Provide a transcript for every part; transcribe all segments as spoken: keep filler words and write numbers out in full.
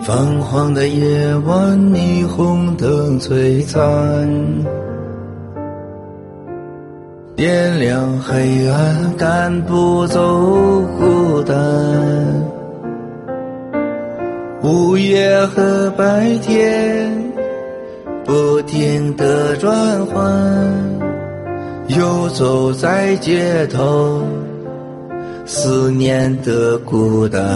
泛黄的夜晚，霓虹灯璀璨，点亮黑暗，赶不走孤单。午夜和白天不停地转换，游走在街头，思念的孤单。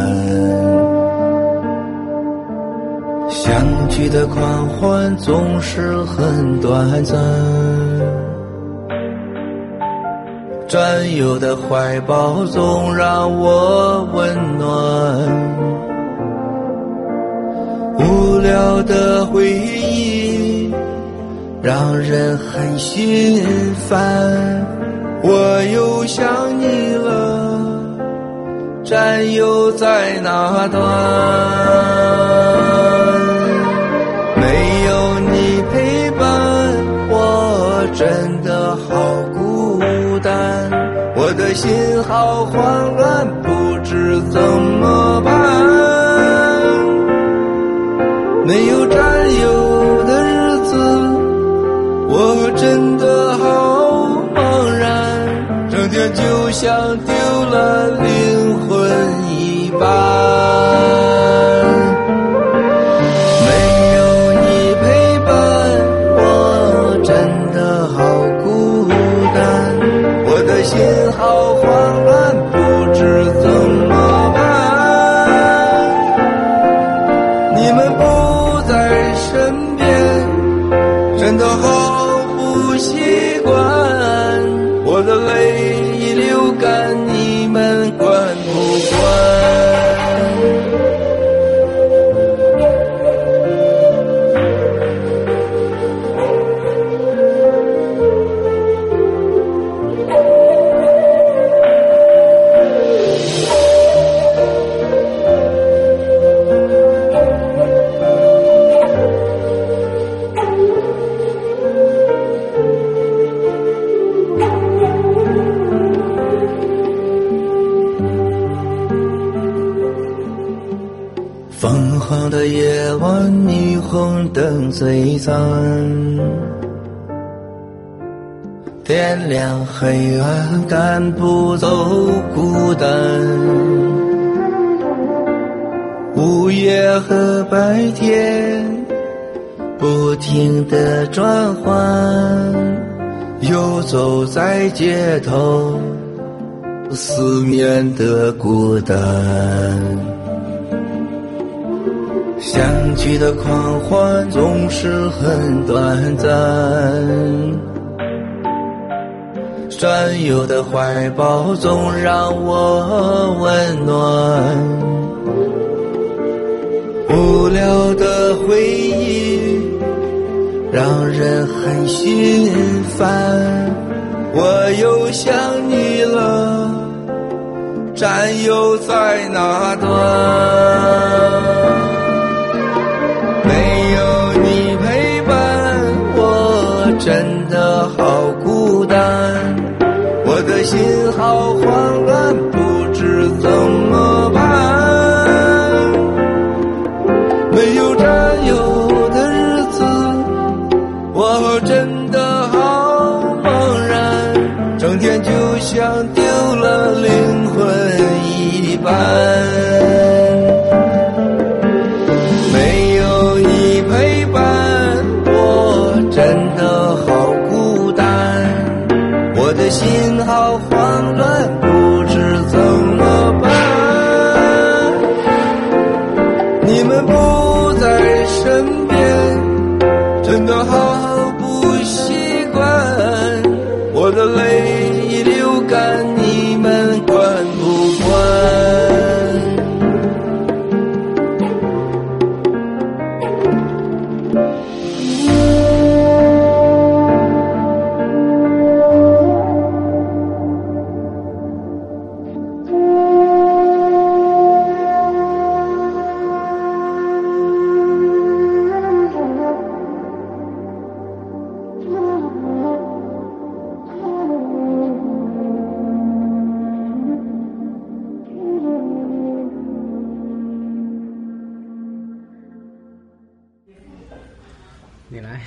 相聚的狂欢总是很短暂，占有的怀抱总让我温暖。无聊的回忆让人很心烦，我又想你了，战友在哪端？没有你陪伴，我真的好孤单，我的心好慌乱，不知怎么办。没有战友的日子，我真的好茫然，整天就像丢了灵魂一般。没有你陪伴，我真的好孤单，我的心好慌乱，不知怎么办。你们不在身边，真的好不习惯，我的泪已流干，你们管不管？泛黄的夜晚，霓虹灯璀璨，点亮黑暗，赶不走孤单。午夜和白天不停地转换，游走在街头，思念的孤单。相聚的狂欢总是很短暂，占有的怀抱总让我温暖。无聊的回忆让人很心烦，我又想你了，战友在哪端？没有你陪伴，我真的好孤单，我的心好慌乱，不知怎么办。没有战友的日子，我真的好茫然，整天就像丢了灵魂一般。 你来。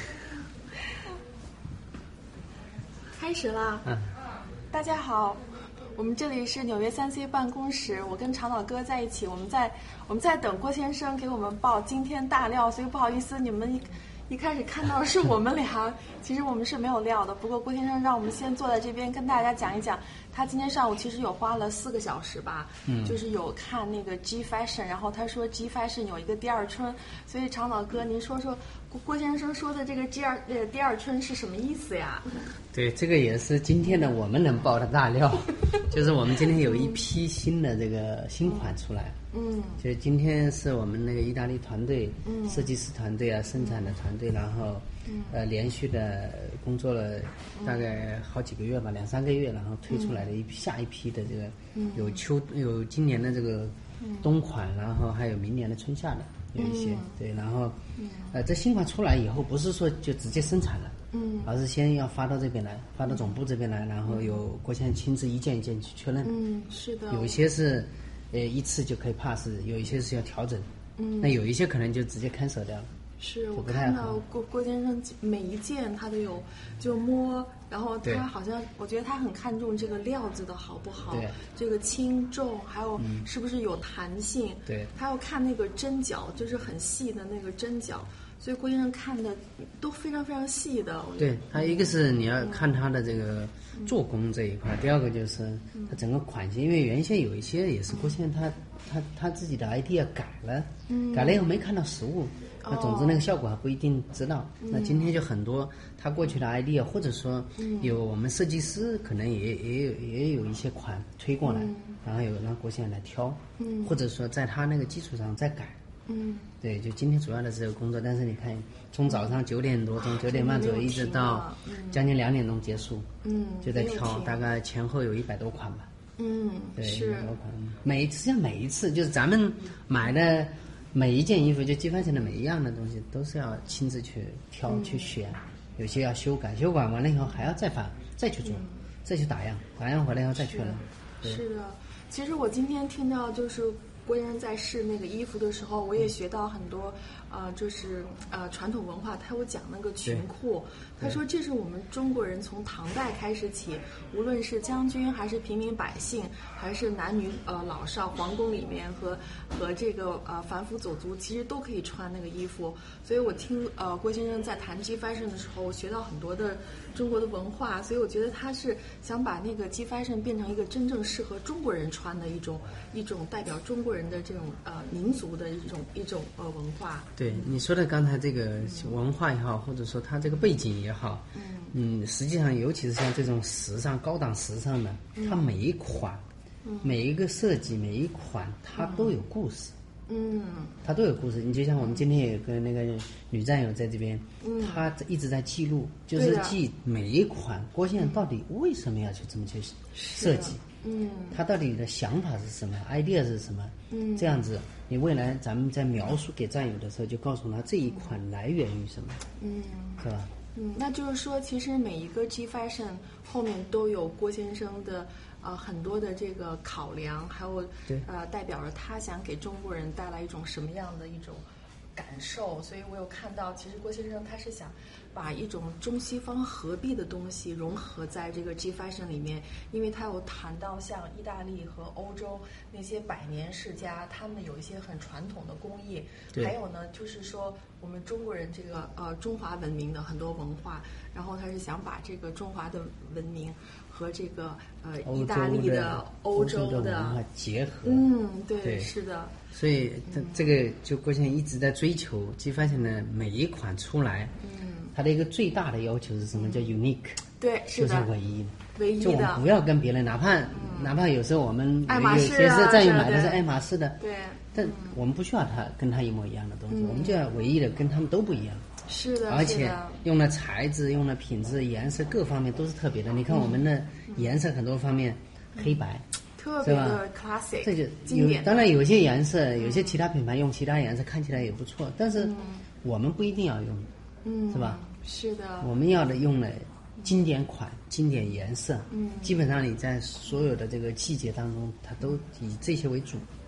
开始啦！ 嗯， 大家好，我们这里是纽约三 C 办公室，我跟长岛哥在一起，我们在我们在等郭先生给我们报今天大料，所以不好意思，你们一一开始看到是我们俩，其实我们是没有料的。不过郭先生让我们先坐在这边跟大家讲一讲，他今天上午其实有花了四个小时吧，嗯，就是有看那个 G Fashion， 然后他说 G Fashion 有一个第二春，所以长岛哥您说说郭郭先生说的这个 G 二呃第二春是什么意思呀？ 对，这个也是今天的我们能爆的大料，就是我们今天有一批新的这个新款出来，嗯，就是今天是我们那个意大利团队，嗯，设计师团队啊，生产的团队，然后，嗯，呃，连续的工作了大概好几个月吧，两三个月，然后推出来的一批下一批的这个，嗯，有秋有今年的这个冬款，然后还有明年的春夏的有一些，对，然后，呃，这新款出来以后，不是说就直接生产了。嗯，而是先要发到这边来，发到总部这边来，然后由郭先生亲自一件一件去确认。 嗯，是的。 有一些是，呃，一次就可以 pass， 有一些是要调整。嗯，那有一些可能就直接 cancel 掉了。 是我看到郭郭先生每一件他都有就摸，然后他好像我觉得他很看重这个料子的好不好， 对， 这个轻重，还有是不是有弹性。嗯、 对， 他要看那个针脚，就是很细的那个针脚。所以郭先生看的都非常非常细的。 对，他一个是你要看他的这个做工这一块，嗯、第二个就是他整个款型，因为原先有一些也是郭先生他他他自己的 idea 改了，嗯、改了以后没看到实物，那总之那个效果还不一定知道。哦、那今天就很多他过去的 idea，或者说有我们设计师可能也也有也有一些款推过来，嗯、然后有让郭先生来挑，嗯、或者说在他那个基础上再改。嗯，对，就今天主要的这个工作，但是你看，从早上九点多钟、九点半左右一直到将近两点钟结束，嗯，就在挑，大概前后有一百多款吧。 嗯， 对， 是。 一百多款，每实际上每一次就是咱们买的每一件衣服，就机翻前的每一样的东西，都是要亲自去挑、嗯、去选，有些要修改，修改完了以后还要再发再去做，嗯、再去打样，打样回来以后再确认。 是的，其实我今天听到就是。郭先生在试那个衣服的时候，我也学到很多，呃，就是呃传统文化。他有讲那个裙裤，他说这是我们中国人从唐代开始起，无论是将军还是平民百姓，还是男女呃老少，皇宫里面和和这个呃凡夫走卒，其实都可以穿那个衣服。所以我听呃郭先生在谈 G Fashion 的时候，我学到很多的中国的文化，所以我觉得他是想把那个 G Fashion 变成一个真正适合中国人穿的一种一种代表中国人的这种呃民族的一种一种呃文化。 对你说的刚才这个文化也好，或者说它这个背景也好，嗯嗯，实际上尤其是像这种时尚高档时尚的，嗯、它每一款、嗯、每一个设计每一款它都有故事。嗯，它都有故事。你就像我们今天有个那个女战友在这边，嗯，她一直在记录，就是记每一款郭先生到底为什么要去这么去设计，嗯，他到底的想法是什么 ，idea 是什么，嗯，这样子，你未来咱们在描述给战友的时候，就告诉他这一款来源于什么，嗯，是吧？ 嗯，那就是说，其实每一个 G Fashion 后面都有郭先生的呃很多的这个考量，还有呃代表着他想给中国人带来一种什么样的一种感受。所以我有看到，其实郭先生他是想把一种中西方合璧的东西融合在这个 G Fashion 里面，因为他有谈到像意大利和欧洲那些百年世家，他们有一些很传统的工艺，还有呢就是说我们中国人这个呃中华文明的很多文化，然后他是想把这个中华的文明和这个呃意大利的欧洲 的, 的文化结合。 嗯，对， 对是的。 所以这这个就郭先生一直在追求 G Fashion 的每一款出来，嗯，它的一个最大的要求是什么？叫 unique， 对，是的， 就是唯一的， 唯一的， 就我们不要跟别人，哪怕、嗯、哪怕有时候我们爱马仕、啊、 有些是战友买的是爱马仕的， 对， 但我们不需要它跟它一模一样的东西，嗯、我们就要唯一的跟他们都不一样。 是的， 而且用的材质、用的品质、颜色各方面都是特别的。你看我们的颜色很多方面，嗯、黑白。 特别的 classic， 这就有当然有些颜色，有些其他品牌用其他颜色看起来也不错，但是我们不一定要用，嗯，是吧？ 是的， 我们要的用了经典款、经典颜色，嗯，基本上你在所有的这个季节当中，它都以这些为主。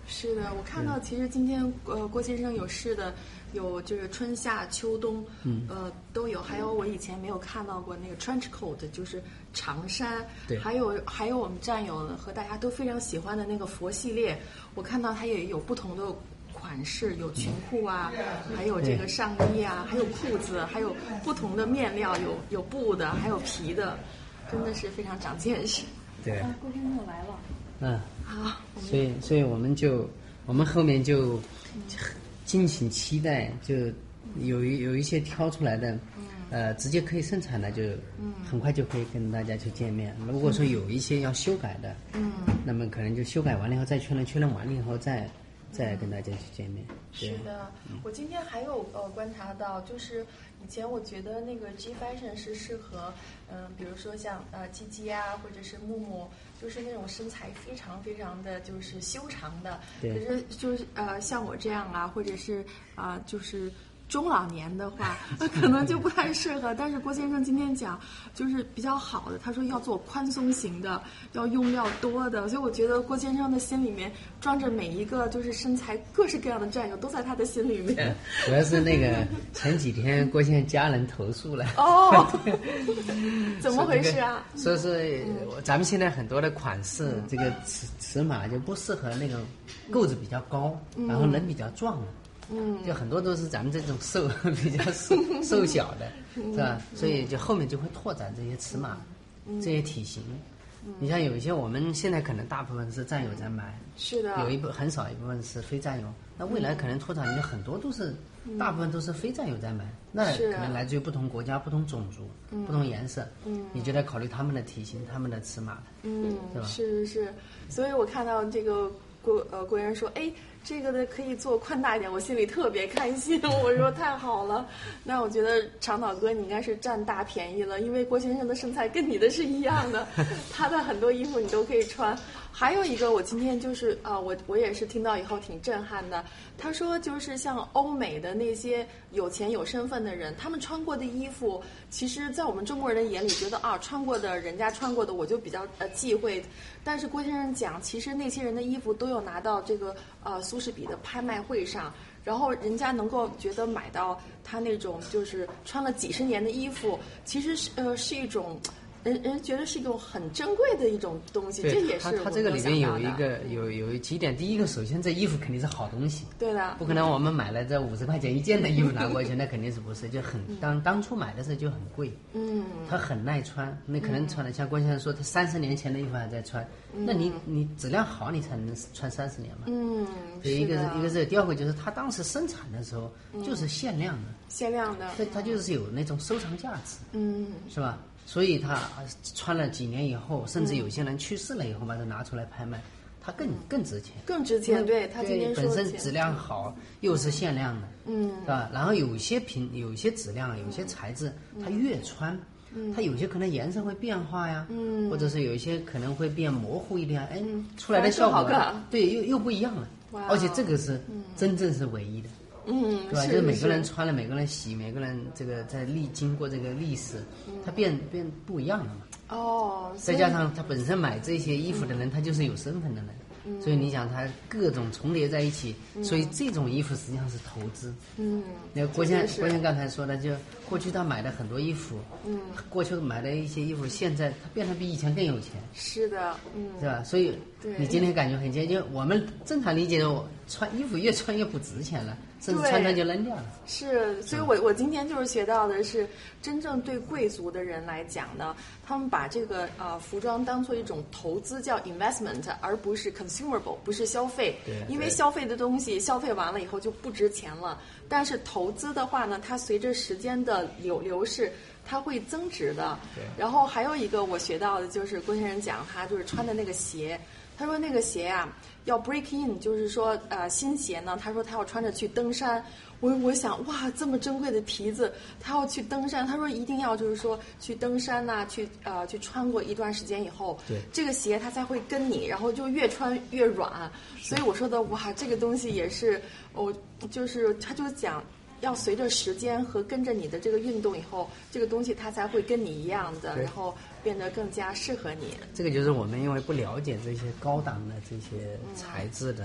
是的，我看到其实今天呃郭先生有试的有就是春夏秋冬，嗯，呃都有，还有我以前没有看到过那个 trench coat， 就是长衫， 对， 还有还有我们战友和大家都非常喜欢的那个佛系列，我看到它也有不同的款式，有裙裤啊，还有这个上衣啊，还有裤子，还有不同的面料，有有布的，还有皮的，真的是非常长见识。 对， 啊，郭先生来了。 嗯， 好， 所以所以我们就我们后面就敬请期待，就有一有一些挑出来的，呃，直接可以生产的，就很快就可以跟大家去见面。如果说有一些要修改的，嗯，那么可能就修改完了以后再确认，确认完了以后再再跟大家去见面。 是的，我今天还有呃观察到，就是以前我觉得那个 G Fashion 是适合，嗯、呃，比如说像呃鸡鸡啊，或者是木木，就是那种身材非常非常的就是修长的，可是就是呃像我这样啊，或者是啊、呃、就是中老年的话，可能就不太适合。但是郭先生今天讲就是比较好的，他说要做宽松型的，要用料多的，所以我觉得郭先生的心里面装着每一个就是身材各式各样的战友，都在他的心里面。 主要是那个前几天郭先生家人投诉了。 哦，怎么回事啊？ 说是咱们现在很多的款式，这个尺尺码就不适合那种个子比较高，然后人比较壮的。嗯，就很多都是咱们这种瘦比较瘦瘦小的，是吧？所以就后面就会拓展这些尺码，这些体型。你像有一些我们现在可能大部分是战友在买， 是的， 有一部很少一部分是非战友。那未来可能拓展的很多都是，大部分都是非战友在买，那可能来自于不同国家、不同种族、不同颜色。嗯，你就得考虑他们的体型、他们的尺码， 嗯， 是吧？ 是是是，所以我看到这个郭呃郭人说，哎。这个的可以做宽大一点，我心里特别开心。我说太好了，那我觉得长岛哥你应该是占大便宜了，因为郭先生的身材跟你的是一样的，他的很多衣服你都可以穿。还有一个，我今天就是啊、呃，我我也是听到以后挺震撼的。他说，就是像欧美的那些有钱有身份的人，他们穿过的衣服，其实，在我们中国人眼里觉得啊，穿过的人家穿过的，我就比较呃忌讳。但是郭先生讲，其实那些人的衣服都有拿到这个呃苏士比的拍卖会上，然后人家能够觉得买到他那种就是穿了几十年的衣服，其实是呃是一种。人人觉得是一种很珍贵的一种东西，这也是它它这个里面有一个有有几点，第一个，首先这衣服肯定是好东西， 对的， 不可能我们买了这五十块钱一件的衣服拿过去，那肯定是不是，就很当当初买的时候就很贵，嗯，它很耐穿，那可能穿的像郭先生说，他三十年前的衣服还在穿，那你你质量好，你才能穿三十年嘛，嗯，所以一个是一个是第二个就是他当时生产的时候就是限量的， 限量的， 它它就是有那种收藏价值，嗯，是吧？所以他穿了几年以后，甚至有些人去世了以后把它拿出来拍卖，它更更值钱， 更值钱。对，他今天说本身质量好，又是限量的，嗯，是吧？然后有些品，有些质量，有些材质，它越穿，它有些可能颜色会变化呀，嗯，或者是有一些可能会变模糊一点，哎，出来的效果，对，又又不一样了。而且这个是真正是唯一的。 嗯， 对吧？就是每个人穿了，每个人洗，每个人这个在历经过这个历史，它变变不一样了嘛。 哦， 再加上他本身买这些衣服的人，他就是有身份的人。所以你想，它各种重叠在一起，嗯、所以这种衣服实际上是投资。嗯，那郭先郭先刚才说的，就过去他买的很多衣服，嗯，过去买的一些衣服，现在他变得比以前更有钱。 是的，嗯， 是吧？所以你今天感觉很接近，我们正常理解的，我穿衣服越穿越不值钱了，甚至穿穿就扔掉了。 是，所以我我今天就是学到的是，真正对贵族的人来讲呢，他们把这个呃服装当做一种投资，叫 investment， 而不是 consumable， 不是消费。 对， 因为消费的东西消费完了以后就不值钱了。但是投资的话呢，它随着时间的流流逝，它会增值的。 对。 然后还有一个我学到的就是郭先生讲，他就是穿的那个鞋，他说那个鞋啊要 break in， 就是说呃新鞋呢，他说他要穿着去登山。我我想哇，这么珍贵的皮子，他要去登山。他说一定要就是说去登山呐、啊，去呃去穿过一段时间以后， 对这个鞋它才会跟你，然后就越穿越软。所以我说的哇，这个东西也是，我、哦、就是他就讲要随着时间和跟着你的这个运动以后，这个东西它才会跟你一样的，然后变得更加适合你。 这个就是我们因为不了解这些高档的这些材质的。嗯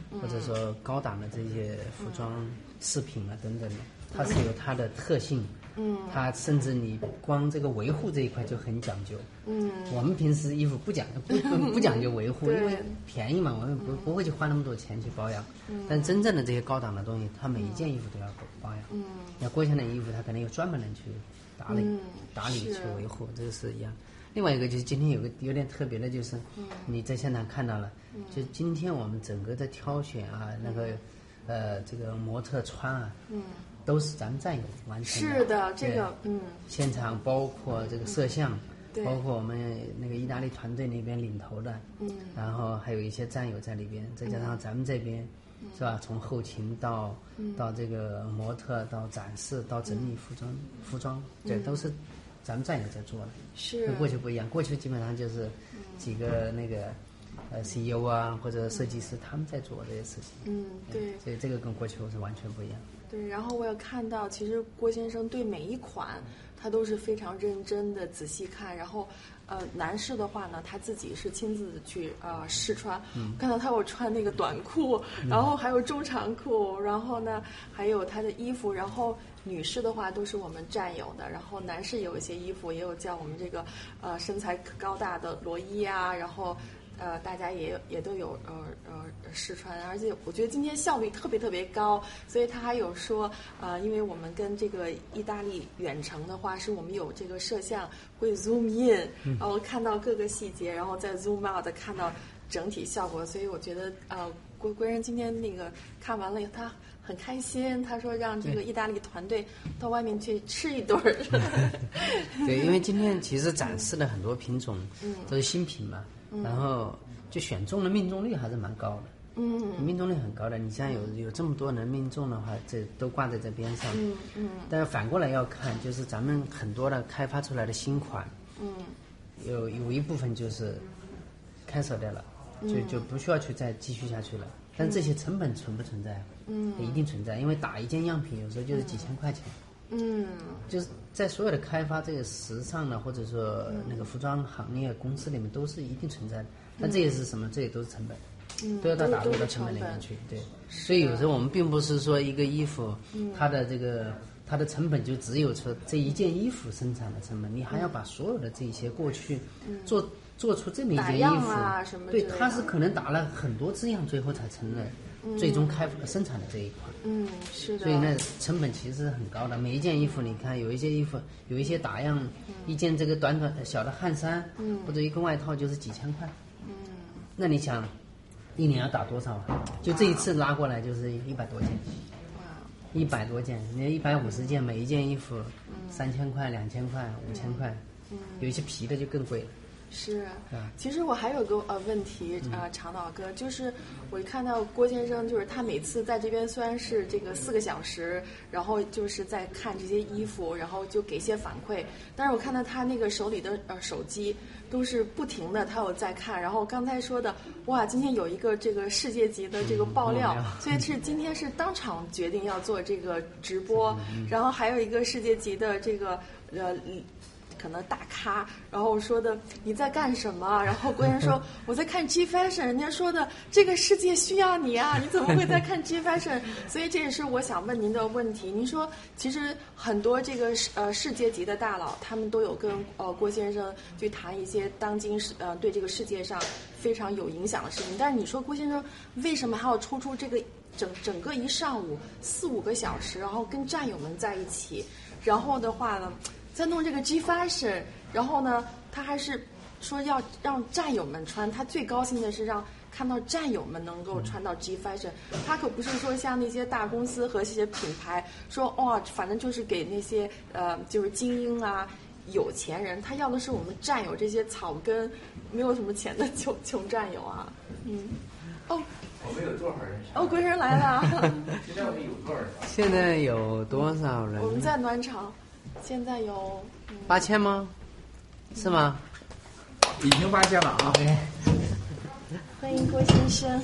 或者说高档的这些服装饰品啊等等的，它是有它的特性。嗯，它甚至你光这个维护这一块就很讲究。嗯，我们平时衣服不讲不不不讲究维护，因为便宜嘛，我们不不会去花那么多钱去保养。嗯，但真正的这些高档的东西，它每一件衣服都要保养。嗯，那郭先生的衣服，他肯定有专门人去打理、嗯、打理去维护，这个是一样。另外一个就是今天有个有点特别的，就是你在现场看到了，嗯、就今天我们整个的挑选啊，那个呃这个模特穿啊，嗯。都是咱们战友完成的。 是的，这个嗯， 现场包括这个摄像，嗯、包括我们那个意大利团队那边领头的，嗯，然后还有一些战友在里边，再加上咱们这边，嗯、是吧？从后勤到、嗯、到这个模特到展示到整理服装，嗯、服装这都是咱们战友在做的。 是跟过去不一样，过去基本上就是几个那个。呃 C E O 啊，或者设计师，他们在做这些事情。 嗯，对。 所以这个跟过去是完全不一样。 对，然后我有看到，其实郭先生对每一款他都是非常认真的仔细看，然后呃，男士的话呢，他自己是亲自去呃试穿，嗯、看到他有穿那个短裤，然后还有中长裤，然后呢还有他的衣服，然后女士的话都是我们战友的，然后男士有一些衣服也有叫我们这个呃身材高大的罗伊啊，然后。呃，大家也也都有呃呃试穿，而且我觉得今天效率特别特别高，所以他还有说，呃，因为我们跟这个意大利远程的话，是我们有这个摄像会 zoom in，然后看到各个细节，然后再 zoom out 看到整体效果，所以我觉得呃，郭郭人今天那个看完了以后，他很开心，他说让这个意大利团队到外面去吃一顿。 对，因为今天其实展示了很多品种，嗯，都是新品嘛。然后就选中了，命中率还是蛮高的。嗯，命中率很高的。你像有有这么多人命中的话，这都挂在这边上。嗯嗯。但是反过来要看，就是咱们很多的开发出来的新款，嗯，有有一部分就是开舍掉了，就就不需要去再继续下去了。但这些成本存不存在？嗯，一定存在，因为打一件样品有时候就是几千块钱。嗯，就是在所有的开发这个时尚的或者说那个服装行业公司里面都是一定存在的，但这也是什么？这也都是成本，嗯，都要到打入到成本里面去。对，所以有时候我们并不是说一个衣服，它的这个它的成本就只有说这一件衣服生产的成本，你还要把所有的这些过去做做出这么一件衣服， 啊什么， 对，它是可能打了很多字样，最后才成了最终开发生产的这一款。 嗯，是的。 所以呢，成本其实是很高的。每一件衣服，你看有一些衣服，有一些打样，嗯、一件这个短短小的汗衫，嗯，或者一个外套就是几千块。嗯，那你想，一年要打多少？就这一次拉过来就是一百多件。哇，一百多件，你一百五十件，每一件衣服三千块、两千块、五千块，嗯，有一些皮的就更贵了。 是，其实我还有个呃问题啊、呃，长岛哥，就是我看到郭先生，就是他每次在这边虽然是这个四个小时，然后就是在看这些衣服，然后就给一些反馈，但是我看到他那个手里的呃手机都是不停的，他有在看。然后刚才说的，哇，今天有一个这个世界级的这个爆料，嗯、所以是今天是当场决定要做这个直播，嗯、然后还有一个世界级的这个呃。可能大咖，然后说的你在干什么？然后郭先生说我在看 G Fashion， 人家说的这个世界需要你啊，你怎么会在看 G Fashion？ 所以这也是我想问您的问题。您说其实很多这个呃世界级的大佬，他们都有跟呃郭先生去谈一些当今呃对这个世界上非常有影响的事情，但是你说郭先生为什么还要抽出这个整整个一上午四五个小时，然后跟战友们在一起，然后的话呢？在弄这个 G Fashion， 然后呢，他还是说要让战友们穿，他最高兴的是让看到战友们能够穿到 G Fashion， 他可不是说像那些大公司和这些品牌说哦，反正就是给那些呃就是精英啊、有钱人，他要的是我们战友这些草根没有什么钱的穷穷战友啊，嗯，哦。 我们有多少人？ 哦，贵人来了。 现在我们有多少人？ 现在有多少人？ 我们在暖场。现在有八千吗？是吗？ 已经八千了啊！ 欢迎郭先生。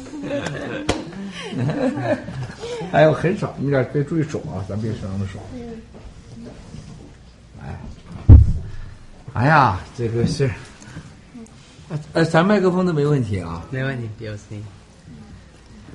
哎呦，很少，你俩别注意手啊，咱别伤了手。哎，哎呀，这个是，呃，咱麦克风都没问题啊， 没问题，有声音。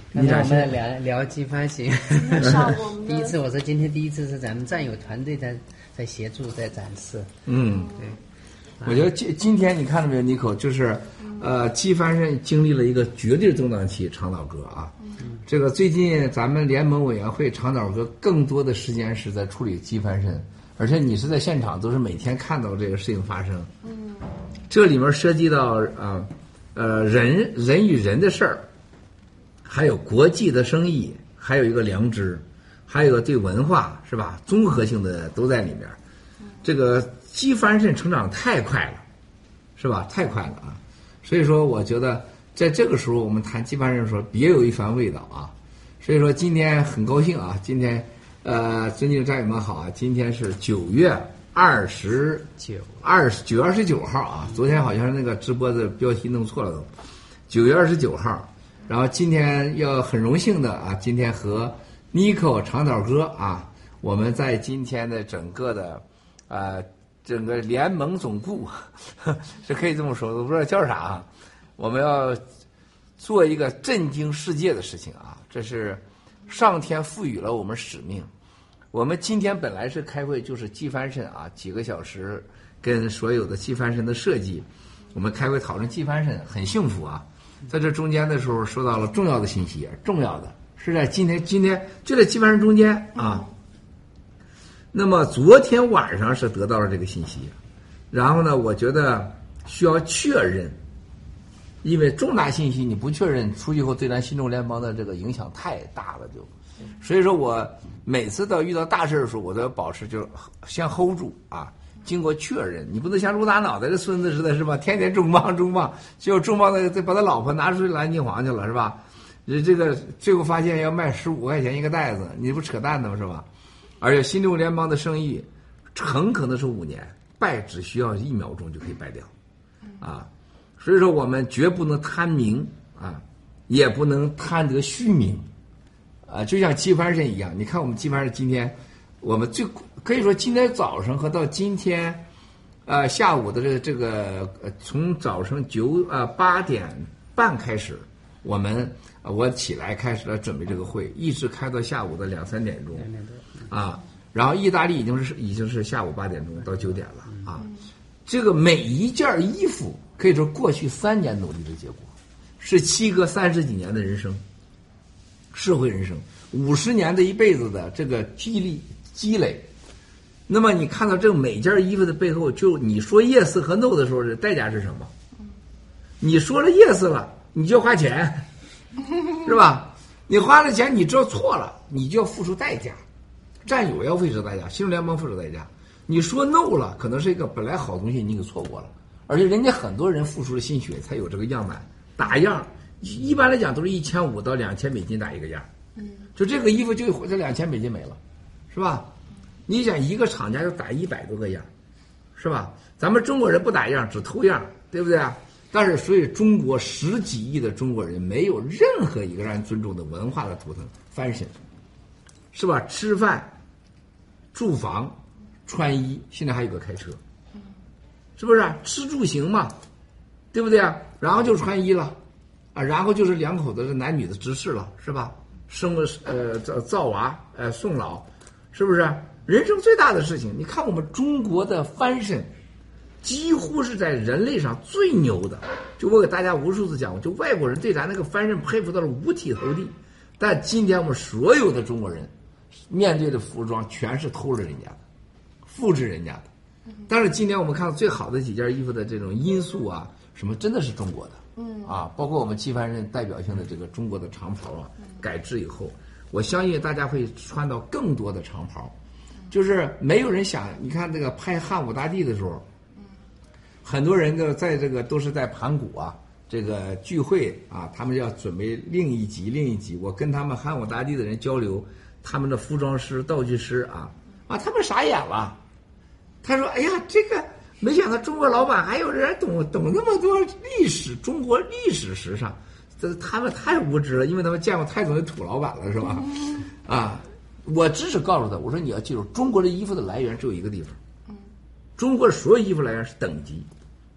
刚才我们聊聊机翻型， 上我们第一次我说今天第一次是咱们战友团队在在协助在展示。 嗯， 对。 我觉得今今天你看到没有，尼克，就是呃，机翻身经历了一个绝对动荡期，长岛哥啊。嗯。这个最近咱们联盟委员会长岛哥更多的时间是在处理机翻身，而且你是在现场，都是每天看到这个事情发生。嗯。这里面涉及到啊。呃，人人与人的事儿，还有国际的生意，还有一个良知，还有一个对文化是吧？综合性的都在里面。这个机翻身成长太快了，是吧？太快了啊！所以说，我觉得在这个时候我们谈机翻身的时候，别有一番味道啊。所以说，今天很高兴啊，今天呃，尊敬战友们好啊，今天是九月。二十九二十九月二十九号啊，昨天好像是那个直播的标题弄错了都，九月二十九号，然后今天要很荣幸的啊，今天和 Nico 长岛哥啊，我们在今天的整个的呃整个联盟总部是可以这么说，我不知道叫啥啊，我们要做一个震惊世界的事情啊，这是上天赋予了我们使命。我们今天本来是开会，就是机翻身啊，几个小时跟所有的机翻身的设计，我们开会讨论机翻身，很幸福啊。在这中间的时候，收到了重要的信息，重要的是在今天，今天就在机翻身中间啊。那么昨天晚上是得到了这个信息，然后呢，我觉得需要确认，因为重大信息你不确认，出去后对咱新中联邦的这个影响太大了就。所以说我每次到遇到大事的时候，我都要保持就先 hold 住啊，经过确认，你不能像陆大脑袋这孙子似的，是吧？天天重磅重磅，结果重磅的再把他老婆拿出去蓝金黄去了，是吧？这个最后发现要卖十五块钱一个袋子，你不扯淡的吗？是吧？而且新中联邦的生意很可能是五年，败只需要一秒钟就可以败掉，啊，所以说我们绝不能贪名啊，也不能贪得虚名。啊，就像机翻身一样，你看我们机翻身今天，我们最可以说今天早上和到今天，呃下午的这个这个呃从早上九呃八点半开始，我们、呃、我起来开始来准备这个会，一直开到下午的两三点钟，啊，然后意大利已经是已经是下午八点钟到九点了啊，这个每一件衣服可以说过去三年努力的结果，是七哥三十几年的人生。社会人生五十年的一辈子的这个激励积累，那么你看到这每件衣服的背后，就你说 yes 和 no 的时候，的代价是什么？你说了 yes 了，你就要花钱，是吧？你花了钱，你知道错了，你就要付出代价，战友要付出代价，新中联邦付出代价。你说 no 了，可能是一个本来好东西，你给错过了，而且人家很多人付出了心血才有这个样板打样。一般来讲都是一千五到两千美金打一个样，嗯，就这个衣服就这两千美金没了，是吧？你想一个厂家就打一百多个样，是吧？咱们中国人不打样，只偷样，对不对啊？但是所以中国十几亿的中国人没有任何一个让人尊重的文化的图腾翻身，是吧？吃饭、住房、穿衣，现在还有个开车，是不是？吃住行嘛，对不对啊？然后就穿衣了。啊，然后就是两口子的男女的之事了，是吧？生个呃造造娃，呃送老，是不是？人生最大的事情，你看我们中国的翻身，几乎是在人类上最牛的。就我给大家无数次讲过，就外国人对咱那个翻身佩服到了五体投地，但今天我们所有的中国人面对的服装全是偷了人家的，复制人家的。但是今天我们看到最好的几件衣服的这种因素啊，什么真的是中国的。嗯啊，包括我们机翻身代表性的这个中国的长袍啊，改制以后，我相信大家会穿到更多的长袍，就是没有人想，你看这个拍汉武大帝的时候，很多人的在这个都是在盘古啊这个聚会啊，他们要准备另一集另一集，我跟他们汉武大帝的人交流，他们的服装师、道具师啊啊，他们傻眼了，他说：“哎呀，这个。”没想到中国老板还有人懂懂那么多历史，中国历史时尚，这他们太无知了，因为他们见过太多的土老板了，是吧？啊，我只是告诉他，我说你要记住，中国的衣服的来源只有一个地方，中国所有衣服来源是等级，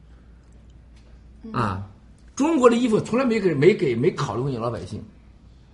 啊，中国的衣服从来没给没给没考虑过你老百姓，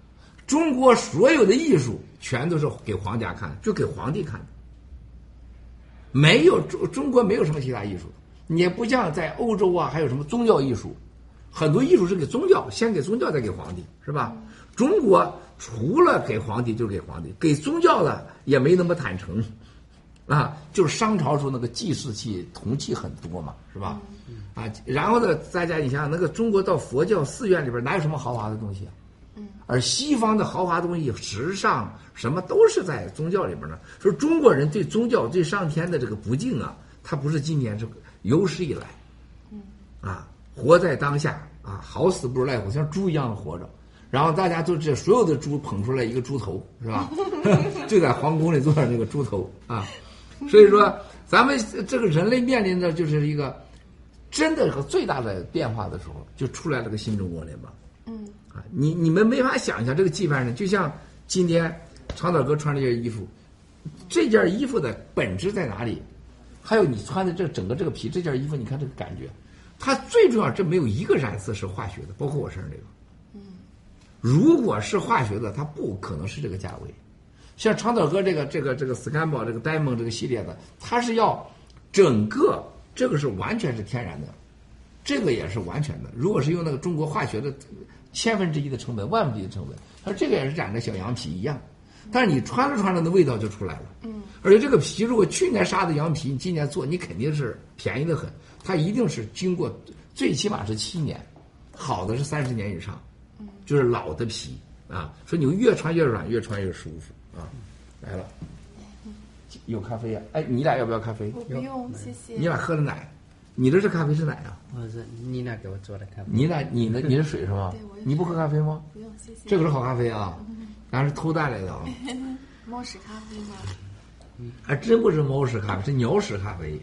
中国所有的艺术全都是给皇家看，就给皇帝看的，没有中中国没有什么其他艺术，也不像在欧洲啊，还有什么宗教艺术，很多艺术是给宗教，先给宗教再给皇帝，是吧？中国除了给皇帝就是给皇帝，给宗教的也没那么坦诚，啊，就是商朝时候那个祭祀器、铜器很多嘛，是吧？啊，然后呢，大家你想想，那个中国到佛教寺院里边哪有什么豪华的东西啊？而西方的豪华东西、时尚什么都是在宗教里边呢。说中国人对宗教、对上天的这个不敬啊，他不是今年，是有史以来，啊，活在当下啊，好死不如赖活，像猪一样的活着。然后大家都这所有的猪捧出来一个猪头，是吧？就在皇宫里坐着那个猪头啊。所以说，咱们这个人类面临的就是一个真的和最大的变化的时候，就出来了个新中国联邦。 嗯。 啊，你你们没法想象这个纪梵人，就像今天长岛哥穿这件衣服，这件衣服的本质在哪里？还有你穿的这整个这个皮，这件衣服，你看这个感觉，它最重要，这没有一个染色是化学的，包括我身上这个。嗯，如果是化学的，它不可能是这个价位。像长岛哥这个这个这个斯堪堡这个 Diamond 这个系列的，它是要整个这个是完全是天然的，这个也是完全的。如果是用那个中国化学的千分之一的成本、万分之一的成本，它这个也是染着小羊皮一样，但是你穿着穿着的味道就出来了。嗯，而且这个皮如果去年杀的羊皮，你今年做，你肯定是便宜的很。它一定是经过最起码是七年，好的是三十年以上，就是老的皮啊，所以你越穿越软，越穿越舒服啊。来了，有咖啡呀、啊？哎，你俩要不要咖啡？ 我不用，谢谢。 你俩喝的奶，你这是咖啡是奶啊？ 我是你俩给我做的咖啡。 你俩你的你是水是吗？ 对，我你不喝咖啡吗？ 不用，谢谢。 这个是好咖啡啊，咱是偷带来的啊。 猫屎咖啡吗？ 还真不是猫屎咖啡，是鸟屎咖啡。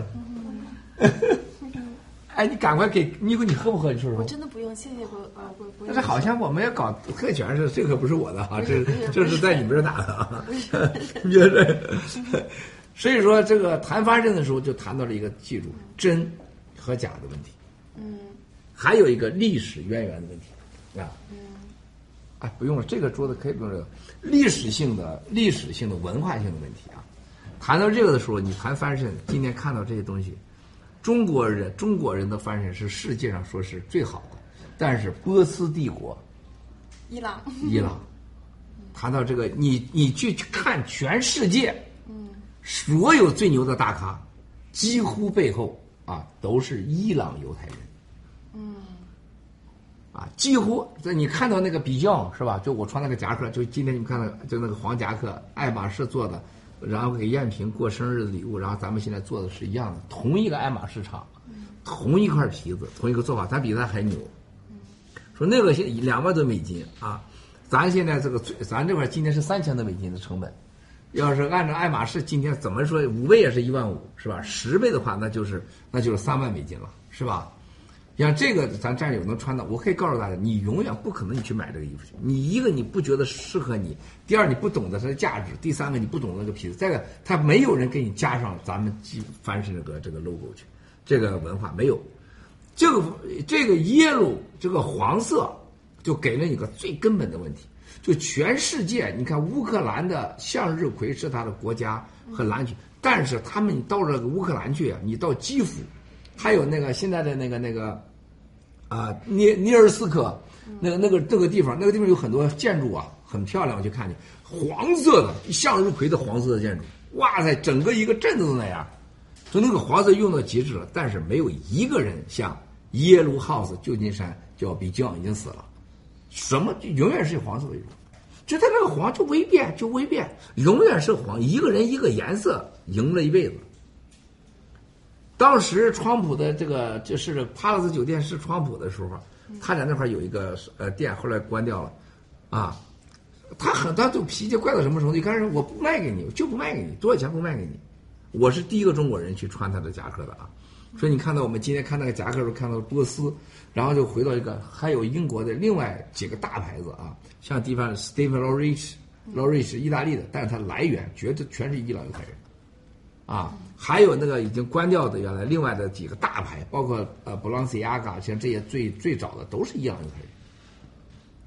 哎，你赶快给你你喝不喝？你说说。 我真的不用，谢谢不呃不不。 但是好像我们要搞特权是这可不是我的啊，这这是在你们这打的啊。你觉得？所以说这个谈发生的时候就谈到了一个，记住真和假的问题。嗯。还有一个历史渊源的问题啊。嗯。哎，不用了，这个桌子可以不用这个历史性的、历史性的、文化性的问题啊。谈到这个的时候，你谈翻身，今天看到这些东西，中国人中国人的翻身是世界上说是最好的，但是波斯帝国、 伊朗、 伊朗，谈到这个，你你去看全世界，嗯，所有最牛的大咖，几乎背后啊都是伊朗犹太人，嗯。啊，几乎这你看到那个比较是吧？就我穿那个夹克，就今天你们看到就那个黄夹克，爱马仕做的，然后给艳萍过生日的礼物，然后咱们现在做的是一样的，同一个爱马仕厂，同一块皮子，同一个做法，咱比他还牛。说那个现两万多美金啊，咱现在这个咱这块今天是三千多美金的成本，要是按照爱马仕今天怎么说五倍也是一万五是吧？十倍的话那就是那就是三万美金了是吧？像这个咱战友能穿到，我可以告诉大家，你永远不可能你去买这个衣服去。你一个你不觉得适合你，第二你不懂得它的价值，第三个你不懂得那个皮子，再个它没有人给你加上咱们翻身这个这个 logo 去，这个文化没有。这个这个 yellow 这个黄色就给了你个最根本的问题，就全世界你看乌克兰的向日葵是它的国家和蓝旗，但是他们你到这个乌克兰去啊，你到基辅，还有那个现在的那个那个。啊，涅涅尔斯克，那个那个这个地方，那个地方有很多建筑啊，很漂亮，我去看去，黄色的向日葵的黄色的建筑，哇塞，整个一个镇子都那样，就那个黄色用到极致了，但是没有一个人像耶鲁 house 旧金山叫比江已经死了，什么就永远是以黄色为主，就他那个黄就微变就微变，永远是黄，一个人一个颜色赢了一辈子。当时川普的这个就是帕拉斯酒店是川普的时候，他在那块有一个呃店，后来关掉了，啊，他很他就脾气怪到什么程度？一开始我不卖给你，就不卖给你，多少钱不卖给你。我是第一个中国人去穿他的夹克的啊，所以你看到我们今天看那个夹克的时候，看到波斯，然后就回到一个还有英国的另外几个大牌子啊，像地方 Stephen Lawrence，Lawrence 是意大利的，但是它来源绝对全是伊朗犹太人。啊，还有那个已经关掉的原来另外的几个大牌，包括呃 Balenciaga，像这些最最早的都是伊朗犹太人，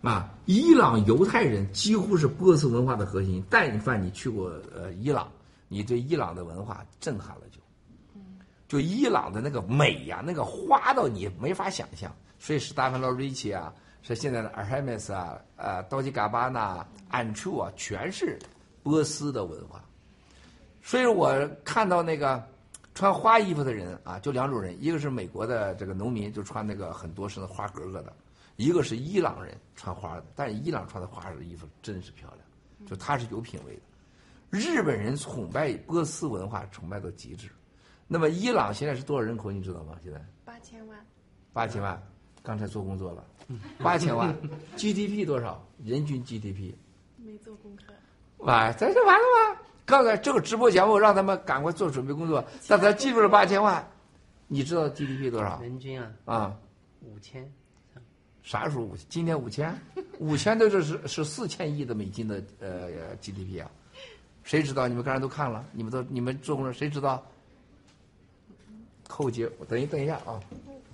啊，伊朗犹太人几乎是波斯文化的核心。但凡你去过呃伊朗，你对伊朗的文化震撼了就，就伊朗的那个美呀、啊，那个花到你没法想象。所以史蒂芬·劳瑞奇啊，是现在的阿尔海梅斯啊，呃，道吉嘎巴纳、安楚啊，全是波斯的文化。所以我看到那个穿花衣服的人啊，就两种人，一个是美国的这个农民，就穿那个很多是那花格格的。一个是伊朗人穿花的，但是伊朗穿的花的衣服真是漂亮，就他是有品位的。日本人崇拜波斯文化，崇拜到极致。那么伊朗现在是多少人口，你知道吗？现在八千万。 八千万，刚才做工作了，八千万 ，G D P 多少？人均 G D P 没做功课。 完，咱这完了吗？刚才这个直播节目让他们赶快做准备工作，但他记住了八千万，你知道 G D P 多少？ 人均啊啊， 五千。 啥时候五千？今天五千，五千都是是是四千亿的美金的呃 G D P 啊，谁知道？你们刚才都看了，你们都你们做工作谁知道？后节我等一等一下啊，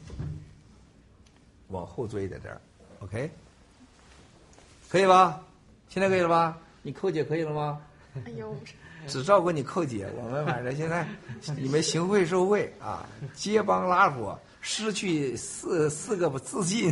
往后坐一点点 ，OK， 可以吧？现在可以了吧？你寇姐可以了吗？ 哎呦， 只照顾你寇姐，我们反正现在你们行贿受贿啊，结帮拉伙。失去四四个自信，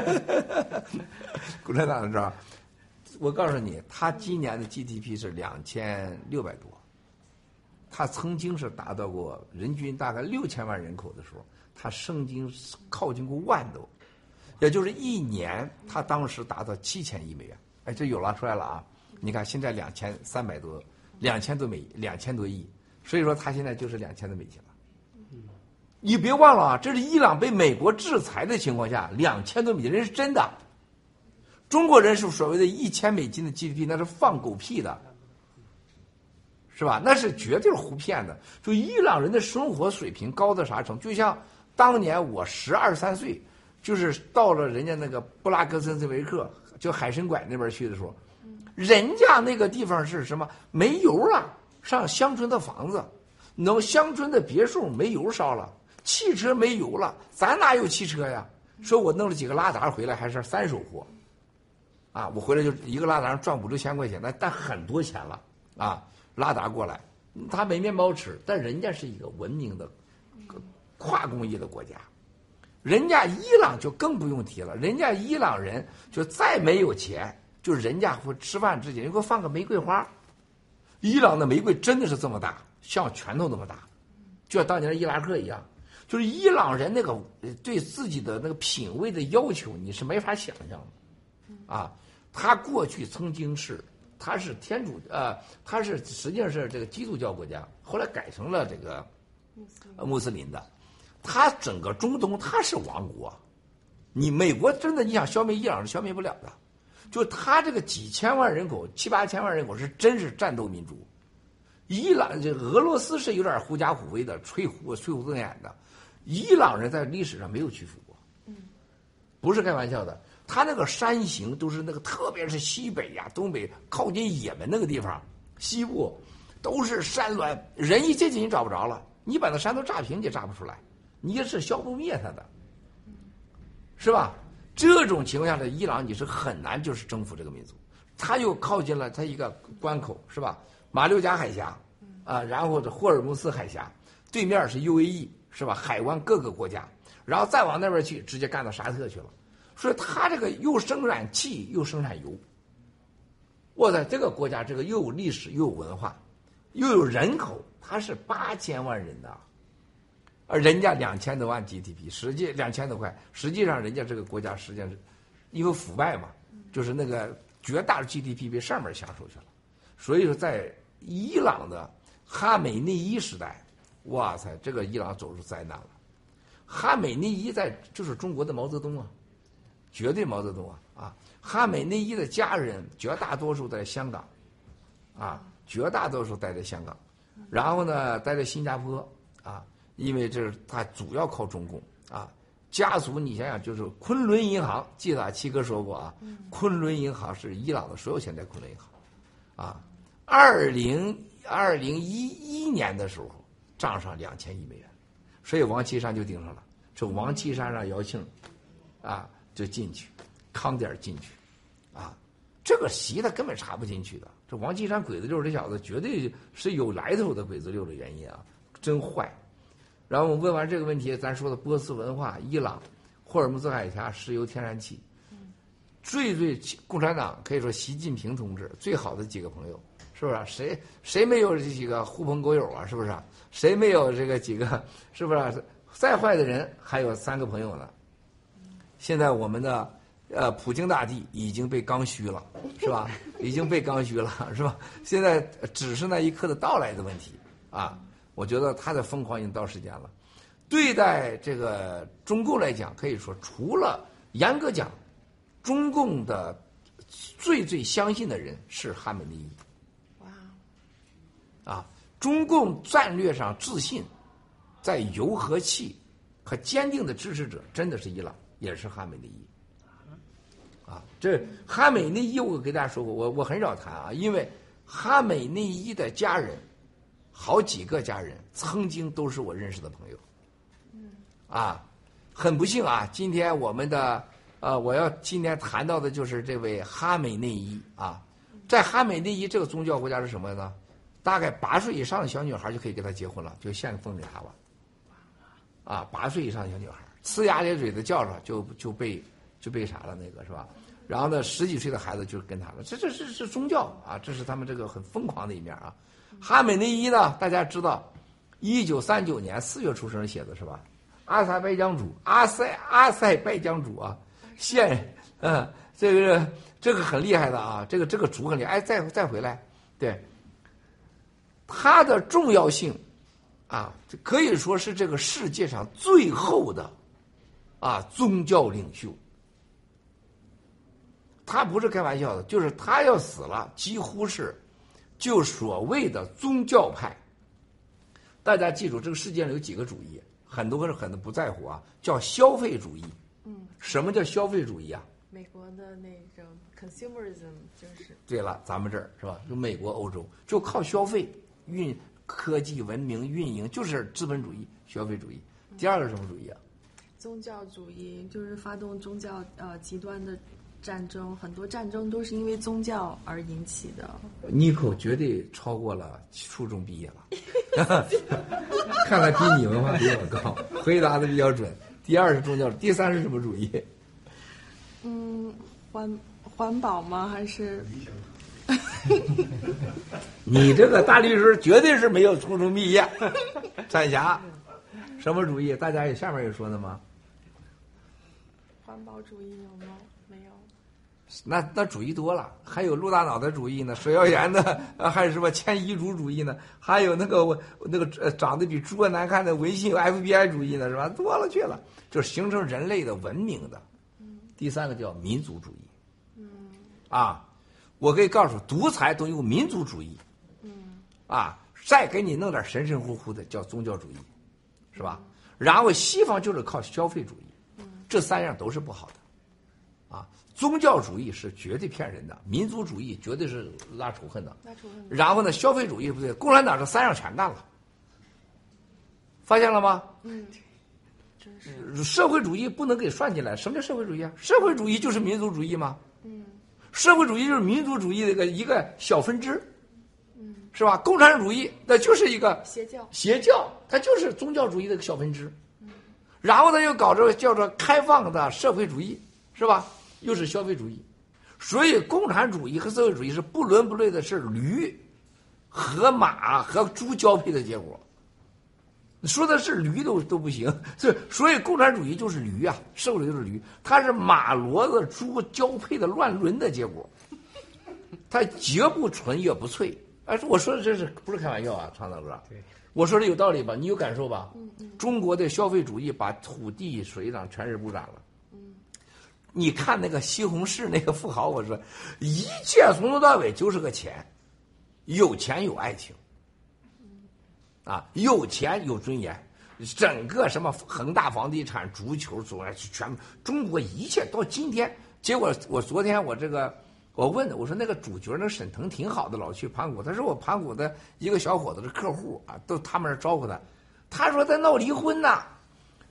共产党知道？我告诉你，他今年的 G D P 是两千六百多，他曾经是达到过人均大概六千万人口的时候，他曾经靠近过万都，也就是一年，他当时达到七千亿美元。哎，这有了出来了啊！你看现在两千三百多，两千多美，两千多亿，所以说他现在就是两千多美金了。你别忘了啊，这是伊朗被美国制裁的情况下，两千多美金，这是真的。中国人是所谓的一千美金的 G D P， 那是放狗屁的，是吧？那是绝对是胡骗的。就伊朗人的生活水平高到啥程度？就像当年我十二三岁，就是到了人家那个布拉格森斯维克，就海参馆那边去的时候，人家那个地方是什么？没油了，上乡村的房子，能乡村的别墅没油烧了。汽车没油了，咱哪有汽车呀？说我弄了几个拉达回来，还是三手货，啊，我回来就一个拉达上赚五六千块钱，但但很多钱了啊！拉达过来，他没面包吃，但人家是一个文明的跨工业的国家，人家伊朗就更不用提了，人家伊朗人就再没有钱，就人家会吃饭之前，你给我放个玫瑰花，伊朗的玫瑰真的是这么大，像拳头那么大，就像当年的伊拉克一样。就是伊朗人那个对自己的那个品味的要求，你是没法想象的，啊，他过去曾经是，他是天主，呃，他是实际上是这个基督教国家，后来改成了这个穆斯林的，他整个中东他是王国，你美国真的你想消灭伊朗是消灭不了的，就他这个几千万人口，七八千万人口是真是战斗民族，伊朗这俄罗斯是有点狐假虎威的，吹胡吹胡瞪眼的。伊朗人在历史上没有屈服过，不是开玩笑的。他那个山形都是那个，特别是西北呀、东北靠近也门那个地方，西部都是山峦，人一接近你找不着了，你把那山都炸平，你也炸不出来，你也是消不灭它的，是吧？这种情况下的伊朗，你是很难就是征服这个民族。他又靠近了他一个关口，是吧？马六甲海峡啊，然后这霍尔木斯海峡对面是 U A E。是吧？海湾各个国家，然后再往那边去，直接干到沙特去了。所以他这个又生产气又生产油，哇塞，这个国家这个又有历史又有文化，又有人口，它是八千万人的，而人家两千多万 G D P， 实际两千多块，实际上人家这个国家实际上是因为腐败嘛，就是那个绝大的 G D P 被上面享受去了。所以说，在伊朗的哈美内伊时代。哇塞，这个伊朗走入灾难了。哈美内伊在就是中国的毛泽东啊，绝对毛泽东啊啊！哈美内伊的家人绝大多数在香港，啊，绝大多数待在香港，然后呢待在新加坡啊，因为这是他主要靠中共啊。家族你想想，就是昆仑银行，记得啊，七哥说过啊，昆仑银行是伊朗的所有钱在昆仑银行，啊，二零二零一一年的时候。账上两千亿美元，所以王岐山就盯上了。这王岐山让姚庆，啊，就进去，康点进去， 这个习他根本插不进去的。这王岐山鬼子六这小子绝对是有来头的鬼子六的原因啊，真坏。然后我们问完这个问题，咱说的波斯文化、伊朗、霍尔木兹海峡、石油、天然气，最最共产党可以说习近平同志最好的几个朋友，是不是？谁谁没有这几个狐朋狗友啊？是不是？谁没有这个几个？是不是？再坏的人还有三个朋友呢。现在我们的呃普京大帝已经被刚需了，是吧？已经被刚需了，是吧？现在只是那一刻的到来的问题啊。我觉得他的疯狂已经到时间了。对待这个中共来讲，可以说除了严格讲，中共的最最相信的人是哈梅内伊。 哇！ 啊，中共战略上自信，在油和气和坚定的支持者真的是伊朗，也是哈梅内伊。啊，这哈梅内伊我给大家说过，我我很少谈啊，因为哈梅内伊的家人。好几个家人曾经都是我认识的朋友，啊，很不幸啊，今天我们的呃，我要今天谈到的就是这位哈梅内伊啊，在哈梅内伊这个宗教国家是什么呢？大概八岁以上的小女孩就可以跟他结婚了，就献奉给他了，啊，八岁以上的小女孩呲牙咧嘴的叫着就就被就被啥了那个是吧？然后呢，十几岁的孩子就跟他了，这这是是宗教啊，这是他们这个很疯狂的一面啊。哈梅内伊呢，大家知道，一九三九年四月出生写的是吧？阿塞拜疆主，阿塞阿塞拜疆主啊，现嗯，这个这个很厉害的啊，这个这个主很厉害。哎，再再回来，对，他的重要性啊，可以说是这个世界上最后的啊宗教领袖。他不是开玩笑的，就是他要死了，几乎是。就所谓的宗教派，大家记住，这个世界上有几个主义，很多人很多不在乎啊，叫消费主义。嗯，什么叫消费主义啊？ 美国的那种 consumerism 就是。对了，咱们这儿是吧？就美国、欧洲就靠消费运科技文明运营，就是资本主义、消费主义。第二个是什么主义啊？ 宗教主义就是发动宗教呃极端的。战争很多战争都是因为宗教而引起的。 妮蔻绝对超过了初中毕业了，看来比你文化比我高，回答的比较准。第二是宗教，第三是什么主义？ 嗯，环环保吗？还是？ 你这个大律师绝对是没有初中毕业。闪霞，什么主义？大家有下面有说的吗？ 环保主义有吗？没有。 那那主义多了，还有陆大脑的主义呢，水耀岩的，还有什么前遗嘱主义呢？还有那个我那个呃长得比猪还难看的微信 F B I 主义呢，是吧？多了去了，就是形成人类的文明的。第三个叫民族主义。嗯。啊，我可以告诉，独裁都有民族主义。嗯。啊，再给你弄点神神乎乎的叫宗教主义，是吧？然后西方就是靠消费主义。这三样都是不好的。宗教主义是绝对骗人的，民族主义绝对是拉仇恨的。 拉仇恨。 然后呢，消费主义不对，共产党这三样全干了，发现了吗？ 嗯，真是。社会主义不能给算进来，什么叫社会主义啊？社会主义就是民族主义吗？嗯。社会主义就是民族主义的一个一个小分支，嗯，是吧？共产主义那就是一个邪教， 邪教它就是宗教主义的一个小分支。嗯。然后呢，又搞这叫做开放的社会主义，是吧？又是消费主义，所以共产主义和社会主义是不伦不类的，是驴和马和猪交配的结果。说的是驴都都不行，所以共产主义就是驴啊，社会主义就是驴，它是马骡子猪交配的乱伦的结果，它绝不纯也不脆。哎，我说的这是不是开玩笑啊，常大哥？ 对， 我说的有道理吧？你有感受吧？嗯嗯。中国的消费主义把土地、水壤全是污染了。你看那个西红柿那个富豪，我说，一切从头到尾就是个钱，有钱有爱情，啊，有钱有尊严，整个什么恒大房地产、足球、总全中国一切到今天，结果我昨天我这个我问的，我说那个主角那沈腾挺好的，老去盘古，他是我盘古的一个小伙子的客户啊，都他们那招呼他，他说他闹离婚呐。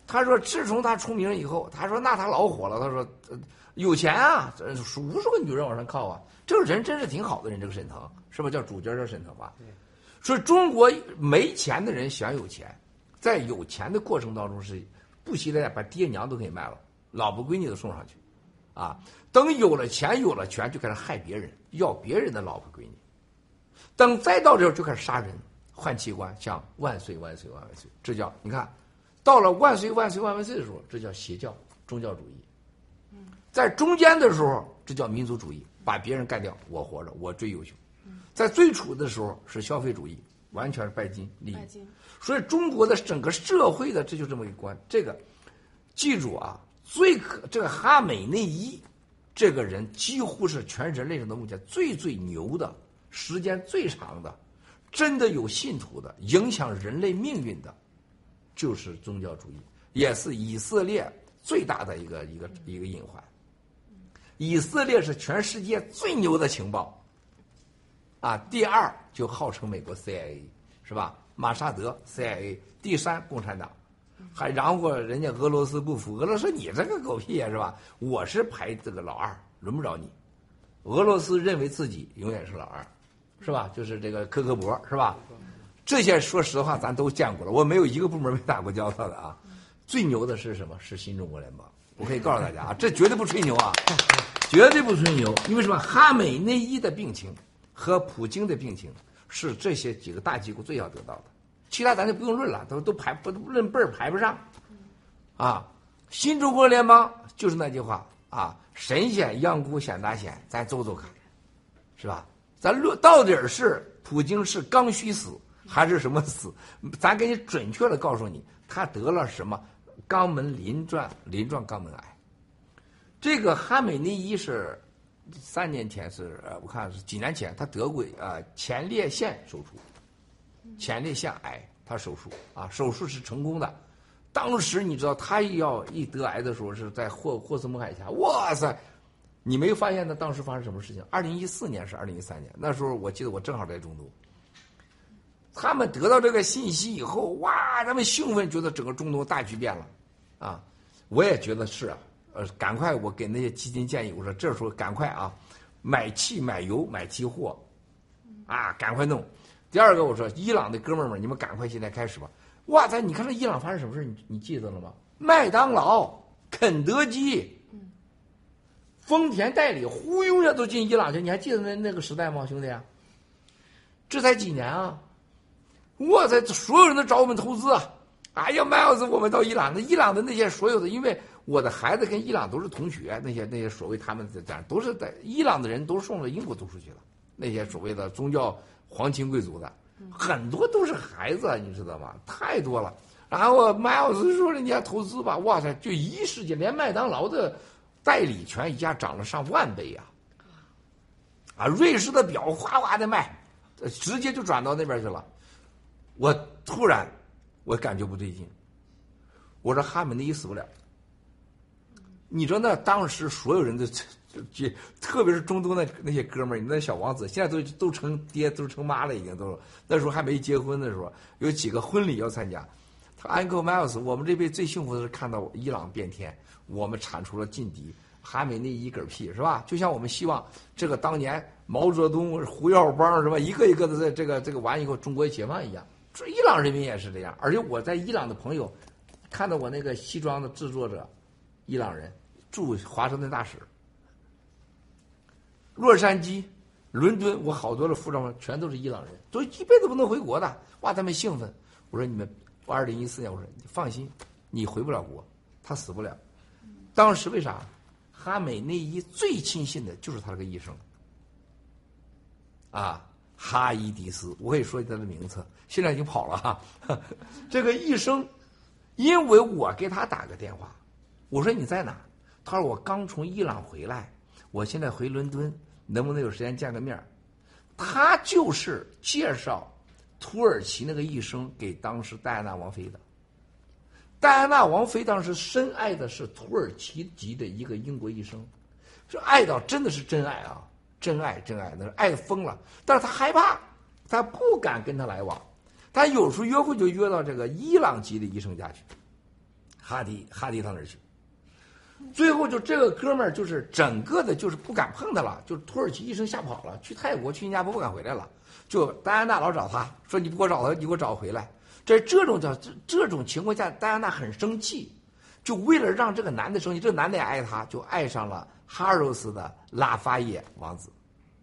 他说自从他出名以后，他说那他老火了。他说、呃、有钱啊，无数个女人往上靠啊，这个人真是挺好的人。这个沈腾是吧？叫主角叫沈腾吧？所以中国没钱的人想有钱，在有钱的过程当中是不惜代价把爹娘都给卖了，老婆闺女都送上去，啊，等有了钱有了权就开始害别人，要别人的老婆闺女，等再到这儿就开始杀人换器官，像万岁万岁万万岁，这叫你看。到了万岁万岁万万岁的时候，这叫邪教宗教主义。在中间的时候，这叫民族主义，把别人干掉，我活着，我最优秀。在最初的时候是消费主义，完全是拜金利益。所以中国的整个社会的这就这么一关。这个记住啊，最可这个哈美内伊这个人几乎是全人类上的目前最最牛的，时间最长的，真的有信徒的，影响人类命运的。就是宗教主义，也是以色列最大的一个一个一个隐患。以色列是全世界最牛的情报，啊，第二就号称美国 C I A 是吧？马萨德 C I A， 第三共产党，还然后人家俄罗斯不服，俄罗斯你这个狗屁啊是吧？我是排这个老二，轮不着你。俄罗斯认为自己永远是老二，是吧？就是这个科克勃是吧？这些说实话咱都见过了，我没有一个部门没打过交道的啊。最牛的是什么？是新中国联邦。我可以告诉大家啊，这绝对不吹牛啊，绝对不吹牛。因为什么？哈美内伊的病情和普京的病情是这些几个大机构最要得到的，其他咱就不用论了，都都排不论辈儿排不上。啊，新中国联邦就是那句话啊，神仙养蛊显大仙，咱走走看，是吧？咱论到底是普京是刚需死。还是什么死？咱给你准确的告诉你，他得了什么肛门鳞状鳞状肛门癌。这个哈美内伊是三年前是呃，我看是几年前，他得过呃前列腺手术，前列腺癌他手术啊，手术是成功的。当时你知道他要一得癌的时候是在霍霍斯蒙海峡，哇塞！你没发现他当时发生什么事情？二零一四年是二零一三年，那时候我记得我正好在中东。他们得到这个信息以后，哇，他们兴奋，觉得整个中东大局变了，啊，我也觉得是啊，呃，赶快我给那些基金建议，我说这时候赶快啊，买气、买油、买期货，啊，赶快弄。第二个我说，伊朗的哥们儿们，你们赶快现在开始吧。哇塞，你看这伊朗发生什么事？你你记得了吗？麦当劳、肯德基、丰田代理，忽悠着都进伊朗去，你还记得那那个时代吗，兄弟啊？这才几年啊！哇塞，所有人都找我们投资啊！哎呀，麦老师，我们到伊朗，那伊朗的那些所有的，因为我的孩子跟伊朗都是同学，那些那些所谓他们这样都是在伊朗的人都送到英国读书去了，那些所谓的宗教皇亲贵族的，很多都是孩子，你知道吗？太多了。然后麦老师说人家投资吧，哇塞，就一世纪，连麦当劳的代理权一下涨了上万倍啊！啊，瑞士的表哗哗的卖，直接就转到那边去了。我突然，我感觉不对劲。我说哈美内伊死不了。你知道那当时所有人都，就特别是中东那那些哥们儿，那小王子现在都都成爹，都成妈了，已经都。那时候还没结婚的时候，有几个婚礼要参加。他 Uncle Miles， 我们这辈最幸福的是看到伊朗变天，我们铲除了劲敌。哈美内伊嗝屁是吧？就像我们希望这个当年毛泽东、胡耀邦是吧，一个一个的在这个这个完以后，中国解放一样。伊朗人民也是这样，而且我在伊朗的朋友，看到我那个西装的制作者，伊朗人驻华盛顿大使，洛杉矶、伦敦，我好多的服装全都是伊朗人，都一辈子不能回国的，哇，他们兴奋。我说你们，二零一四年，我说你放心，你回不了国，他死不了。当时为啥？哈美内伊最亲信的就是他这个医生，啊。哈伊迪斯，我可以说他的名字，现在已经跑了哈。这个医生，因为我给他打个电话，我说你在哪？他说我刚从伊朗回来，我现在回伦敦，能不能有时间见个面？他就是介绍土耳其那个医生给当时戴安娜王妃的。戴安娜王妃当时深爱的是土耳其籍的一个英国医生，这爱到真的是真爱啊。真爱真爱，那是爱疯了，但是他害怕，他不敢跟他来往，他有时候约会就约到这个伊朗籍的医生家去， 哈迪哈迪到那儿去。最后就这个哥们儿就是整个的就是不敢碰他了，就是土耳其医生吓跑了，去泰国去新加坡不敢回来了。就戴安娜老找他说：“你不给我找他，你给我找回来。”在这种叫这这种情况下，戴安娜很生气，就为了让这个男的生气，这个男的也爱他，就爱上了哈柔斯的拉法叶王子。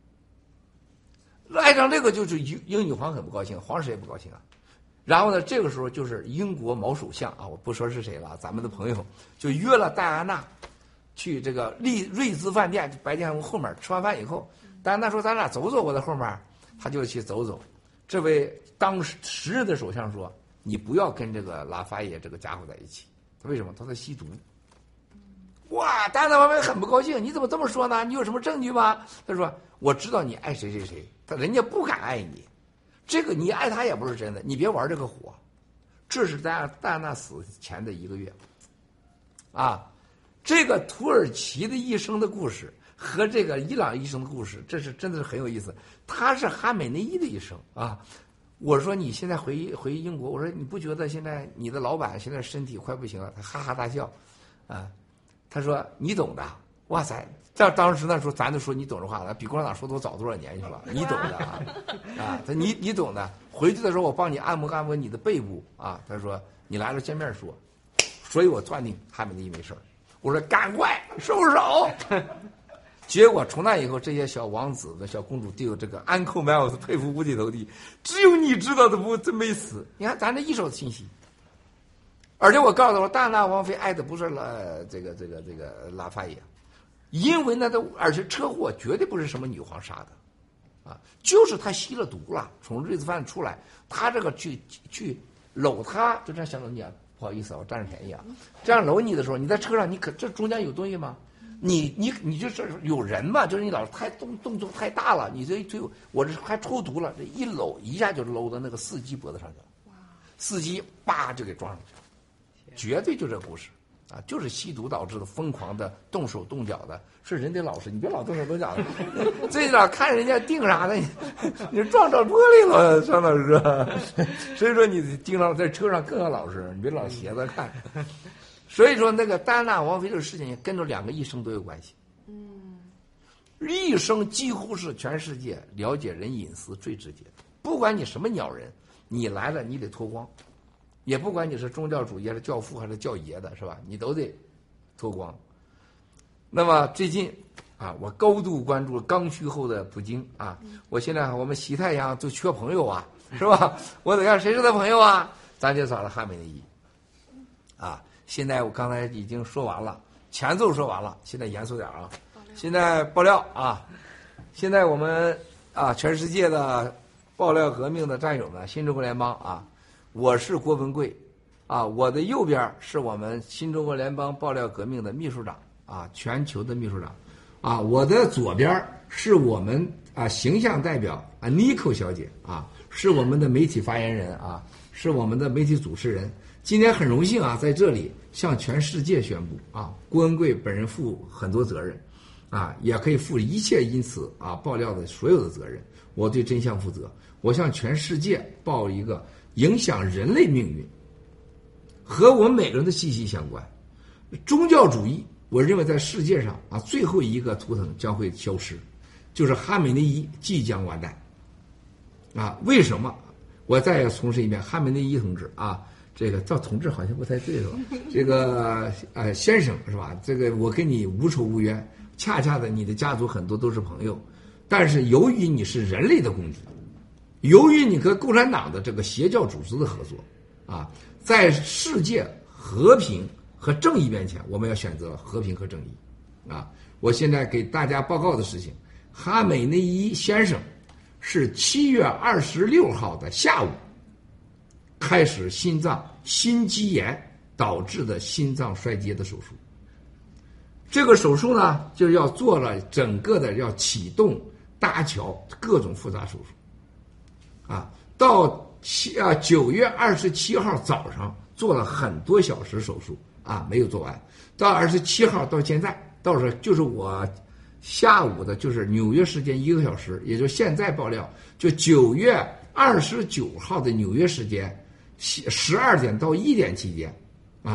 爱上这个就是英英女皇很不高兴，皇室也不高兴啊。然后呢，这个时候就是英国毛首相啊，我不说是谁了，咱们的朋友就约了戴安娜去这个丽瑞兹饭店白金汉宫后面吃完饭以后，戴安娜说：“咱俩走走，我在后面。”他就去走走。这位当时时任的首相说：“你不要跟这个拉法叶这个家伙在一起。”他为什么？他在吸毒。哇！戴安娜王妃很不高兴，你怎么这么说呢？你有什么证据吗？他说：“我知道你爱谁谁谁，他人家不敢爱你。这个你爱他也不是真的，你别玩这个火。”这是戴戴安娜死前的一个月，啊，这个土耳其的一生的故事和这个伊朗一生的故事，这是真的是很有意思。他是哈美内伊的一生啊。我说你现在回回英国，我说你不觉得现在你的老板现在身体快不行了？他哈哈大笑，啊，他说你懂的。哇塞！在当时那时候，咱就说你懂这话了，比共产党说的我早多少年是吧？你懂的啊，啊，他你你懂的。回去的时候，我帮你按摩按摩你的背部啊。他说你来了见面说，所以我断定哈美内伊没事儿。我说赶快收手。结果从那以后，这些小王子的小公主都有这个 Uncle Miles 佩服五体投地，只有你知道的不真没死。你看咱这一手信息。而且我告诉我，戴安娜王妃爱的不是了这个这个这个拉法叶。因为呢，他而且车祸绝对不是什么女皇杀的，啊，就是他吸了毒了，从瑞兹饭出来，他这个去去搂他，就这样想搂你啊，不好意思啊，我占着便宜啊，这样搂你的时候，你在车上，你可这中间有东西吗？你你你就是有人嘛，就是你老是太动动作太大了，你这一推我这还抽毒了，这一搂一下就搂到那个司机脖子上去了，司机叭就给撞上去了，绝对就这故事。啊，就是吸毒导致的疯狂的动手动脚的，是人得老实，你别老动手动脚的，这老看人家腚啥的，你你撞着玻璃了，张老师。所以说你经常在车上更要老实，你别老斜着看。所以说那个戴安娜王妃这个事情跟着两个一生都有关系。嗯，一生几乎是全世界了解人隐私最直接的，不管你什么鸟人，你来了你得脱光。也不管你是宗教主义还是教父还是教爷的，是吧？你都得脱光。那么最近啊，我高度关注刚需后的普京啊，我现在我们西太阳就缺朋友啊，是吧？我得看谁是他朋友啊？咱就找了哈美内伊啊。现在我刚才已经说完了，前奏说完了，现在严肃点啊。现在爆料啊，现在我们啊，全世界的爆料革命的战友们，新中国联邦啊。我是郭文贵，啊，我的右边是我们新中国联邦爆料革命的秘书长，啊，全球的秘书长，啊，我的左边是我们啊形象代表啊 Nico 小姐，啊，是我们的媒体发言人，啊，是我们的媒体主持人。今天很荣幸啊，在这里向全世界宣布，啊，郭文贵本人负很多责任，啊，也可以负一切因此啊爆料的所有的责任，我对真相负责，我向全世界报一个。影响人类命运，和我们每个人的息息相关。宗教主义，我认为在世界上啊，最后一个图腾将会消失，就是哈美内伊即将完蛋。啊，为什么？我再重申一遍，哈美内伊同志啊，这个叫同志好像不太对是吧？这个呃先生是吧？这个我跟你无仇无冤，恰恰的你的家族很多都是朋友，但是由于你是人类的公敌。由于你和共产党的这个邪教组织的合作，啊，在世界和平和正义面前，我们要选择和平和正义，啊，我现在给大家报告的事情，哈美内伊先生是七月二十六号的下午开始心脏心肌炎导致的心脏衰竭的手术。这个手术呢，就要做了整个的要启动搭桥各种复杂手术。啊，到七啊九月二十七号早上做了很多小时手术啊，没有做完。到二十七号到现在，到时候就是我下午的，就是纽约时间一个小时，也就现在爆料，就九月二十九号的纽约时间十二点到一点期间，啊，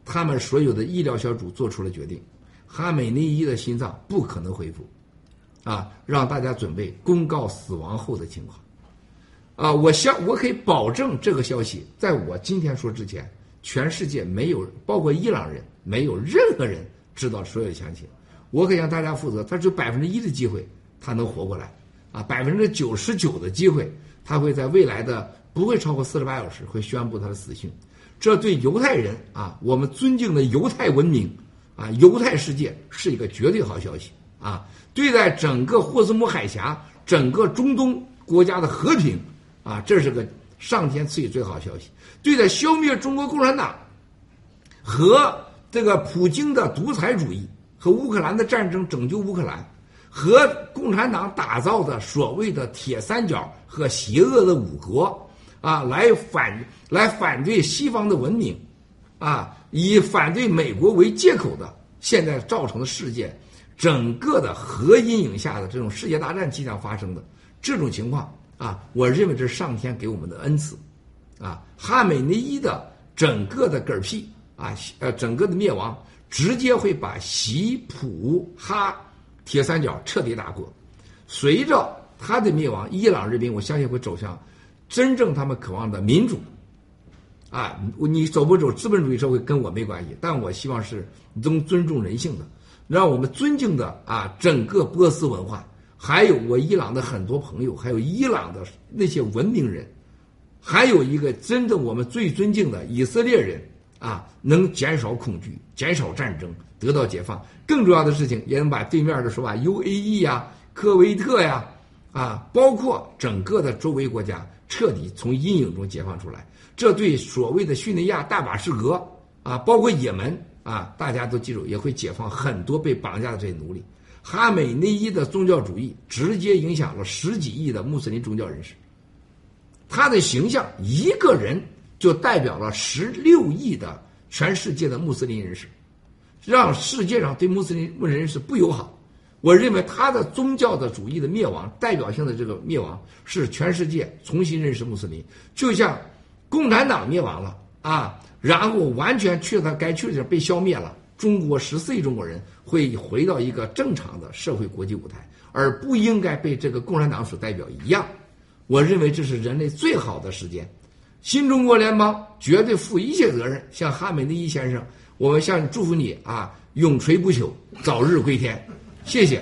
他们所有的医疗小组做出了决定，哈梅内伊的心脏不可能恢复，啊，让大家准备公告死亡后的情况。啊，我相我可以保证这个消息，在我今天说之前，全世界没有，包括伊朗人，没有任何人知道所有的详情。我可以向大家负责，他只有百分之一的机会，他能活过来，啊，百分之九十九的机会，他会在未来的不会超过四十八小时会宣布他的死讯。这对犹太人啊，我们尊敬的犹太文明啊，犹太世界是一个绝对好消息啊！对待整个霍斯姆海峡、整个中东国家的和平啊，这是个上天赐予最好的消息。对待消灭中国共产党和这个普京的独裁主义和乌克兰的战争拯救乌克兰，和共产党打造的所谓的铁三角和邪恶的五国啊，来反来反对西方的文明啊，以反对美国为借口的，现在造成的世界整个的核阴影下的这种世界大战即将发生的这种情况啊，我认为这是上天给我们的恩赐啊。哈梅内伊的整个的嗝屁啊，呃，整个的灭亡，直接会把习普哈铁三角彻底打破。随着他的灭亡，伊朗人民我相信会走向真正他们渴望的民主啊，你走不走资本主义社会跟我没关系，但我希望是尊尊重人性的，让我们尊敬的啊整个波斯文化，还有我伊朗的很多朋友，还有伊朗的那些文明人，还有一个真的我们最尊敬的以色列人啊，能减少恐惧，减少战争，得到解放。更重要的事情，也能把对面的说吧 U A E 呀、科威特呀啊，包括整个的周围国家彻底从阴影中解放出来。这对所谓的叙利亚、大马士革啊，包括也门啊，大家都记住，也会解放很多被绑架的这些奴隶。哈梅内伊的宗教主义直接影响了十几亿的穆斯林宗教人士，他的形象一个人就代表了十六亿的全世界的穆斯林人士，让世界上对穆斯林人士不友好。我认为他的宗教的主义的灭亡，代表性的这个灭亡，是全世界重新认识穆斯林，就像共产党灭亡了啊，然后完全去他该去的地方被消灭了，中国十四亿中国人会回到一个正常的社会国际舞台，而不应该被这个共产党所代表一样。我认为这是人类最好的时间，新中国联邦绝对负一切责任。像哈梅内伊先生，我们向你祝福你啊，永垂不朽，早日归天。谢谢。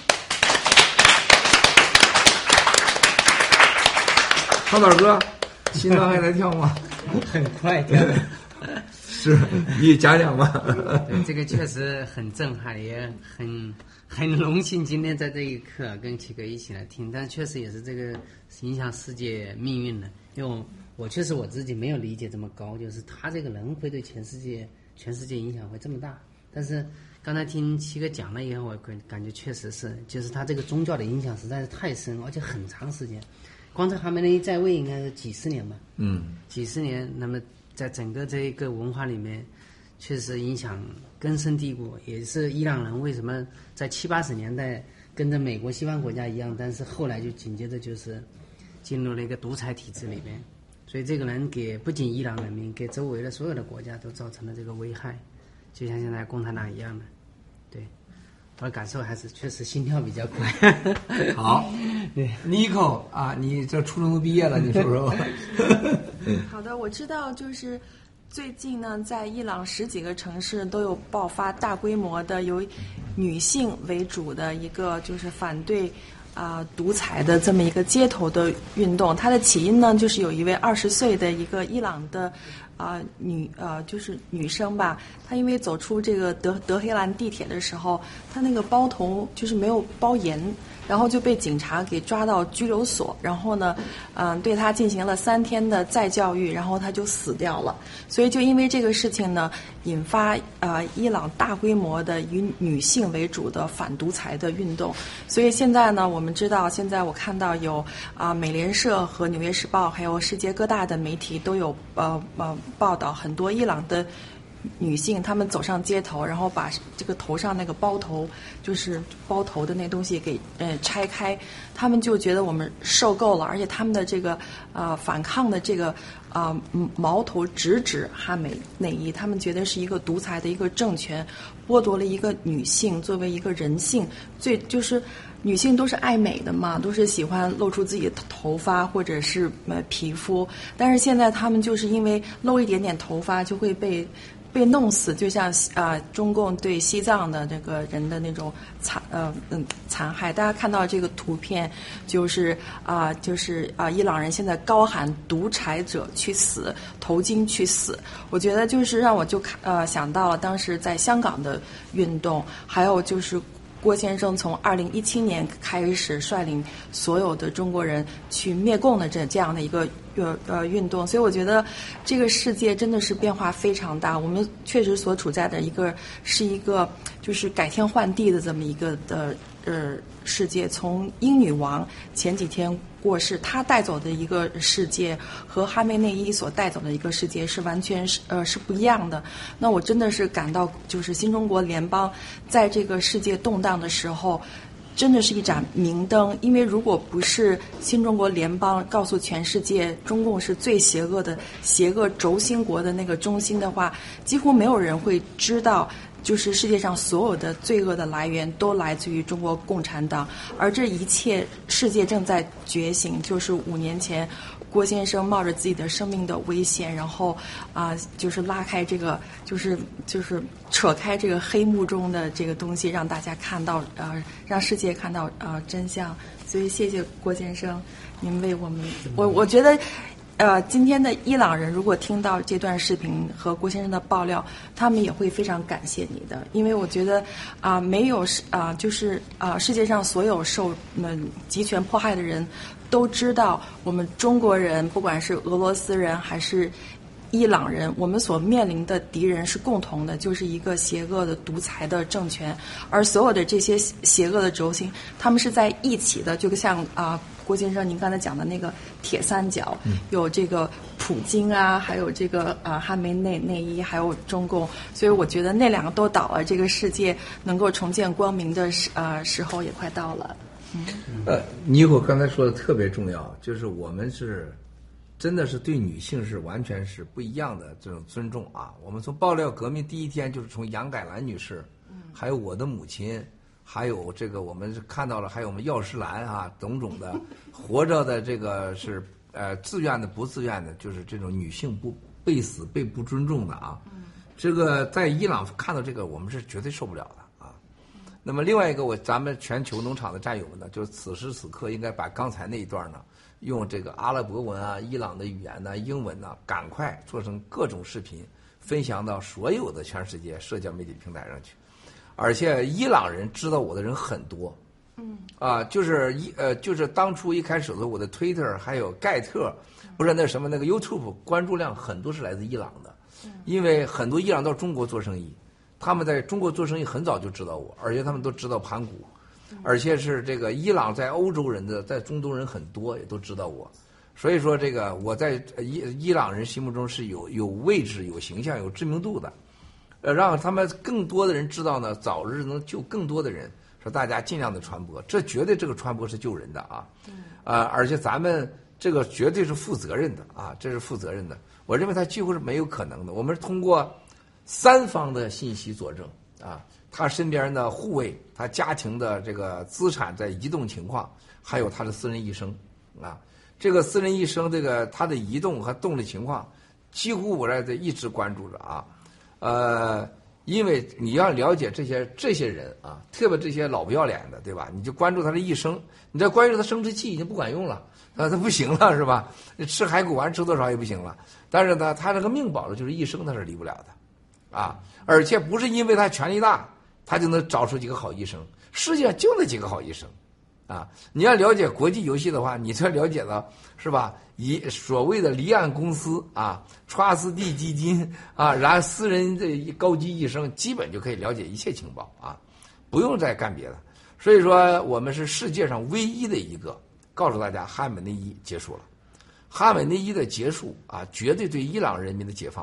唱点歌，心脏还在跳吗？ 很快跳的。 是，你讲讲吧。 对，这个确实很震撼，也很很荣幸今天在这一刻跟七哥一起来听，但确实也是这个影响世界命运的，因为我我确实我自己没有理解这么高，就是他这个人会对全世界全世界影响会这么大，但是刚才听七哥讲了以后，我感觉确实是，就是他这个宗教的影响实在是太深，而且很长时间。光是哈梅内伊在位应该是几十年吧， 嗯， 几十年，那么在整个这一个文化里面，确实影响根深蒂固。也是伊朗人为什么在七八十年代跟着美国西方国家一样，但是后来就紧接着就是进入了一个独裁体制里面，所以这个人给不仅伊朗人民，给周围的所有的国家都造成了这个危害，就像现在共产党一样的。对，我的感受还是确实心跳比较快。 好，对 ，Nico 啊，你这初中都毕业了，你说说吧。 好的，我知道，就是最近呢，在伊朗十几个城市都有爆发大规模的由女性为主的一个就是反对啊、呃、独裁的这么一个街头的运动。它的起因呢，就是有一位二十岁的一个伊朗的啊、呃、女呃就是女生吧，她因为走出这个德德黑兰地铁的时候，她那个包头就是没有包严。然后就被警察给抓到拘留所，然后呢，嗯、呃，对他进行了三天的再教育，然后他就死掉了。所以就因为这个事情呢，引发呃伊朗大规模的以女性为主的反独裁的运动。所以现在呢，我们知道，现在我看到有啊、呃、美联社和纽约时报，还有世界各大的媒体都有呃呃报道很多伊朗的女性，她们走上街头，然后把这个头上那个包头，就是包头的那东西给呃拆开，她们就觉得我们受够了，而且她们的这个呃反抗的这个啊、呃、矛头直指汉美内衣，她们觉得是一个独裁的一个政权，剥夺了一个女性作为一个人性最就是。女性都是爱美的嘛，都是喜欢露出自己的头发或者是呃皮肤，但是现在她们就是因为露一点点头发就会被被弄死，就像啊、呃、中共对西藏的这个人的那种残呃嗯残害。大家看到这个图片，就是啊、呃、就是啊、呃、伊朗人现在高喊独裁者去死，头巾去死。我觉得就是让我就看呃想到了当时在香港的运动，还有就是。郭先生从二零一七年开始率领所有的中国人去灭共的这这样的一个呃呃运动，所以我觉得这个世界真的是变化非常大。我们确实所处在的一个是一个就是改天换地的这么一个的呃世界。从英女王前几天过世，她带走的一个世界和哈梅内伊所带走的一个世界是完全是呃是不一样的。那我真的是感到，就是新中国联邦在这个世界动荡的时候，真的是一盏明灯。因为如果不是新中国联邦告诉全世界中共是最邪恶的邪恶轴心国的那个中心的话，几乎没有人会知道。就是世界上所有的罪恶的来源都来自于中国共产党，而这一切世界正在觉醒。就是五年前，郭先生冒着自己的生命的危险，然后啊、呃，就是拉开这个，就是就是扯开这个黑幕中的这个东西，让大家看到呃，让世界看到呃真相。所以谢谢郭先生，您为我们，我我觉得。呃，今天的伊朗人如果听到这段视频和郭先生的爆料，他们也会非常感谢你的，因为我觉得啊、呃，没有啊、呃，就是啊、呃，世界上所有受嗯集权迫害的人都知道，我们中国人不管是俄罗斯人还是伊朗人，我们所面临的敌人是共同的，就是一个邪恶的独裁的政权，而所有的这些邪恶的轴心，他们是在一起的，就像啊。呃郭先生，您刚才讲的那个铁三角，嗯、有这个普京啊，还有这个呃哈梅内内伊，还有中共，所以我觉得那两个都倒了，这个世界能够重见光明的时呃时候也快到了。嗯， 呃，妮可刚才说的特别重要，就是我们是真的是对女性是完全是不一样的这种尊重啊。我们从爆料革命第一天，就是从杨改兰女士，嗯，还有我的母亲。还有这个，我们是看到了，还有我们药师兰啊，种种的活着的这个是呃自愿的、不自愿的，就是这种女性不被死、被不尊重的啊。这个在伊朗看到这个，我们是绝对受不了的啊。那么另外一个，我咱们全球农场的战友们呢，就是此时此刻应该把刚才那一段呢，用这个阿拉伯文啊、伊朗的语言呢、英文呢，赶快做成各种视频，分享到所有的全世界社交媒体平台上去。而且伊朗人知道我的人很多，嗯啊，就是一呃，就是当初一开始的我的 Twitter 还有盖特，不是那什么那个 YouTube 关注量很多是来自伊朗的，因为很多伊朗到中国做生意，他们在中国做生意很早就知道我，而且他们都知道盘古，而且是这个伊朗在欧洲人的在中东人很多也都知道我，所以说这个我在伊伊朗人心目中是有有位置、有形象、有知名度的。呃，让他们更多的人知道呢，早日能救更多的人，说大家尽量的传播，这绝对这个传播是救人的啊，啊、呃，而且咱们这个绝对是负责任的啊，这是负责任的。我认为它几乎是没有可能的。我们是通过三方的信息佐证啊，他身边的护卫，他家庭的这个资产在移动情况，还有他的私人医生啊，这个私人医生这个他的移动和动力情况，几乎我在这一直关注着啊。呃，因为你要了解这些这些人啊，特别这些老不要脸的，对吧？你就关注他的一生，你再关注他生殖器已经不管用了，啊，他不行了，是吧？吃海骨丸吃多少也不行了。但是呢，他这个命保了，就是一生他是离不了的，啊，而且不是因为他权力大，他就能找出几个好医生，世界上就那几个好医生，啊，你要了解国际游戏的话，你才了解到是吧？以所谓的离岸公司啊、trust 基金啊，然后私人的高级医生，基本就可以了解一切情报啊，不用再干别的。所以说，我们是世界上唯一的一个告诉大家，哈美内伊结束了。哈美内伊的结束啊，绝对对伊朗人民的解放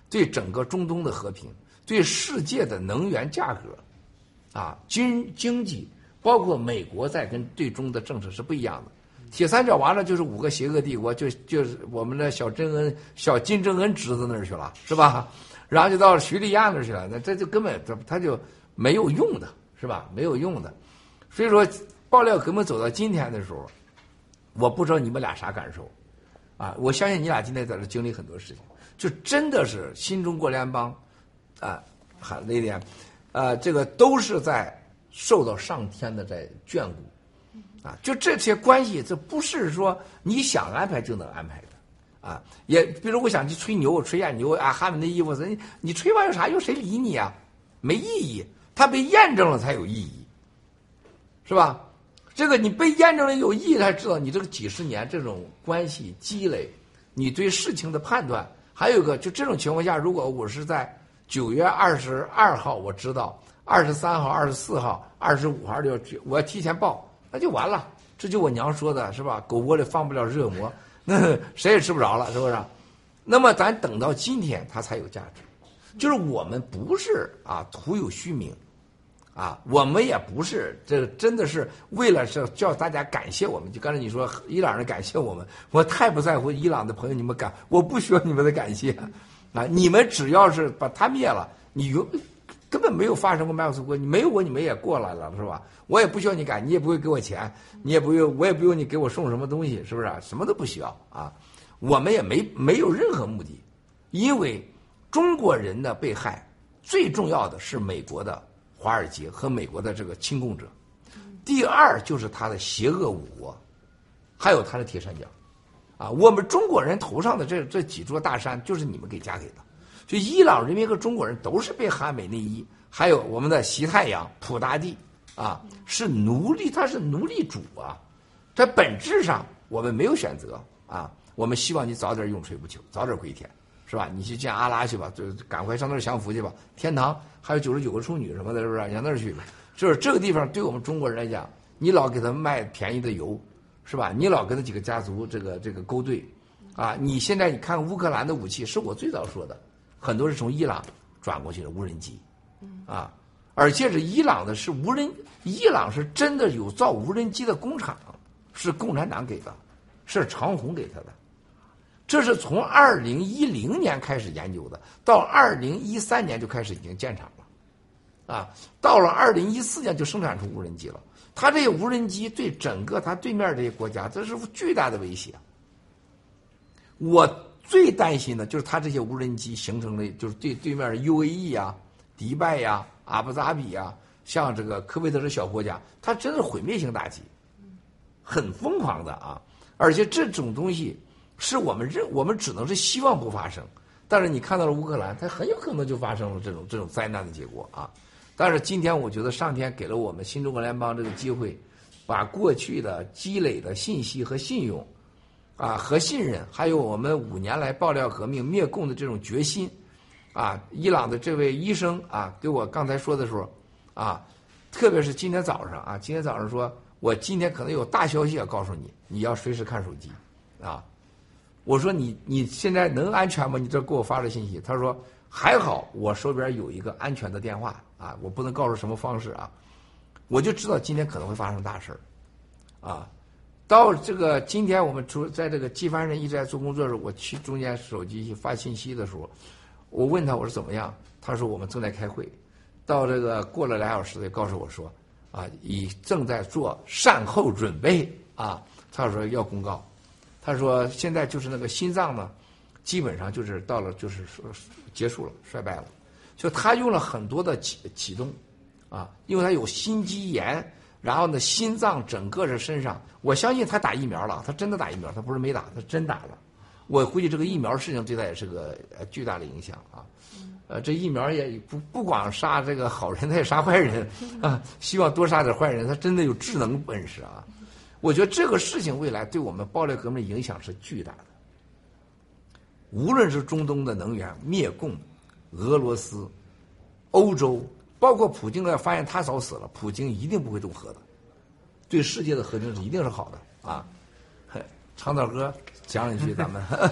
对整个中东的和平，对世界的能源价格，啊，经经济，包括美国在跟对中的政策是不一样的。铁三角完了就是五个邪恶帝国，就就是我们的小珍恩、小金正恩侄子那儿去了，是吧？然后就到叙利亚那儿去了，那这就根本他他就没有用的，是吧？没有用的。所以说，爆料革命走到今天的时候，我不知道你们俩啥感受，啊，我相信你俩今天在这经历很多事情，就真的是新中国联邦，啊，喊那点，呃，这个都是在受到上天的在眷顾。啊，就这些关系，这不是说你想安排就能安排的，啊，也比如我想去吹牛，我吹下牛啊，哈们的衣服，你你吹完有啥用？谁理你啊？没意义，它被验证了才有意义，是吧？这个你被验证了有意义，才知道你这个几十年这种关系积累，你对事情的判断。还有一个，就这种情况下，如果我是在九月二十二号，我知道二十三号、二十四号、二十五号就我要提前报。那就完了，这就我娘说的是吧？狗窝里放不了热馍，那谁也吃不着了，是不是？那么咱等到今天，它才有价值。就是我们不是啊徒有虚名，啊，我们也不是这真的是为了是叫大家感谢我们。就刚才你说伊朗人感谢我们，我太不在乎伊朗的朋友你们感，我不需要你们的感谢啊！你们只要是把它灭了，你永根本没有发生过麦克斯国，你没有我，你们也过来了，是吧？我也不需要你改，你也不会给我钱，你也不用，我也不用你给我送什么东西，是不是？什么都不需要啊！我们也没没有任何目的，因为中国人的被害，最重要的是美国的华尔街和美国的这个亲共者，第二就是他的邪恶五国，还有他的铁三角，啊，我们中国人头上的这这几座大山就是你们给加给的。就伊朗人民和中国人都是被哈美内伊，还有我们的西太阳、普大帝啊，是奴隶，他是奴隶主啊。在本质上，我们没有选择啊。我们希望你早点永垂不朽，早点归天，是吧？你去见阿拉去吧，就赶快上那儿享福去吧。天堂还有九十九个处女什么的，是不是？上那儿去吧。就是这个地方对我们中国人来讲，你老给他们卖便宜的油，是吧？你老跟那几个家族这个这个勾兑，啊，你现在你看乌克兰的武器，是我最早说的。很多是从伊朗转过去的无人机，啊，而且是伊朗的是无人，伊朗是真的有造无人机的工厂，是共产党给的，是长虹给他的，这是从二零一零年开始研究的，到二零一三年就开始已经建厂了，啊，到了二零一四年就生产出无人机了。他这些无人机对整个他对面这些国家，这是巨大的威胁。我最担心的就是他这些无人机形成的，就是对对面的 U A E 呀、迪拜呀、阿布扎比呀，像这个科威特这小国家，它真是毁灭性打击，很疯狂的啊！而且这种东西是我们认，我们只能是希望不发生，但是你看到了乌克兰，它很有可能就发生了这种这种灾难的结果啊！但是今天我觉得上天给了我们新中国联邦这个机会，把过去的积累的信息和信用。啊，和信任，还有我们五年来爆料革命灭共的这种决心，啊，伊朗的这位医生啊，给我刚才说的时候，啊，特别是今天早上啊，今天早上说，我今天可能有大消息要告诉你，你要随时看手机，啊，我说你你现在能安全吗？你这给我发的信息，他说还好，我手边有一个安全的电话啊，我不能告诉什么方式啊，我就知道今天可能会发生大事儿，啊。到这个今天我们出在这个机翻人一直在做工作的时候，我去中间手机发信息的时候，我问他我说怎么样？他说我们正在开会。到这个过了俩小时，就告诉我说啊，已正在做善后准备啊。他说要公告，他说现在就是那个心脏呢，基本上就是到了就是说结束了，衰败了。就他用了很多的启启动啊，因为他有心肌炎。然后呢，心脏整个是身上，我相信他打疫苗了，他真的打疫苗，他不是没打，他真打了。我估计这个疫苗事情对他也是个呃巨大的影响啊。呃，这疫苗也不不光杀这个好人，他也杀坏人啊。希望多杀点坏人，他真的有智能本事啊。我觉得这个事情未来对我们爆料革命影响是巨大的。无论是中东的能源灭共、俄罗斯、欧洲。包括普京要发现他早死了，普京一定不会动核的，对世界的和平是一定是好的啊。长岛哥讲两句，咱们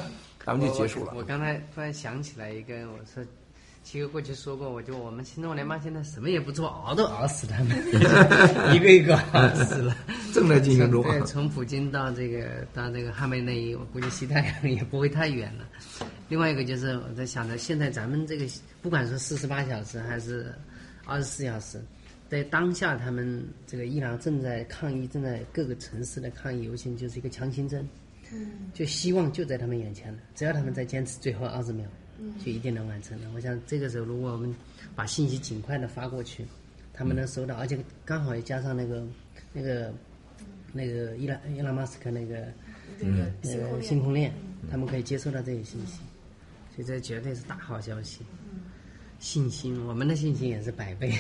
咱们就结束了。 我, 我, 我刚才突然想起来一个，我说七哥过去说过，我就我们新中国联邦现在什么也不做，熬都熬死他们，一个一个熬死了， 正在进行中。 对，从普京到这个到这个哈梅内伊，我估计西太阳也不会太远了。另外一个就是我在想着，现在咱们这个不管说四十八小时还是二十四小时，在当下他们这个伊朗正在抗议，正在各个城市的抗议游行，就是一个强心针。嗯，就希望就在他们眼前了，只要他们再坚持最后二十秒，嗯，就一定能完成的。我想这个时候，如果我们把信息尽快的发过去，他们能收到，而且刚好也加上那个那个那个伊朗伊朗马斯克那个嗯那个星空链，他们可以接收到这些信息，所以这绝对是大好消息。信心，我们的信心也是百倍。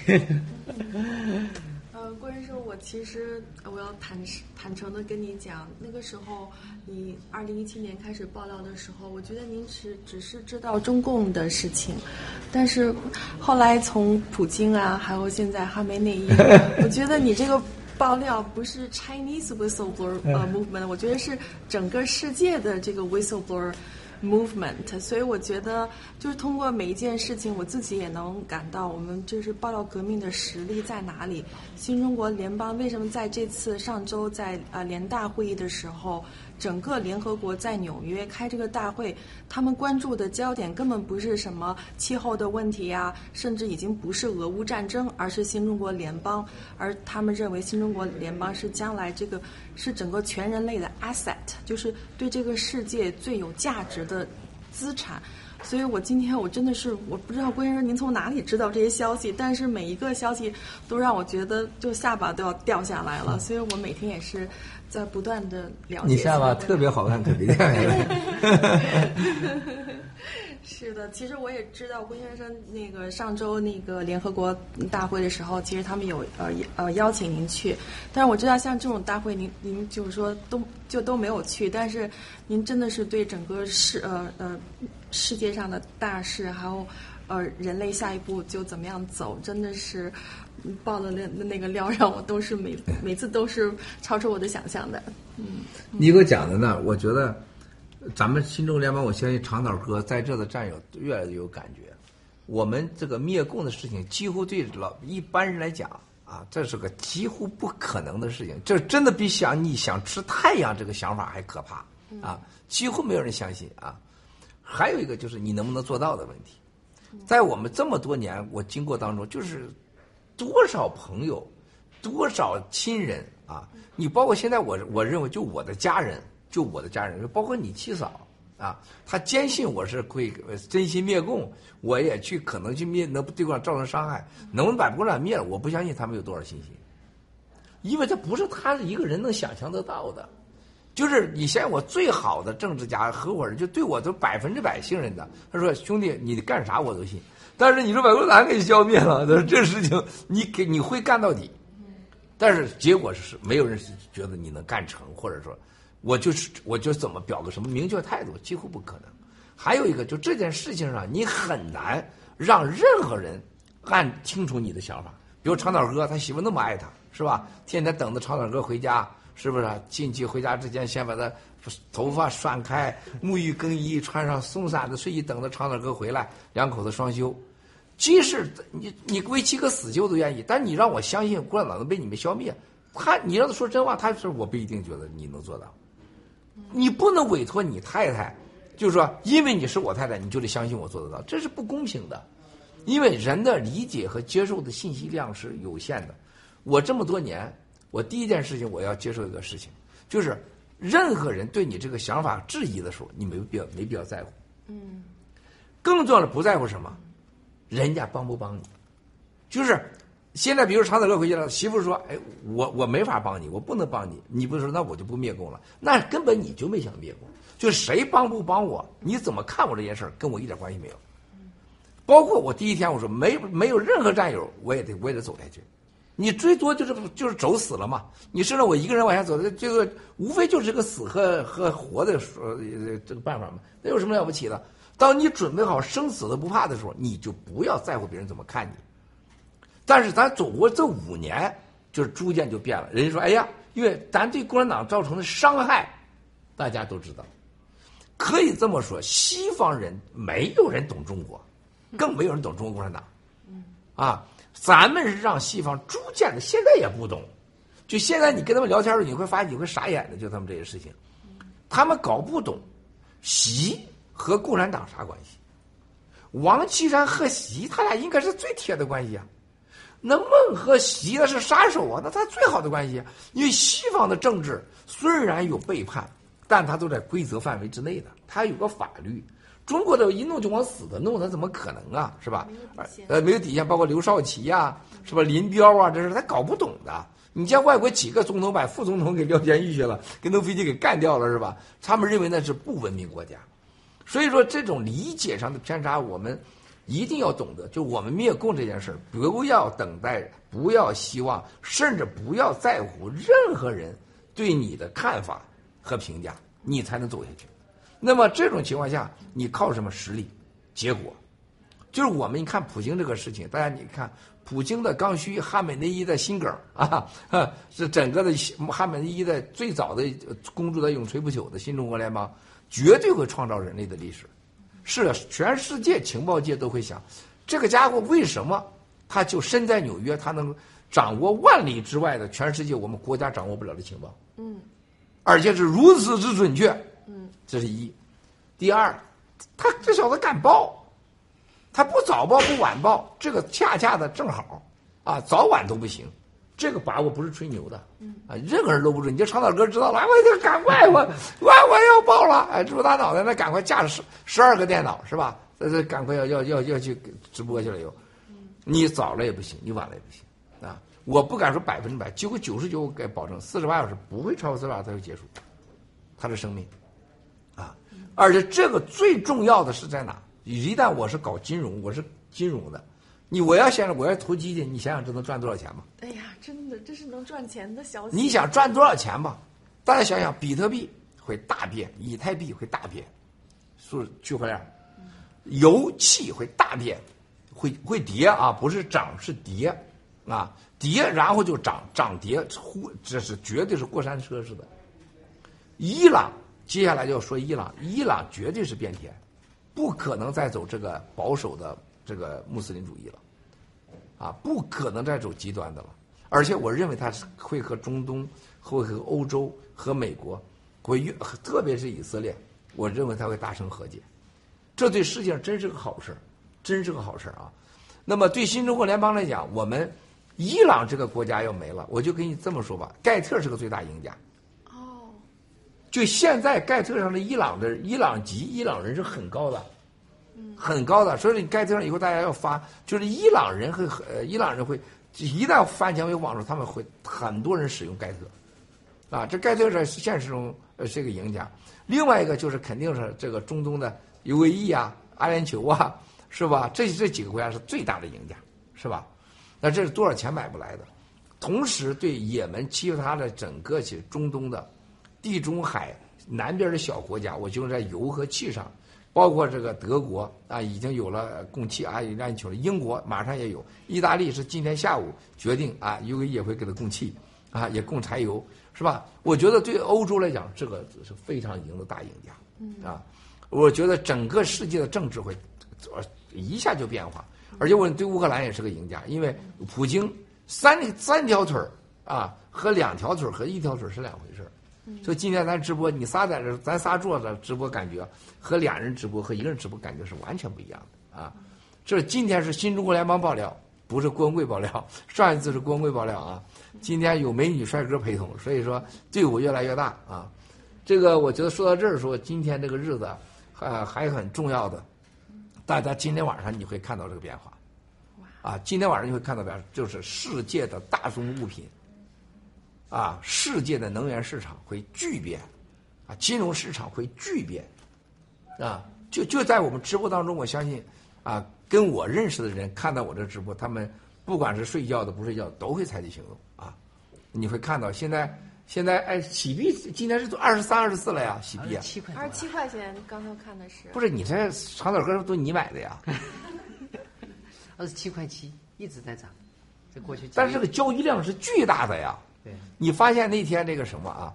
呃，郭先生，我其实我要坦坦诚的跟你讲，那个时候你二零一七年开始爆料的时候，我觉得您只只是知道中共的事情，但是后来从普京啊，还有现在哈梅内伊，我觉得你这个爆料不是 Chinese whistleblower 呃 movement， 我觉得是整个世界的这个 whistleblower movement， 所以我觉得就是通过每一件事情，我自己也能感到我们就是爆料革命的实力在哪里。新中国联邦为什么在这次上周在呃联大会议的时候，整个联合国在纽约开这个大会，他们关注的焦点根本不是什么气候的问题呀、啊，甚至已经不是俄乌战争，而是新中国联邦，而他们认为新中国联邦是将来这个是整个全人类的 asset， 就是对这个世界最有价值的资产。所以我今天我真的是我不知道郭先生您从哪里知道这些消息，但是每一个消息都让我觉得就下巴都要掉下来了，所以我每天也是在不断的了解。 你下巴特别好看，肯定掉下来。 是的，其实我也知道郭先生那个上周那个联合国大会的时候，其实他们有呃呃邀请您去，但是我知道像这种大会您您就是说都就都没有去，但是您真的是对整个世呃呃世界上的大事，还有呃人类下一步就怎么样走，真的是爆了那那个料，让我都是每每次都是超出我的想象的。嗯， 你给我讲的呢，我觉得。咱们新中国联邦，我相信长岛哥在这的战友越来越有感觉。我们这个灭共的事情，几乎对老一般人来讲啊，这是个几乎不可能的事情。这真的比想你想吃太阳这个想法还可怕啊！几乎没有人相信啊。还有一个就是你能不能做到的问题。在我们这么多年我经过当中，就是多少朋友，多少亲人啊，你包括现在我我认为就我的家人。就我的家人，包括你七嫂啊，他坚信我是会真心灭共，我也去可能去灭，能对共产造成伤害，能不能把共产灭了？我不相信他们有多少信心，因为这不是他一个人能想象得到的。就是你现在我最好的政治家合伙人，就对我都百分之百信任的。他说：“兄弟，你干啥我都信。”但是你说把共产党给消灭了，这事情你给你会干到底，但是结果是没有人觉得你能干成，或者说。我就是我就怎么表个什么明确态度，几乎不可能。还有一个，就这件事情上，你很难让任何人按清楚你的想法。比如长岛哥，他媳妇那么爱他，是吧？天天等着长岛哥回家，是不是？进去回家之前，先把他头发涮开，沐浴更衣，穿上松散的睡衣，等着长岛哥回来，两口子双休。即使你你为七个死囚都愿意，但你让我相信共产党能被你们消灭，他你让他说真话，他说我不一定觉得你能做到。你不能委托你太太，就是说，因为你是我太太，你就得相信我做得到，这是不公平的。因为人的理解和接受的信息量是有限的。我这么多年，我第一件事情我要接受一个事情，就是任何人对你这个想法质疑的时候，你没必要没必要在乎。嗯。更重要的不在乎什么，人家帮不帮你，就是。现在比如长岛哥回去了，媳妇说：“哎，我我没法帮你，我不能帮你。”你不说，那我就不灭共了。那根本你就没想灭共，就谁帮不帮我，你怎么看我这件事儿，跟我一点关系没有。包括我第一天我说没没有任何战友，我也得我也得走下去。你最多就是就是走死了嘛。你是让我一个人往下走，这个无非就是个死和和活的呃这个办法嘛，那有什么了不起的？当你准备好生死都不怕的时候，你就不要在乎别人怎么看你。但是咱走过这五年，就是逐渐就变了。人家说：“哎呀，因为咱对共产党造成的伤害，大家都知道。 可以这么说，西方人没有人懂中国，更没有人懂中国共产党。啊，咱们是让西方逐渐的，现在也不懂。就现在你跟他们聊天的时候，你会发现你会傻眼的，就他们这些事情，他们搞不懂习和共产党啥关系。王岐山和习他俩应该是最铁的关系啊。那孟和习那是杀手啊，那他最好的关系啊。因为西方的政治虽然有背叛，但他都在规则范围之内的，他有个法律。中国的一弄就往死的弄，那怎么可能啊？是吧？呃，没有底线，包括刘少奇呀、啊，是吧？林彪啊，这是他搞不懂的。你像外国几个总统把副总统给撂监狱去了，给弄飞机给干掉了，是吧？他们认为那是不文明国家。所以说，这种理解上的偏差，我们一定要懂得。就我们灭共这件事，不要等待，不要希望，甚至不要在乎任何人对你的看法和评价，你才能走下去。那么这种情况下，你靠什么实力？结果就是我们你看普京这个事情，大家你看普京的刚需，汉美内伊的心梗啊，是整个的汉美内伊的最早的公主的永垂不朽的新中国联邦，绝对会创造人类的历史。是全世界情报界都会想，这个家伙为什么他就身在纽约，他能掌握万里之外的全世界我们国家掌握不了的情报？嗯，而且是如此之准确。嗯，这是一。第二，他这小子敢报，他不早报不晚报，这个恰恰的正好啊，早晚都不行。这个把握不是吹牛的，啊，任何人搂不住。你这长岛哥知道了，我就赶快我我我要报了，哎，猪大脑袋那赶快架着十十二个电脑是吧？这这赶快要要要要去直播去了又，你早了也不行，你晚了也不行啊！我不敢说百分之百，几乎九十九我给保证，四十八小时不会超过四十八才会结束他的生命。啊，而且这个最重要的是在哪？一旦我是搞金融，我是金融的，你我要想我要投基金，你想想这能赚多少钱吗？ 哎呀，真的，这是能赚钱的消息。 你想赚多少钱吧？大家想想，比特币会大变，以太币会大变，是区块链，油气会大变，会会跌啊，不是涨是跌啊，跌然后就涨，涨跌，这是绝对是过山车似的。伊朗。接下来就要说伊朗，伊朗绝对是变天，不可能再走这个保守的这个穆斯林主义了，啊，不可能再走极端的了。而且我认为它会和中东、会和欧洲、和美国，会越特别是以色列，我认为它会达成和解，这对世界上真是个好事，真是个好事啊。那么对新中国联邦来讲，我们伊朗这个国家要没了，我就跟你这么说吧，盖特是个最大赢家。就现在盖特上的伊朗的伊朗籍伊朗人是很高的，很高的。所以你盖特上以后大家要发，就是伊朗人会呃伊朗人会一旦翻墙为网络，他们会很多人使用盖特，啊，这盖特在现实中呃是个赢家。另外一个就是肯定是这个中东的 U A E 啊、阿联酋啊，是吧？这这几个国家是最大的赢家，是吧？那这是多少钱买不来的？同时对也门其他的整个其中东的。地中海南边的小国家，我就是在油和气上，包括这个德国啊，已经有了供气啊，让你求了。英国马上也有，意大利是今天下午决定啊，U A E也会给它供气啊，也供柴油，是吧？我觉得对欧洲来讲，这个是非常赢的大赢家啊。我觉得整个世界的政治会一下就变化，而且我对乌克兰也是个赢家，因为普京三三条腿啊和两条腿和一条腿是两回事。所以今天咱直播，你仨在这，咱仨坐着直播，感觉和俩人直播和一个人直播感觉是完全不一样的啊！这今天是新中国联邦爆料，不是郭文贵爆料，上一次是郭文贵爆料啊。今天有美女帅哥陪同，所以说队伍越来越大啊。这个我觉得说到这儿说，今天这个日子啊还很重要的，大家今天晚上你会看到这个变化啊！今天晚上你会看到变化，就是世界的大宗物品。啊，世界的能源市场会巨变，啊，金融市场会巨变，啊，就就在我们直播当中，我相信，啊，跟我认识的人看到我这直播，他们不管是睡觉的不睡觉，都会采取行动啊。你会看到现在现在哎，洗币今天是都二十三、二十四了呀，洗币啊， 二十七块钱，刚才看的是。 不是你这长岛哥都你买的呀？ 二十七块七，一直在涨，这过去。 但是这个交易量是巨大的呀。你发现那天这个什么啊，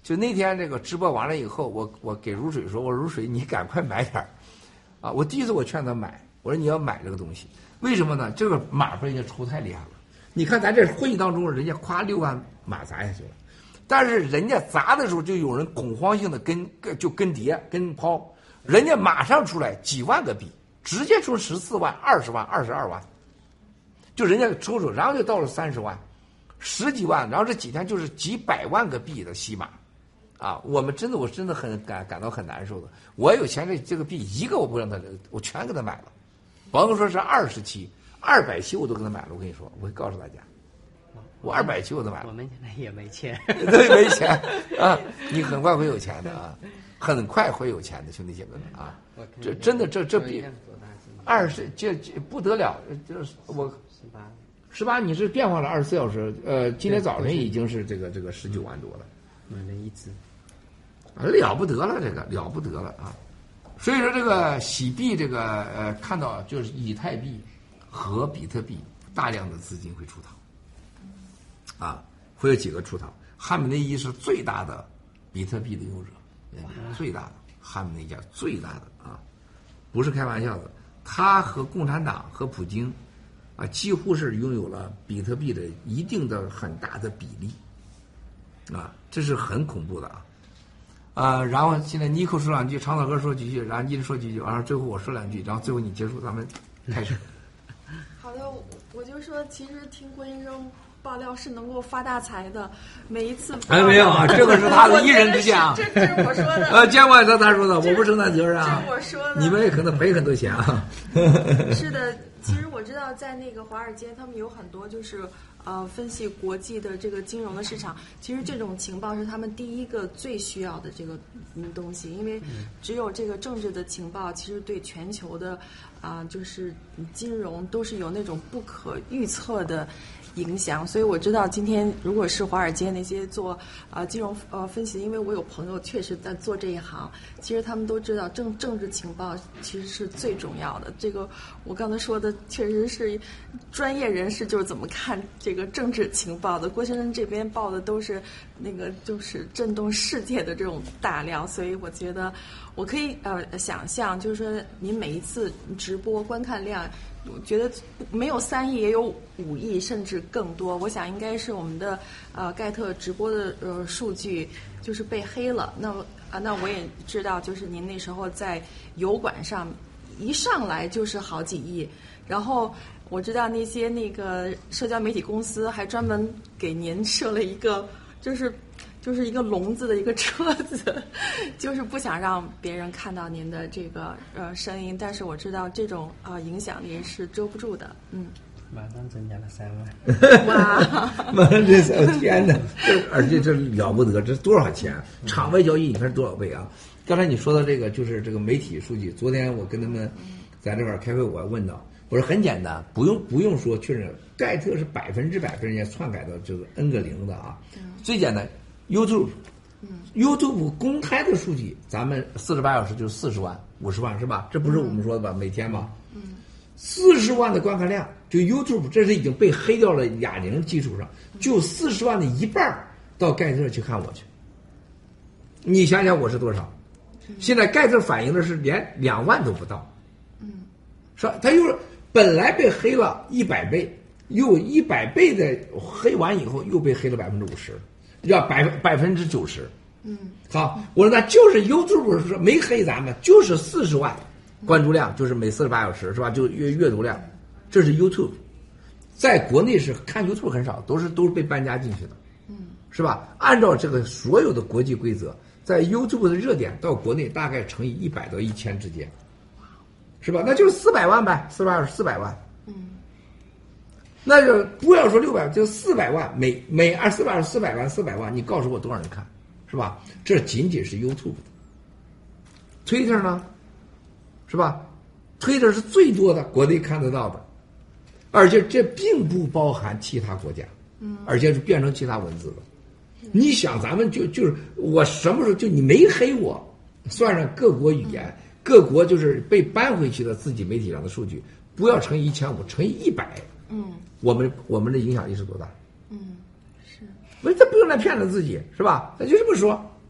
就那天这个直播完了以后，我我给如水说，我说如水你赶快买点儿，啊，我第一次我劝他买，我说你要买这个东西，为什么呢？这个马被人家抽太厉害了。你看咱这会议当中，人家夸六万马砸下去了，但是人家砸的时候就有人恐慌性的跟就跟跌跟抛，人家马上出来几万个币，直接出十四万、二十万、二十二万，就人家抽抽，然后就到了三十万、十几万，然后这几天就是几百万个币的吸马。啊，我们真的，我真的很感感到很难受的。我有钱这这个币一个我不让他，我全给他买了。甭说是二十期、二百期我都给他买了。我跟你说，我会告诉大家，我二百期我都买了。 我们现在也没钱， 对，没钱啊！你很快会有钱的啊，很快会有钱的，兄弟姐妹们啊！这真的这这比二十这这不得了，就是我十八十八，你是变化了二十四小时，呃，今天早晨已经是这个这个十九万多了， 买了一只。 啊，了不得了，这个了不得了啊！所以说这个洗币，这个呃，看到就是以太币和比特币大量的资金会出逃，啊，会有几个出逃。汉姆内伊是最大的比特币的拥有者，最大的汉姆内伊家最大的啊，不是开玩笑的。他和共产党和普京啊，几乎是拥有了比特币的一定的很大的比例，啊，这是很恐怖的啊。呃，然后现在尼克说两句，长岛哥说几句，然后您说几句，然后最后我说两句，然后最后你结束，咱们开始。 好的，我就说，其实听郭先生爆料是能够发大财的，每一次。 哎，没有啊，这个是他的一人之见啊。 这这是我说的。 呃，监管是他说的，我不承担责任啊。 这是我说的。 你们也可能赔很多钱啊。 是的，其实我知道，在那个华尔街，他们有很多就是呃分析国际的这个金融的市场。其实这种情报是他们第一个最需要的这个嗯东西，因为只有这个政治的情报，其实对全球的啊、呃、就是金融都是有那种不可预测的影响。所以我知道今天如果是华尔街那些做啊、呃、金融呃分析，因为我有朋友确实在做这一行，其实他们都知道政政治情报其实是最重要的。这个我刚才说的确实是专业人士就是怎么看这个政治情报的。郭先生这边报的都是那个就是震动世界的这种大料，所以我觉得我可以呃想象，就是说您每一次直播观看量，我觉得没有三亿也有五亿甚至更多。我想应该是我们的呃盖特直播的呃数据就是被黑了。那啊那我也知道，就是您那时候在油管上一上来就是好几亿，然后我知道那些那个社交媒体公司还专门给您设了一个就是就是一个笼子的一个车子，就是不想让别人看到您的这个呃声音。但是我知道这种呃影响力是遮不住的，嗯。 马上增加了三万。 哇！ 妈这三天哪！这而且这了不得，这多少钱？场外交易你看是多少倍啊？刚才你说到这个，就是这个媒体数据。昨天我跟他们在这块开会，我问到，我说很简单，不用不用说确认，盖特是百分之百被人家篡改到这个 N 个零的啊。最简单 ，YouTube，YouTube、嗯、YouTube 公开的数据，咱们四十八小时就四十万、五十万是吧？这不是我们说的吧？嗯、每天吗？嗯，四十万的观看量，就 YouTube 这是已经被黑掉了哑铃基础上，就四十万的一半到盖特去看我去。你想想我是多少？现在盖特反映的是连两万都不到，嗯，是吧？他又是本来被黑了一百倍，又一百倍的黑完以后又被黑了百分之五十，要百百分之九十。嗯，好，我说那就是 YouTube 说没黑咱们，就是四十万关注量，就是每四十八小时是吧？就阅阅读量，这是 YouTube。在国内是看 YouTube 很少，都是都是被搬家进去的，嗯，是吧？按照这个所有的国际规则。在 YouTube 的热点到国内大概乘以一百到一千之间，是吧？那就是四百万呗，四百四百万。嗯，那就不要说六百，就四百万，每每二四百四百万四百万，你告诉我多少人看，是吧？这仅仅是 YouTube 的。Twitter 呢，是吧 ？Twitter 是最多的，国内看得到的，而且这并不包含其他国家，嗯，而且是变成其他文字的。你想咱们就就是我什么时候就你没黑我，算上各国语言，各国就是被搬回去的自己媒体上的数据，不要乘以一千五，乘以一百，嗯，我们我们的影响力是多大？嗯，是，那这不用来骗了自己是吧？那就这么说，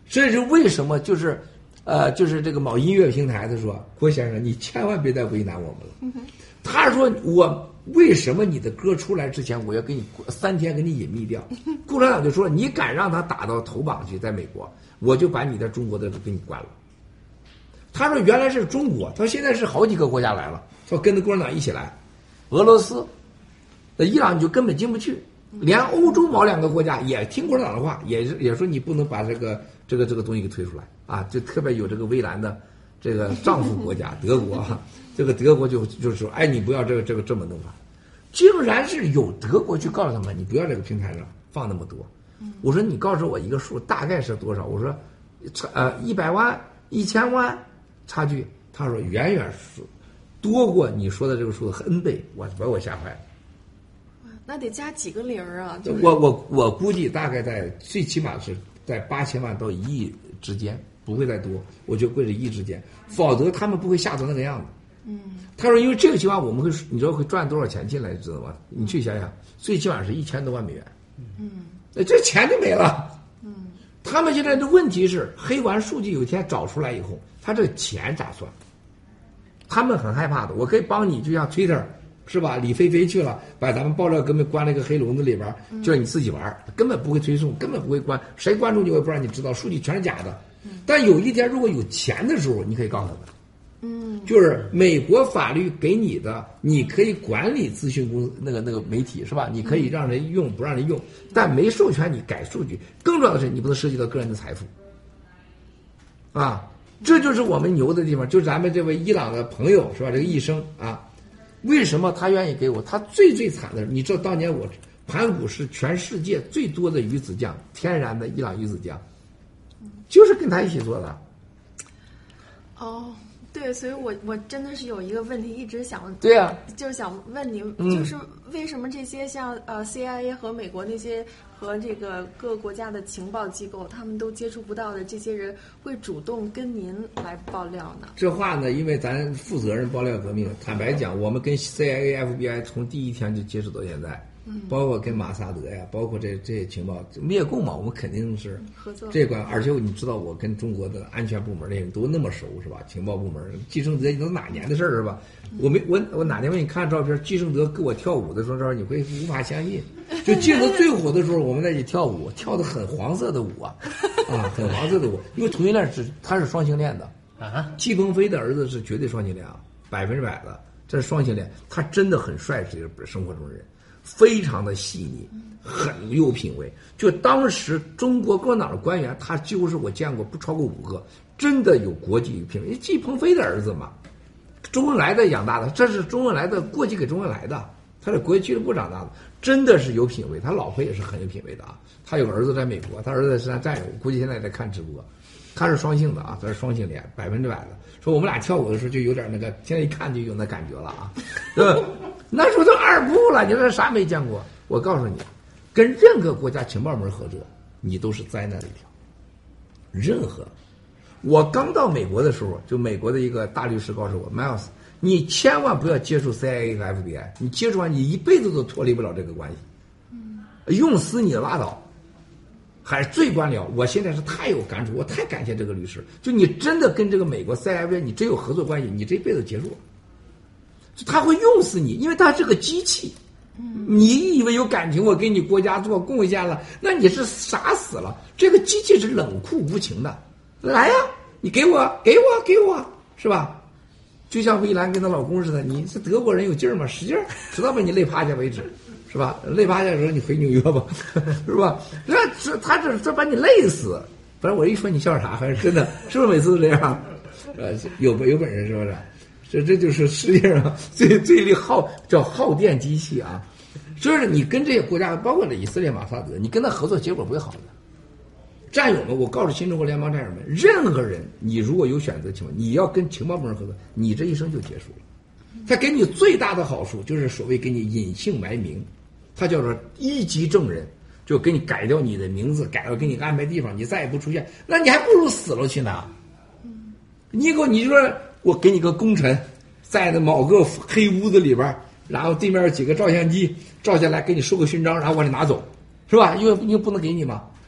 这是为什么？就是，呃，就是这个某音乐平台他说，郭先生，你千万别再为难我们了。他说我为什么你的歌出来之前，我要给你三天给你隐秘掉？共产党就说，你敢让他打到头榜去，在美国，我就把你在中国的给你关了。他说原来是中国，他说现在是好几个国家来了，说跟着共产党一起来，俄罗斯，那伊朗你就根本进不去。连欧洲某两个国家也听共产党的话，也也说你不能把这个这个这个东西给推出来啊！就特别有这个微蓝的这个丈夫国家德国哈，这个德国就就是说，哎，你不要这个这个这么弄法，竟然是有德国去告诉他们，你不要这个平台上放那么多。我说你告诉我一个数，大概是多少？我说差呃一百万、一千万差距。他说远远是多过你说的这个数的 N 倍，我把我吓坏了。 那得加几个零啊？就是、 我我我估计大概在最起码是在八千万到一亿之间，不会再多。我觉得会是一亿之间，否则他们不会吓成那个样子。嗯，他说因为这个情况我们会，你知道会赚多少钱进来，知道吗？你去想想，最起码是一千多万美元。嗯，这钱就没了。嗯，他们现在的问题是黑丸数据有一天找出来以后，他这个钱咋算？他们很害怕的。我可以帮你，就像 Twitter。是吧？李飞飞去了，把咱们爆料根本关了一个黑笼子里边，就让你自己玩，根本不会推送，根本不会关，谁关注你我也不让你知道，数据全是假的。但有一天如果有钱的时候，你可以告诉他们，嗯，就是美国法律给你的，你可以管理资讯公司那个那个媒体是吧？你可以让人用不让人用，但没授权你改数据。更重要的是，你不能涉及到个人的财富。啊，这就是我们牛的地方，就是咱们这位伊朗的朋友是吧？这个医生啊。为什么他愿意给我？他最最惨的，你知道当年我盘古是全世界最多的鱼子酱，天然的伊朗鱼子酱，就是跟他一起做的。 哦，对，所以我我真的是有一个问题一直想， 对呀、啊， 就是想问您，就是为什么这些像呃 C I A 和美国那些和这个各个国家的情报机构，他们都接触不到的这些人，会主动跟您来爆料呢？ 这话呢，因为咱负责任爆料革命，坦白讲，我们跟 C I A、F B I 从第一天就接触到现在。包括跟马萨德呀，包括这这些情报灭共嘛，我们肯定是合作这关。而且你知道，我跟中国的安全部门那些人都那么熟，是吧？情报部门，季胜德，你都哪年的事儿是吧？我没我我哪天给你看照片，季胜德跟我跳舞的时候，你会无法相信。就季胜德最火的时候，我们在一起跳舞，跳的很黄色的舞啊，啊，很黄色的舞，因为同性恋是他是双性恋的啊。季鹏飞的儿子是绝对双性恋啊，百分之百的，这是双性恋，他真的很帅，这个生活中的人。非常的细腻，很有品位。就当时中国共产党的官员，他几乎是我见过不超过五个，真的有国际品位。季鹏飞的儿子嘛，周恩来的养大的，这是周恩来的过继给周恩来的，他是国际俱乐部长大的，真的是有品位。他老婆也是很有品位的啊，他有个儿子在美国，他儿子是他战友，估计现在也在看直播。他是双性的啊，他是双性恋，百分之百的。说我们俩跳舞的时候就有点那个，现在一看就有那感觉了啊。呃，那时候都二部了，你说啥没见过？我告诉你，跟任何国家情报门合作，你都是灾难的一条。任何，我刚到美国的时候，就美国的一个大律师告诉我 ，Miles， 你千万不要接触 C I A 和 F B I， 你接触完，你一辈子都脱离不了这个关系，用死你拉倒。还是最官僚，我现在是太有感触，我太感谢这个律师。就你真的跟这个美国 C I A， 你真有合作关系，你这辈子结束了。他会用死你，因为他是个机器。你以为有感情，我给你国家做贡献了，那你是傻死了。这个机器是冷酷无情的，来呀，你给我，给我，给我，是吧？就像魏兰跟她老公似的，你是德国人有劲儿吗？使劲儿，直到把你累趴下为止。是吧？累趴下的时候你回纽约吧，是吧？那这他这这把你累死。反正我一说你笑啥？反正真的，是不是每次都这样？呃，有有本事是不是？这这就是世界上最最厉耗叫耗电机器啊！就是你跟这些国家，包括这以色列马萨德，你跟他合作，结果不会好的。战友们，我告诉新中国联邦战友们，任何人，你如果有选择情况，你要跟情报部门合作，你这一生就结束了。他给你最大的好处就是所谓给你隐姓埋名。他叫做一级证人，就给你改掉你的名字，改了给你安排地方，你再也不出现，那你还不如死了去呢。你给我，你就说我给你个功臣，在那某个黑屋子里边，然后对面有几个照相机照下来，给你收个勋章，然后我给你拿走，是吧？因为因为不能给你嘛。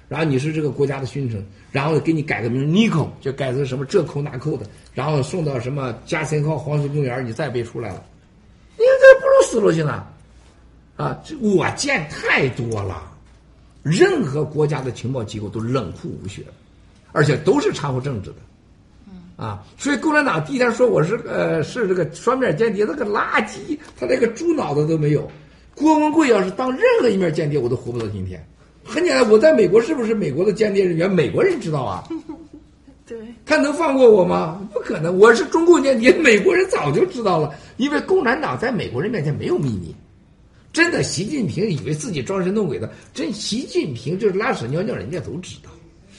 然后你是这个国家的勋臣，然后给你改个名 Nico， 就改成什么这扣那扣的，然后送到什么加森号黄石公园，你再被出来了，你这不如死了去了啊！我见太多了，任何国家的情报机构都冷酷无血，而且都是掺和政治的。啊，所以共产党第一天说我是呃是这个双面间谍，那个垃圾，他那个猪脑子都没有。郭文贵要是当任何一面间谍，我都活不到今天。很简单，我在美国是不是美国的间谍人员？美国人知道啊。 对， 他能放过我吗？不可能，我是中共间谍，美国人早就知道了。因为共产党在美国人面前没有秘密。真的，习近平以为自己装神弄鬼的，真习近平就是拉屎尿尿，人家都知道，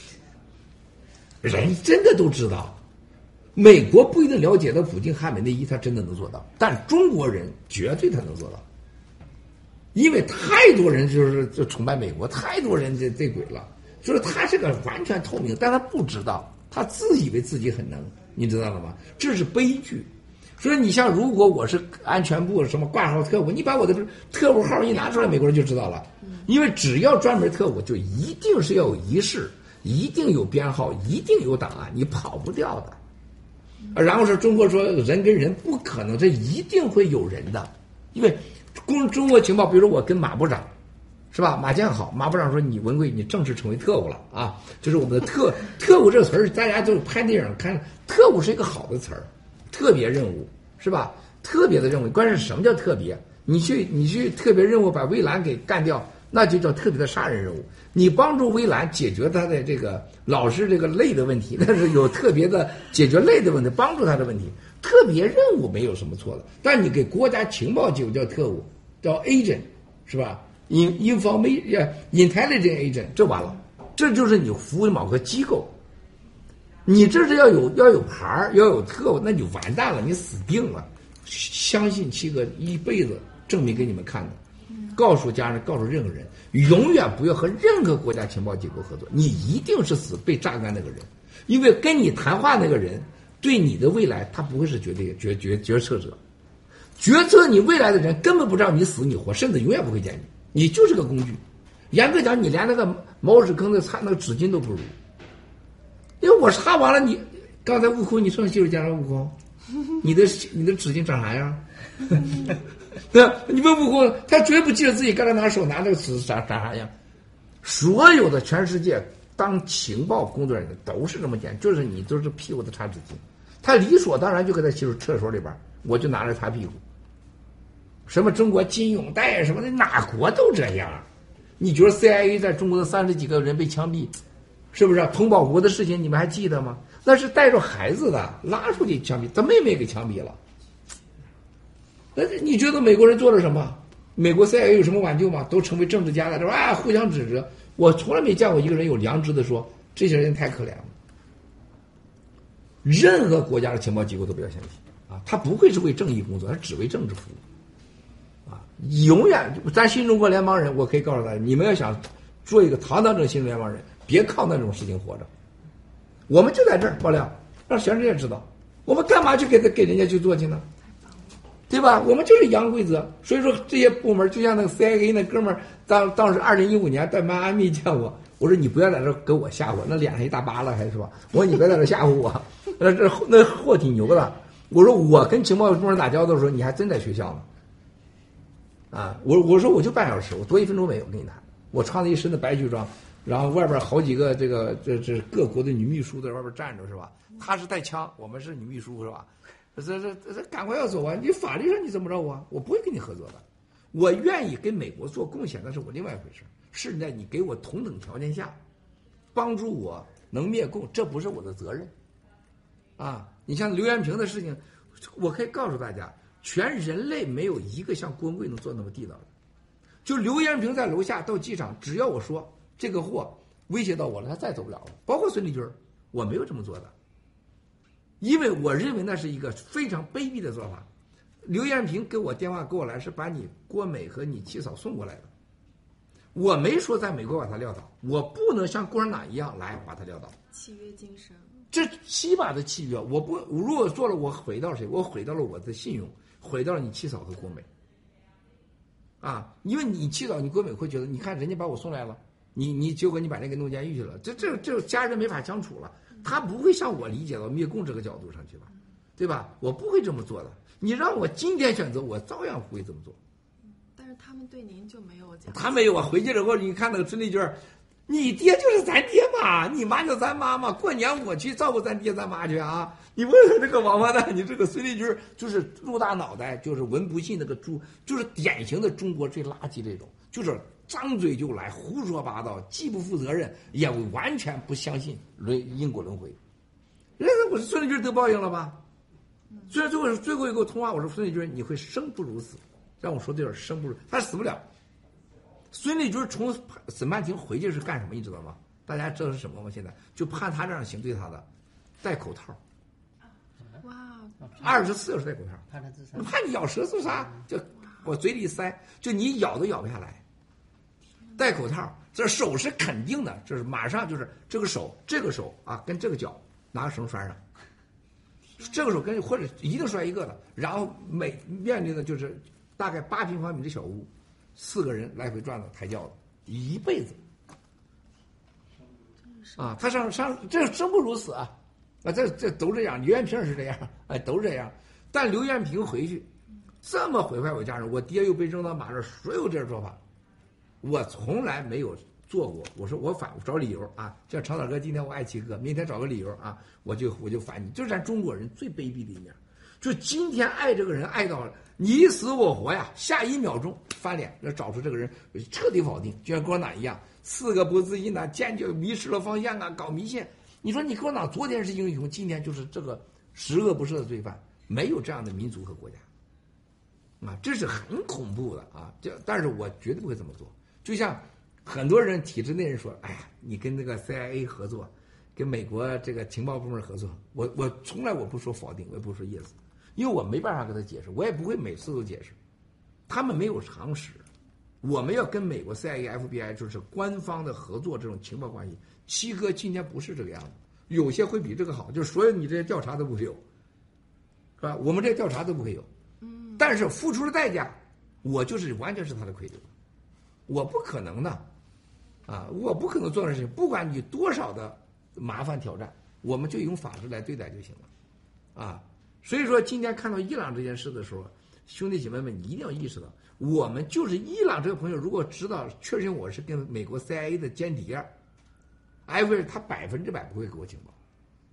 人真的都知道。美国不一定了解到普京汉美内衣，他真的能做到，但中国人绝对他能做到，因为太多人就是就崇拜美国，太多人这这鬼了，就是他这个完全透明，但他不知道，他自以为自己很能，你知道了吗？这是悲剧。所以你像如果我是安全部什么挂号特务，你把我的特务号一拿出来，美国人就知道了，因为只要专门特务，就一定是要有仪式，一定有编号，一定有档案，你跑不掉的。然后是中国说人跟人不可能，这一定会有人的，因为中中国情报，比如说我跟马部长，是吧？马建好，马部长说你文贵，你正式成为特务了啊！就是我们的特特务这个词儿，大家就拍电影看，特务是一个好的词儿，特别任务是吧？特别的任务，关键是什么叫特别？你去你去特别任务把微蓝给干掉，那就叫特别的杀人任务。你帮助微蓝解决他的这个老是这个累的问题，那是有特别的解决累的问题，帮助他的问题。特别任务没有什么错的，但你给国家情报机构叫特务，叫 agent， 是吧 ？in information intelligence agent， 这完了，这就是你服务某个机构。你这是要有要有牌儿，要有特务，那你完蛋了，你死定了。相信七哥一辈子证明给你们看的。告诉家人，告诉任何人，永远不要和任何国家情报机构合作，你一定是死被榨干那个人，因为跟你谈话那个人对你的未来他不会是绝对决决决策者，决策你未来的人根本不知道你死你活，甚至永远不会见你，你就是个工具。严格讲，你连那个毛屎坑的擦那个纸巾都不如，因为我擦完了你，刚才悟空你上洗手间了，悟空，你的你的纸巾长啥样？对，你问悟空，他绝不记得自己刚才拿手拿那个纸长长啥样。所有的全世界当情报工作人员都是这么简单，就是你都是屁股的擦纸巾，他理所当然就搁在洗手厕所里边，我就拿着擦屁股。什么中国金永代什么的，哪国都这样。你觉得 C I A 在中国的三十几个人被枪毙，是不是佟宝国的事情你们还记得吗？那是带着孩子的拉出去枪毙，他妹妹给枪毙了。那你觉得美国人做了什么？美国 C I A 有什么挽救吗？都成为政治家了，是吧？啊，互相指责。我从来没见过一个人有良知的说这些人太可怜了。任何国家的情报机构都不要相信啊，他不会是为正义工作，他只为政治服务啊！永远，咱新中国联邦人，我可以告诉大家，你们要想做一个堂堂正新联邦人，别靠那种事情活着。我们就在这儿爆料，让全世界知道，我们干嘛去给他给人家去做去呢？对吧？我们就是洋规则，所以说这些部门就像那个 C I A 那哥们儿，当当时二零一五年在迈阿密见我，我说你不要在这给我吓唬，那脸上一大疤了还是吧？我说你别在这吓唬我，那这那货挺牛的。我说我跟情报部门打交道的时候，你还真在学校呢。啊，我我说我就半小时，我多一分钟没有跟你谈。我穿了一身的白军装，然后外边好几个这个这这各国的女秘书在外边站着是吧？他是带枪，我们是女秘书是吧？这这这赶快要走啊！你法律上你怎么着我？我不会跟你合作的。我愿意跟美国做贡献，那是我另外一回事。是在你给我同等条件下，帮助我能灭共，这不是我的责任。啊，你像刘延平的事情，我可以告诉大家，全人类没有一个像郭文贵能做那么地道的。就刘延平在楼下到机场，只要我说这个货威胁到我了，他再走不了了。包括孙立军，我没有这么做的。因为我认为那是一个非常卑鄙的做法。刘延平给我电话给我来是把你郭美和你七嫂送过来的，我没说在美国把他撂倒，我不能像共产党一样来把他撂倒。 契约精神， 这起码的契约，我不如果做了，我毁到谁？我毁到了我的信用，毁到了你七嫂和郭美。啊，因为你七嫂你郭美会觉得，你看人家把我送来了， 你你结果你把人给弄监狱去了，这这这家人没法相处了。他不会像我理解到灭共这个角度上去吧，对吧？我不会这么做的。你让我今天选择，我照样不会这么做。 但是他们对您就没有讲。 他没有啊，回去之后你看那个孙丽娟，你爹就是咱爹嘛，你妈就咱妈嘛。过年我去照顾咱爹咱妈去啊！你问问这个王八蛋，你这个孙丽娟就是陆大脑袋，就是文不信那个猪，就是典型的中国最垃圾这种，就是张嘴就来，胡说八道，既不负责任，也完全不相信轮因果轮回。人家我说孙丽娟得报应了吧？虽然最后最后一个通话，我说孙丽娟你会生不如死，让我说这点生不如，他死不了。孙丽君从审判庭回去是干什么？你知道吗？大家知道是什么吗？现在就判他这样刑对他的，戴口套。 哇， 二十四小时戴口套， 怕他自杀， 怕你咬舌头啥，就我嘴里塞，就你咬都咬不下来。戴口套，这手是肯定的，就是马上就是这个手，这个手啊跟这个脚拿个绳拴上，这个手跟或者一定拴一个的，然后每面临的就是大概八平方米的小屋。四个人来回转的抬轿子，一辈子啊！他上上这生不如死啊！啊，这这都这样。刘延平是这样，哎，都这样。但刘延平回去这么毁坏我家人，我爹又被扔到马这，所有这种说法，我从来没有做过。我说我反，我找理由啊，像长岛哥今天我爱七哥，明天找个理由啊，我就我就反你。就是咱中国人最卑鄙的一面，就今天爱这个人爱到你死我活呀，下一秒钟翻脸，要找出这个人彻底否定，就像共产党一样，四个不自信呐，坚决迷失了方向啊，搞迷信。你说你共产党昨天是英雄，今天就是这个十恶不赦的罪犯，没有这样的民族和国家啊，这是很恐怖的啊！这但是我绝对不会这么做。就像很多人体制内人说，哎呀，你跟那个 C I A 合作，跟美国这个情报部门合作，我我从来我不说否定，我也不说 yes。因为我没办法跟他解释，我也不会每次都解释，他们没有常识。我们要跟美国 C I A、F B I 就是官方的合作这种情报关系。七哥今天不是这个样子，有些会比这个好，就是所有你这些调查都不会有，是吧？我们这些调查都不会有，嗯，但是付出的代价，我就是完全是他的愧疚，我不可能的，啊，我不可能做这事情，不管你多少的麻烦挑战，我们就用法治来对待就行了，啊。所以说，今天看到伊朗这件事的时候，兄弟姐妹们，你一定要意识到，我们就是伊朗这个朋友，如果知道确认我是跟美国 C I A 的间谍 ，F B I 他百分之百不会给我情报，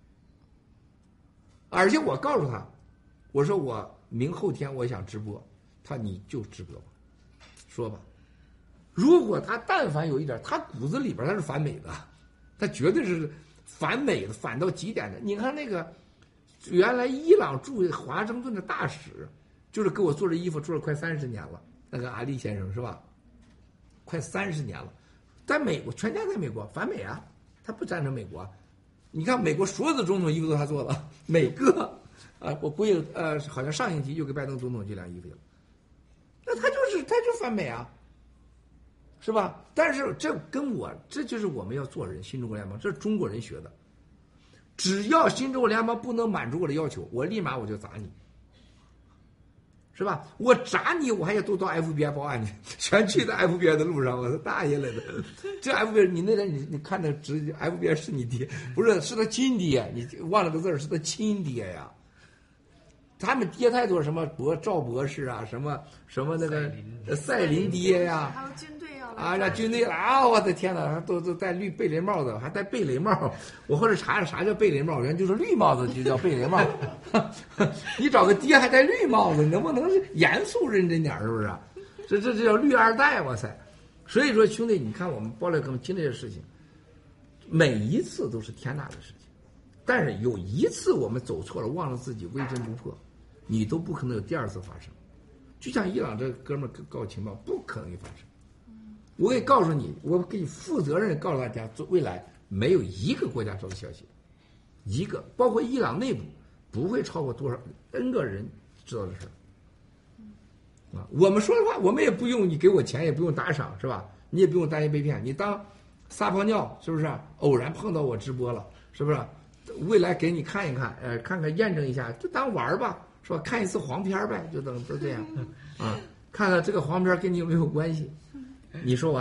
而且我告诉他，我说我明后天我想直播，他你就直播吧，说吧。如果他但凡有一点，他骨子里边他是反美的，他绝对是反美的，反到极点的。你看那个。原来伊朗驻华盛顿的大使，就是给我做这衣服做了快三十年了，那个阿利先生是吧？快三十年了，在美国全家在美国反美啊，他不赞成美国。你看美国所有的总统衣服都他做的，每个啊，我估计呃，好像上星期就给拜登总统这辆衣服了。那他就是他就反美啊，是吧？但是这跟我这就是我们要做人，新中国联邦，这是中国人学的。只要新中国联邦不能满足我的要求，我立马我就砸你，是吧？我砸你，我还要都到 F B I 报案去，全去到 F B I 的路上，我说大爷来的，这 F B I 你那人你你看那直 F B I 是你爹，不是是他亲爹，你忘了个字儿，是他亲爹呀。他们爹太多，什么博赵博士啊，什么什么那个赛林爹呀， 还有军队要啊，让军队来啊！我的天哪，都都戴绿贝雷帽子，还戴贝雷帽。我后来查查啥叫贝雷帽，人就是绿帽子就叫贝雷帽。你找个爹还戴绿帽子，能不能严肃认真点？是不是？这这这叫绿二代，哇塞！所以说，兄弟，你看我们爆料哥们经历的事情，每一次都是天大的事情，但是有一次我们走错了，忘了自己微针不破，你都不可能有第二次发生。就像伊朗这哥们儿告情报，不可能发生。我也告诉你，我给你负责任告诉大家，未来没有一个国家知道消息，一个包括伊朗内部不会超过多少 N 个人知道的事儿。啊，我们说的话，我们也不用你给我钱，也不用打赏，是吧？你也不用担心被骗，你当撒泡尿是不是？偶然碰到我直播了，是不是？未来给你看一看，呃，看看验证一下，就当玩吧，是吧？看一次黄片呗，就等就这样，啊，看看这个黄片跟你有没有关系。你说完，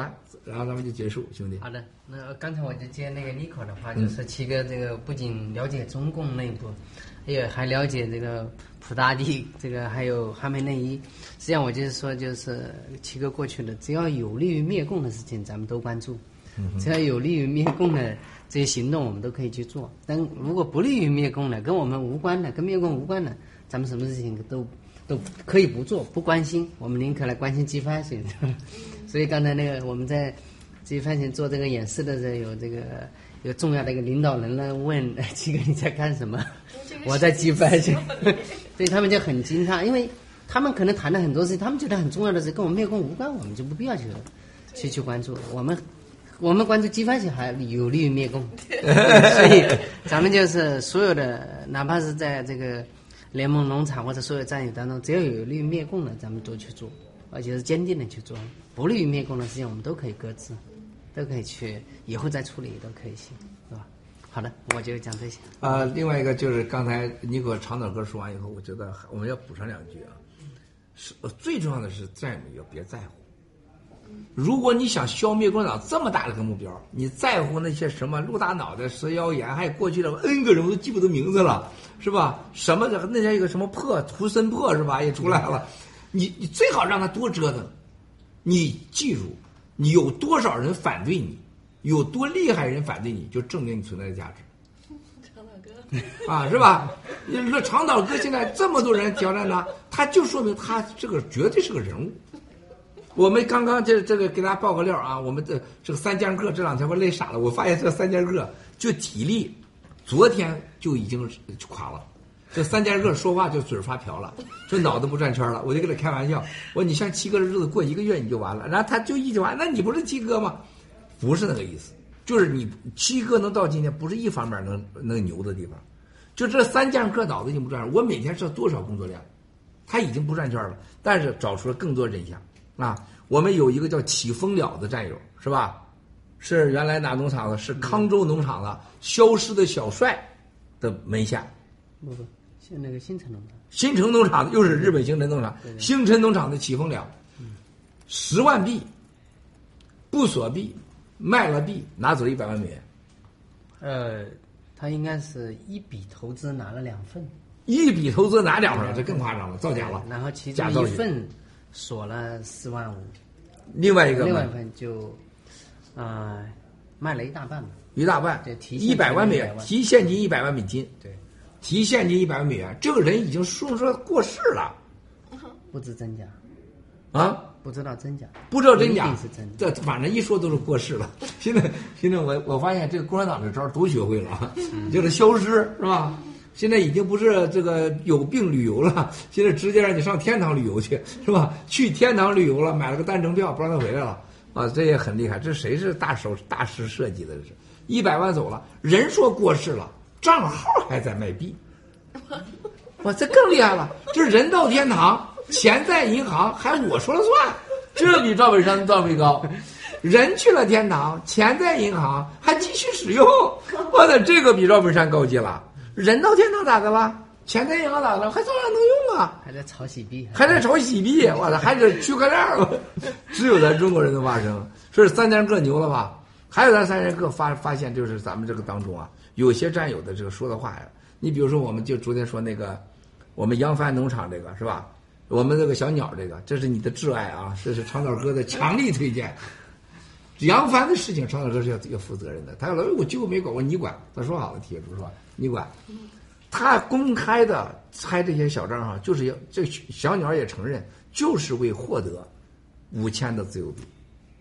然后咱们就结束，兄弟。 好的，那刚才我就接那个妮可的话，就是七哥这个不仅了解中共内部，也还了解这个普大帝，这个还有哈梅内伊。实际上我就是说，就是七哥过去的，只要有利于灭共的事情，咱们都关注；只要有利于灭共的这些行动，我们都可以去做。但如果不利于灭共的，跟我们无关的，跟灭共无关的，咱们什么事情都都可以不做，不关心，我们宁可来关心激发性。所以刚才那个我们在激发性做这个演示的时候，有这个有重要的一个领导人呢问七哥你在干什么？我在激发性，所以他们就很惊诧，因为他们可能谈了很多事情，他们觉得很重要的事跟我们灭共无关，我们就不必要去去去关注。我们我们关注激发性还有利于灭共，所以咱们就是所有的，哪怕是在这个联盟农场或者所有战友当中，只要有利于灭共的，咱们都去做，而且是坚定的去做。不利于灭共的事情，我们都可以搁置，都可以去以后再处理，都可以行，是吧？好的，我就讲这些。 呃，另外一个就是刚才你给我长岛哥说完以后，我觉得我们要补上两句啊。是最重要的是战友要别在乎。如果你想消灭共产党这么大的个目标，你在乎那些什么陆大脑袋、蛇妖岩，还有过去的 N 个人我都记不得名字了，是吧？什么那天有个什么破图森破是吧，也出来了。你你最好让他多折腾。你记住，你有多少人反对你，有多厉害人反对你，就证明你存在的价值。 长岛哥啊，是吧？你说长岛哥现在这么多人挑战他，他就说明他这个绝对是个人物。我们刚刚这这个给大家报个料啊，我们的这个三剑客这两天我累傻了，我发现这三剑客就体力，昨天就已经垮了。这三剑客说话就嘴发瓢了，就脑子不转圈了。我就跟他开玩笑，我说你像七哥的日子过一个月你就完了，然后他就一句话，那你不是七哥吗？不是那个意思，就是你七哥能到今天，不是一方面能能牛的地方，就这三剑客脑子已经不转了。我每天是多少工作量，他已经不转圈了，但是找出了更多真相啊。我们有一个叫起风了的战友，是吧？是原来哪农场的？是康州农场的消失的小帅的门下。 不不，是那个新城农场。 新城农场又是日本星辰农场，星辰农场的起风了，十万币，不锁币，卖了币，拿走一百万美元。 呃，他应该是一笔投资拿了两份， 一笔投资拿两份，这更夸张了，造假了。 然后其中一份锁了四万五， 另外一个另外一份就啊、呃、卖了一大半嘛， 一大半， 对，提一百万美元，提现金一百万美金， 对。 提现金一百万美元，这个人已经说说过世了， 不知真假， 啊， 不知道真假， 不知道真假， 一定是真的。 这反正一说都是过世了。现在现在我我发现这个共产党这招都学会了，嗯、就是消失是吧？现在已经不是这个有病旅游了，现在直接让你上天堂旅游去是吧？去天堂旅游了，买了个单程票，不让他回来了啊，这也很厉害。这谁是大手大师设计的？这是一百万走了，人说过世了。账号还在卖币，哇，这更厉害了！就是人到天堂，钱在银行，还我说了算，这比赵本山的段位高。人去了天堂，钱在银行，还继续使用，我的这个比赵本山高级了。人到天堂咋的了？钱在银行咋的？还照样能用啊！ 还在炒洗币， 还在炒洗币，我的还是区块链，只有咱中国人能发生。说是三剑客牛了吧？还有咱三剑客发发现，就是咱们这个当中啊。有些战友的这个说的话呀，你比如说，我们就昨天说那个，我们扬帆农场这个是吧？我们这个小鸟这个，这是你的挚爱啊，这是长岛哥的强力推荐。扬帆的事情，长岛哥是要要负责任的。他要老我就没管过，你管。他说好了，铁柱是吧？你管。他公开的拆这些小账号，就是要这小鸟也承认，就是为获得五千的自由币，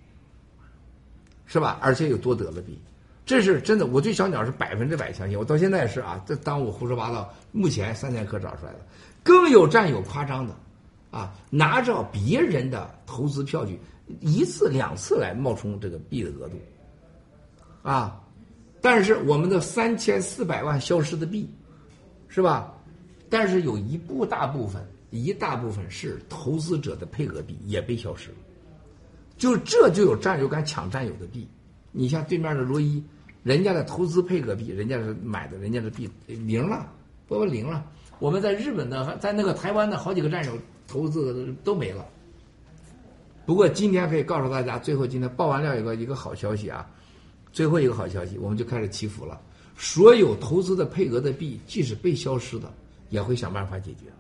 是吧？而且有多得了币。这是真的，我对小鸟是百分之百相信，我到现在是啊，这当我胡说八道。目前三剑客找出来的，更有战友夸张的，啊，拿着别人的投资票据，一次两次来冒充这个币的额度，啊，但是我们的三千四百万消失的币，是吧？但是有一部大部分，一大部分是投资者的配额币也被消失了，就这就有战友敢抢战友的币。你像对面的罗伊。人家的投资配额币，人家是买的，人家的币零了，不不零了。我们在日本的，在那个台湾的好几个战友投资的都没了， 不过今天可以告诉大家，最后今天报完料有个一个好消息啊，最后一个好消息，我们就开始祈福了。所有投资的配额的币，即使被消失的，也会想办法解决。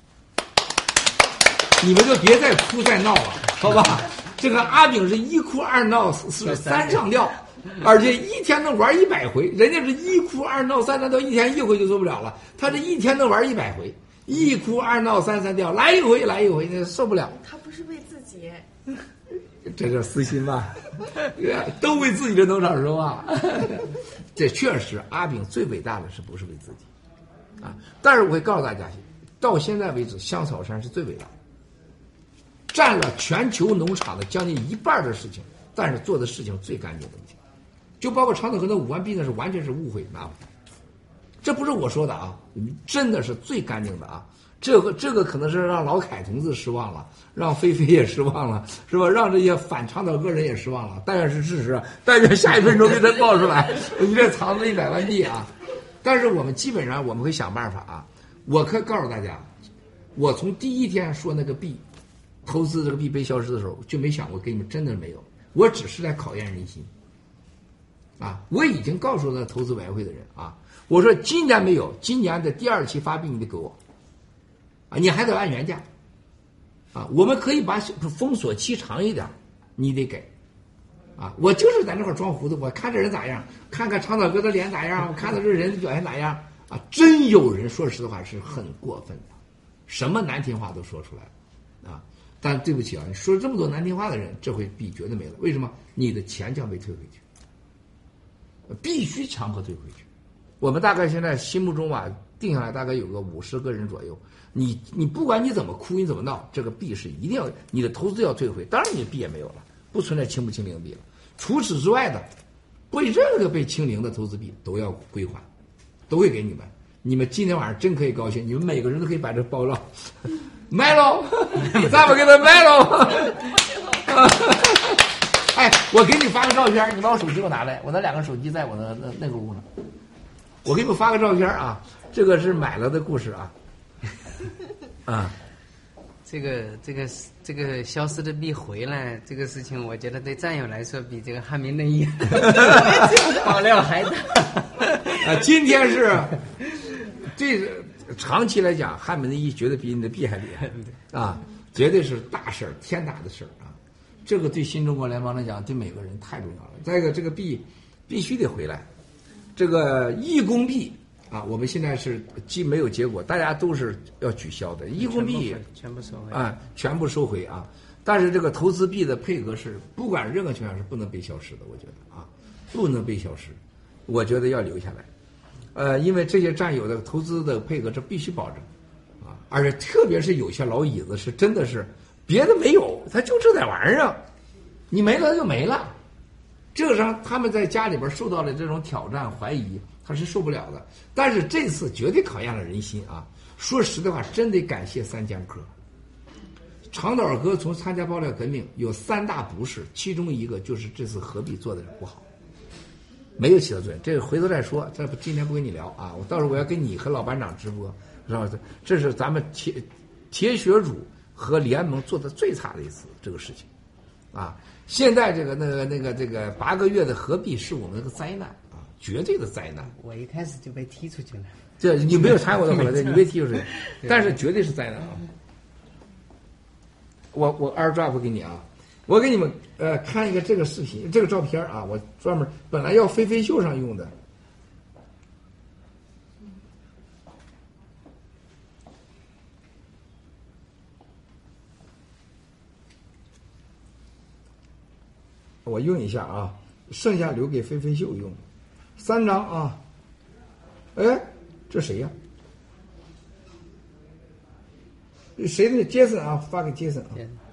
你们就别再哭再闹了，好吧？这个阿炳是一哭二闹是三上吊，而且一天能玩一百回，人家是一哭二闹三上吊，一天一回就做不了了，他这一天能玩一百回。一哭二闹三三吊，来一回来一回，那受不了。 他不是为自己， 这叫私心吧？都为自己的农场说话。这确实，阿炳最伟大的是不是为自己啊？但是我会告诉大家，到现在为止，香草山是最伟大的，占了全球农场的将近一半的事情，但是做的事情最干净的东西，就包括长岛河的五万币，那是完全是误会拿不来。这不是我说的啊，真的是最干净的啊！这个这个可能是让老凯同志失望了，让菲菲也失望了，是吧？让这些反长岛个人也失望了。但愿是事实，但愿下一分钟给他爆出来，你这藏着一百万币啊！但是我们基本上我们会想办法啊。我可以告诉大家，我从第一天说那个币，投资这个币被消失的时候，就没想过给你们真的没有，我只是在考验人心。啊，我已经告诉了投资委员会的人啊。我说今年没有，今年的第二期发币你得给我，啊，你还得按原价，啊，我们可以把封锁期长一点，你得给，啊，我就是在那块装糊涂，我看这人咋样，看看长岛哥的脸咋样，我看到这人的表现咋样，啊，真有人说实话是很过分的，什么难听话都说出来了，啊，但对不起啊，你说这么多难听话的人，这回币绝对没了，为什么？你的钱将被退回去，必须强迫退回去。我们大概现在心目中啊定下来大概有个五十个人左右，你你不管你怎么哭你怎么闹，这个币是一定要你的投资要退回，当然你的币也没有了，不存在清不清零币了。除此之外的，不任何被清零的投资币都要归还，都会给你们。你们今天晚上真可以高兴，你们每个人都可以把这包了卖喽，咱们给他卖喽。哎，我给你发个照片，你把我手机给我拿来，我那两个手机在我的那那个屋呢。我给你们发个照片啊，这个是买了的故事啊，啊， 这个这个这个消失的币回来这个事情，我觉得对战友来说比这个汉民内衣爆料还大。 啊，今天是这长期来讲，汉民内衣绝对比你的币还厉害啊，绝对是大事儿，天大的事儿啊！这个对新中国联邦来讲，对每个人太重要了。再一个，这个币必须得回来。这个义工币啊，我们现在是既没有结果，大家都是要取消的。义工币全部收回啊，全部收回啊。但是这个投资币的配额是不管任何情况下是不能被消失的，我觉得啊，不能被消失，我觉得要留下来。呃，因为这些战友的投资的配额这必须保证啊，而且特别是有些老椅子是真的是别的没有，他就这点玩意儿，你没了就没了。这个上他们在家里边受到了这种挑战怀疑，他是受不了的。但是这次绝对考验了人心啊！说实在话，真得感谢三剑客。长岛哥从参加爆料革命有三大不是，其中一个就是这次合币做的不好，没有起到作用。这个回头再说，这今天不跟你聊啊！我到时候我要跟你和老班长直播，是吧？这是咱们铁铁血主和联盟做的最差的一次这个事情啊！现在这个那个那个这个八个月的合币是我们的灾难啊，绝对的灾难。 我一开始就被踢出去了。 这你没有参与过的，对，你被踢出去，但是绝对是灾难啊！我我二 drop 给你啊，我给你们呃看一个这个视频，这个照片啊，我专门本来要飞飞秀上用的。我用一下啊，剩下留给飞飞秀用，三张啊。哎，这谁呀、啊？谁的杰森啊？发给杰森啊。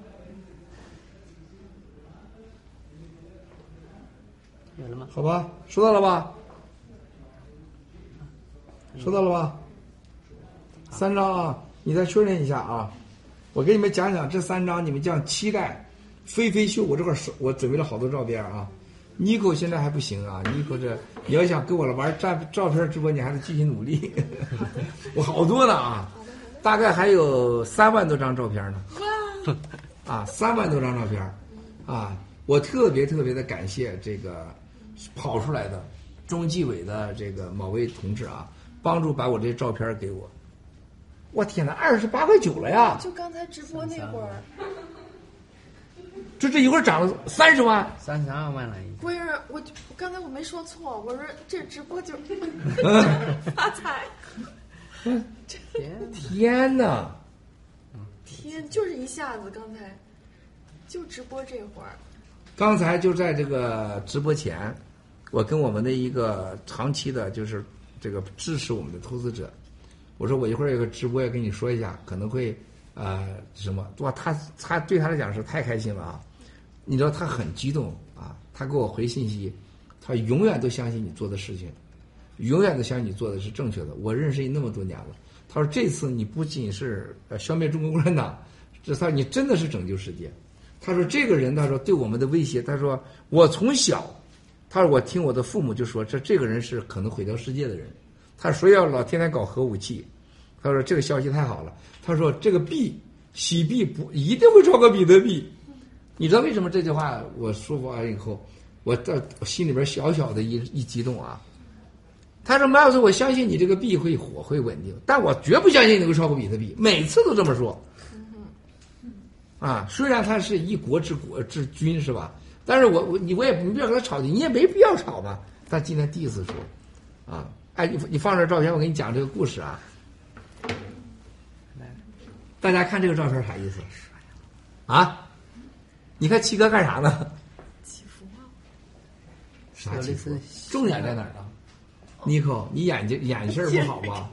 有了吗？ 好吧，收到了吧？收到了吧？三张啊，你再确认一下啊。我给你们讲讲这三张，你们这样期待。飞飞秀，我这块我准备了好多照片啊。尼克现在还不行啊，尼克这你要想跟我玩照照片直播，你还得继续努力。我好多呢啊，大概还有三万多张照片呢。 啊，三万多张照片啊，我特别特别的感谢这个跑出来的中纪委的这个某位同志啊，帮助把我这照片给我。我天哪，二十八块九了呀！ 就刚才直播那会儿， 就这一会儿涨了三十万， 三十二万了已经。 不是我，刚才我没说错，我说这直播就发财。 天天哪！ 天，就是一下子，刚才就直播这会儿。 刚才就在这个直播前，我跟我们的一个长期的，就是这个支持我们的投资者，我说我一会儿有个直播要跟你说一下，可能会呃什么哇，他他对他来讲是太开心了啊！你知道他很激动啊，他给我回信息，他永远都相信你做的事情，永远都相信你做的是正确的。我认识你那么多年了，他说这次你不仅是呃消灭中国共产党，这他说你真的是拯救世界。他说这个人，他说对我们的威胁，他说我从小，他说我听我的父母就说这这个人是可能毁掉世界的人，他说要老天天搞核武器，他说这个消息太好了，他说这个币洗币不一定会超过比特币。你知道为什么这句话我说完以后，我到心里边小小的一一激动啊。他说马老师，我相信你这个币会火会稳定，但我绝不相信你会超过比特币，每次都这么说。啊，虽然他是一国之国之君是吧？但是我我你我也你不要和他吵去，你也没必要吵吧。他今天第一次说，啊，哎，你你放这照片，我给你讲这个故事啊。大家看这个照片啥意思？啊？你看七哥干啥呢？ 祈福啊！ 啥祈福？重点在哪儿呢？妮蔻，你眼睛眼神不好吧？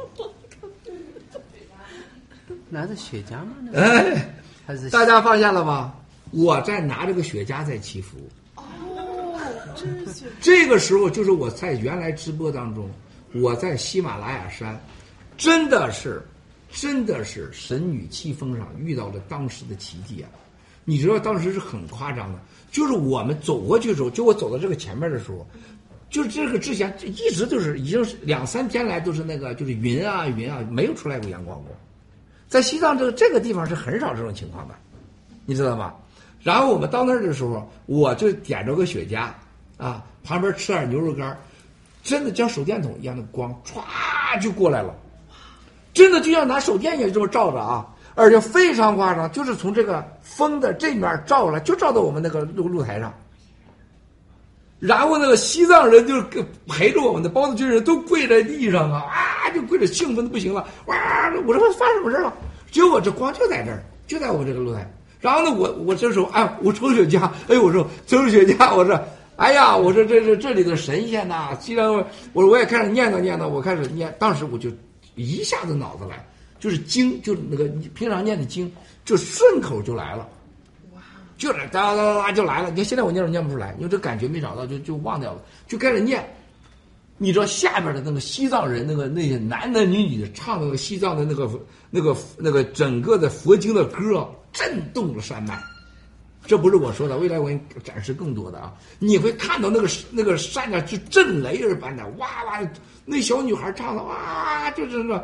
拿着雪茄吗？ 哎。大家放下了吧？我在拿这个雪茄在祈福。 哦，真是。 这个时候就是我在原来直播当中，我在喜马拉雅山，真的是，真的是神女气风上遇到了当时的奇迹啊！你知道当时是很夸张的，就是我们走过去的时候，就我走到这个前面的时候，就是这个之前一直都是已经是两三天来都是那个就是云啊云啊，没有出来过阳光过。在西藏这个这个地方是很少这种情况的，你知道吗？然后我们到那儿的时候，我就点着个雪茄啊，旁边吃点牛肉干，真的像手电筒一样的光歘就过来了，真的就像拿手电也这么照着啊，而且非常夸张，就是从这个风的这面照来，就照到我们那个露露台上。然后那个西藏人就陪着我们的包子军人都跪在地上啊啊，就跪着兴奋的不行了，哇！我说发生什么事了？结果这光就在这儿，就在我们这个露台。然后呢，我我这时候哎，我抽雪茄，哎，我说抽雪茄，我说哎呀，我说这这这里的神仙呐、啊，既然我我我也开始念叨念叨，我开始念，当时我就一下子脑子来，就是经，就是那个平常念的经，就顺口就来了。就是哒哒哒哒就来了，你看现在我念都念不出来，因为这感觉没找到，就就忘掉了，就开始念。你知道下边的那个西藏人，那个那些男男女女唱那个西藏的那个那个那个整个的佛经的歌，震动了山脉。这不是我说的，未来我给你展示更多的啊！你会看到那个那个山上是震雷似般的，哇哇，那小女孩唱的哇，就是那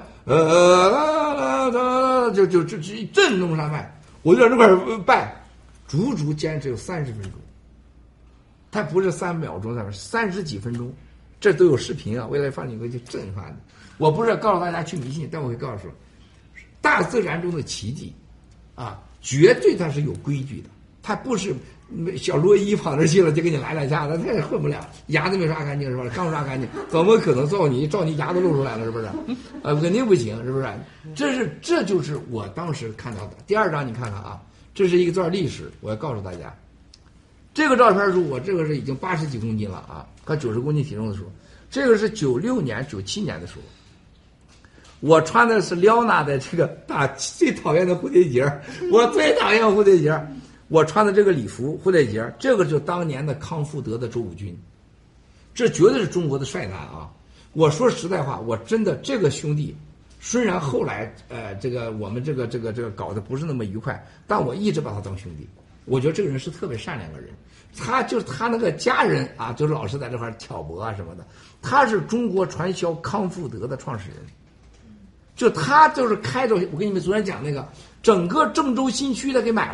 呃，就就就就震动山脉。我就在那块拜。足足坚持有三十分钟，它不是三秒钟，它是三十几分钟，这都有视频啊！未来放你回去震撼的。我不是告诉大家去迷信，但我会告诉说，大自然中的奇迹，啊，绝对它是有规矩的，它不是小罗伊跑那去了就给你来两下子，他也混不了，牙都没刷干净是吧？刚刷干净，怎么可能照你照你牙都露出来了是不是？呃，肯定不行是不是？这是这就是我当时看到的。第二张你看看啊。这是一段历史，我要告诉大家，这个照片是我这个是已经八十几公斤了啊，快九十公斤体重的时候，这个是九六年、九七年的时候，我穿的是撩娜的这个大最讨厌的蝴蝶结，我最讨厌蝴蝶结，我穿的这个礼服蝴蝶结，这个就当年的康复德的周武军，这绝对是中国的帅男啊！我说实在话，我真的这个兄弟。虽然后来，呃，这个我们这个这个这个搞得不是那么愉快，但我一直把他当兄弟。我觉得这个人是特别善良的人，他就是他那个家人啊，就是老是在这块挑拨啊什么的。他是中国传销康复德的创始人，就他就是开着，我跟你们昨天讲那个，整个郑州新区的给买了，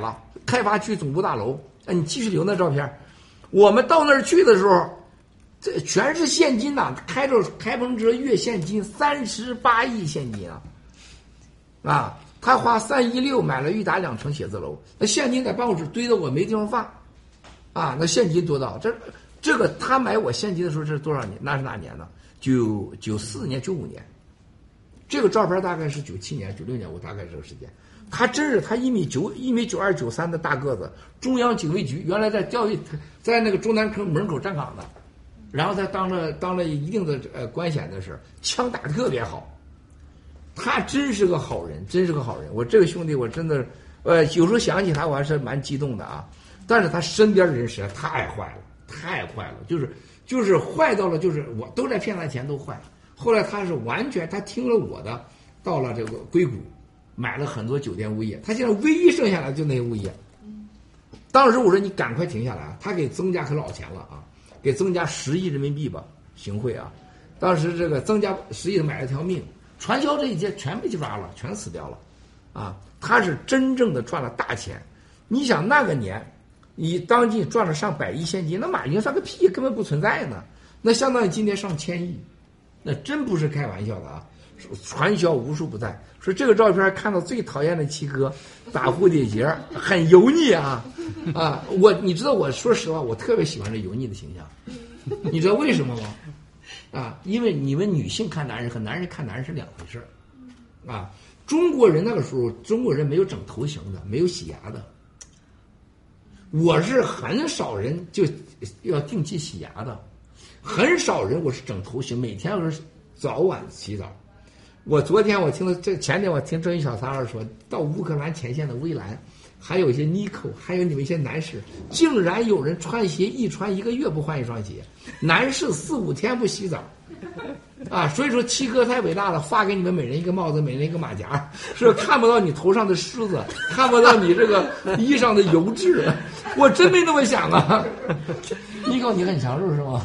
开发区总部大楼，哎，你继续留那照片。我们到那儿去的时候，这全是现金呐、啊，开着开篷车运现金，三十八亿现金啊！啊，他花三一六买了裕达两层写字楼，那现金在办公室堆着，我没地方放，啊，那现金多到这这个他买我现金的时候，这是多少年？那是哪年呢？九九四年、九五年。这个照片大概是九七年、九六年，我大概这个时间。他真是他一米九一米九二九三的大个子，中央警卫局原来在教育在那个中南坑门口站岗的，然后他当了当了一定的呃官衔的事，枪打得特别好。他真是个好人，真是个好人。我这个兄弟，我真的呃有时候想起他，我还是蛮激动的啊。但是他身边的人实在太坏了，太坏了，就是就是坏到了，就是我都在骗他钱都坏。后来他是完全他听了我的，到了这个硅谷。买了很多酒店物业，他现在唯一剩下来就那些物业。当时我说你赶快停下来，他给增加可老钱了啊，给增加十亿人民币吧，行贿啊！当时这个增加十亿买了条命，传销这一届全被抓了，全死掉了，啊！他是真正的赚了大钱。你想那个年，你当今赚了上百亿现金，那马云算个屁，根本不存在呢。那相当于今天上千亿，那真不是开玩笑的啊！传销无处不在。说这个照片看到最讨厌的七哥打蝴蝶结，很油腻啊啊！我你知道我说实话，我特别喜欢这油腻的形象，你知道为什么吗？啊，因为你们女性看男人和男人看男人是两回事啊。中国人那个时候，中国人没有整头型的，没有洗牙的。我是很少人就要定期洗牙的，很少人我是整头型，每天我是早晚洗澡。我昨天我听了这前天我听郑一小三儿说到乌克兰前线的薇兰，还有一些妮蔻，还有你们一些男士，竟然有人穿鞋一穿一个月不换一双鞋，男士四五天不洗澡，啊，所以说七哥太伟大了，发给你们每人一个帽子，每人一个马甲，是看不到你头上的虱子，看不到你这个衣上的油渍，我真没那么想啊。妮蔻你很强势是吗？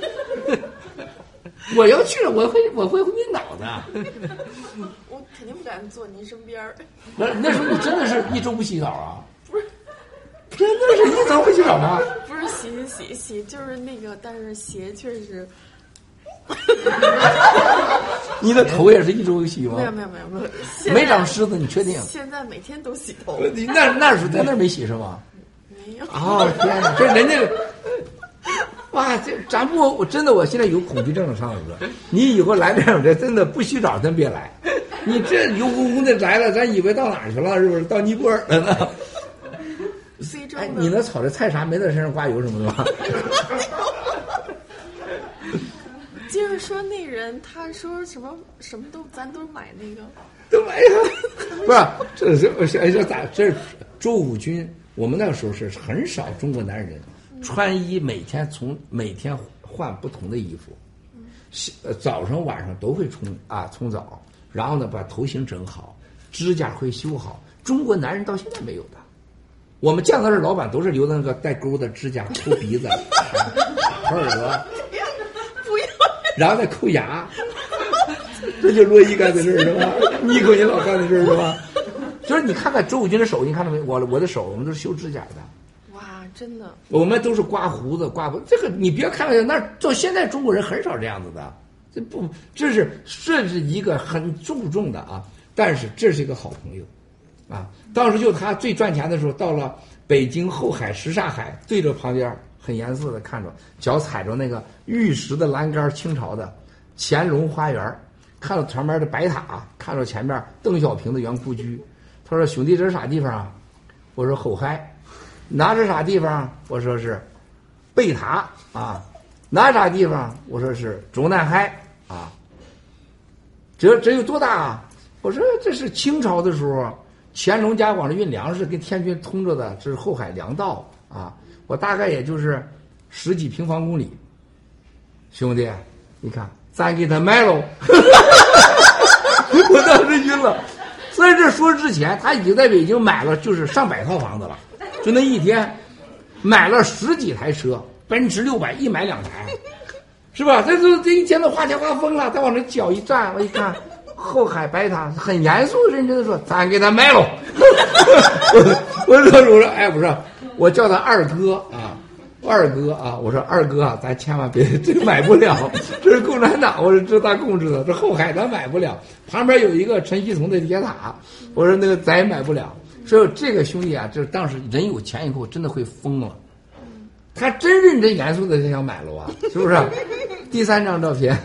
我要去了，我会我会晕倒的。 我肯定不敢坐您身边儿。 那那时候你真的是一周不洗澡啊？不是，真的是一周不洗澡吗？ 不是洗洗洗洗，就是那个，但是鞋确实。 你的头也是一周洗吗？ 没有没有没有没有， 没长虱子，你确定？ 现在每天都洗头。 你那那时候在那儿没洗是吗？ 没有。 哦天哪，这人家。哇，这咱不，我真的，我现在有恐惧症了，常老哥。你以后来这种这真的不洗澡真别来。你这油乎乎的来了，咱以为到哪儿去了？是不是到尼泊尔了呢？ 非洲。 哎，你那炒的菜啥没在身上刮油什么的吗？ 就是说那人他说什么什么都咱都买那个。 都买呀？不是，这是这咋？这是周武军，我们那个时候是很少中国男人。穿衣每天从每天换不同的衣服，呃，早上晚上都会冲啊冲澡，然后呢把头型整好，指甲会修好。中国男人到现在没有的，我们见到这老板都是留的那个带钩的指甲，抠鼻子、抠耳朵， 不要， 然后再抠牙，这就洛伊干的事儿是吧？妮蔻也老干的事儿是吧？就是你看看周武军的手，你看到没？我我的手，我们都是修指甲的。 真的， 我们都是刮胡子，刮胡这个你别看了，那到现在中国人很少这样子的，这不，这是这是一个很注重的啊。但是这是一个好朋友，啊，当时就他最赚钱的时候，到了北京后海什刹海，对着旁边很严肃的看着，脚踩着那个玉石的栏杆，清朝的乾隆花园，看到旁边的白塔，看到前面邓小平的原故居，他说：“兄弟，这是啥地方啊？”我说：“后海。”拿着啥地方？我说是贝塔啊。拿啥地方？我说是中南海啊。这这有多大啊？我说这是清朝的时候，乾隆家往这运粮食，跟天津通着的，这是后海粮道啊。我大概也就是十几平方公里。兄弟，你看，咱给他卖喽。我当时晕了。所以这说之前，他已经在北京买了就是上百套房子了。就那一天，买了十几台车，奔驰六百一买两台，是吧？这这这一天都花钱花疯了。他往那脚一站，我一看， 后海白塔很严肃认真的说：“咱给他卖了。”我我说我说哎，不是，我叫他二哥啊，二哥啊，我说二哥啊，咱千万别这买不了，这是共产党，我说这他控制的，这后海咱买不了，旁边有一个陈锡从的铁塔，我说那个咱也买不了。所以这个兄弟啊，就是当时人有钱以后真的会疯了，他真认真严肃的就想买了啊，是不是？第三张照片。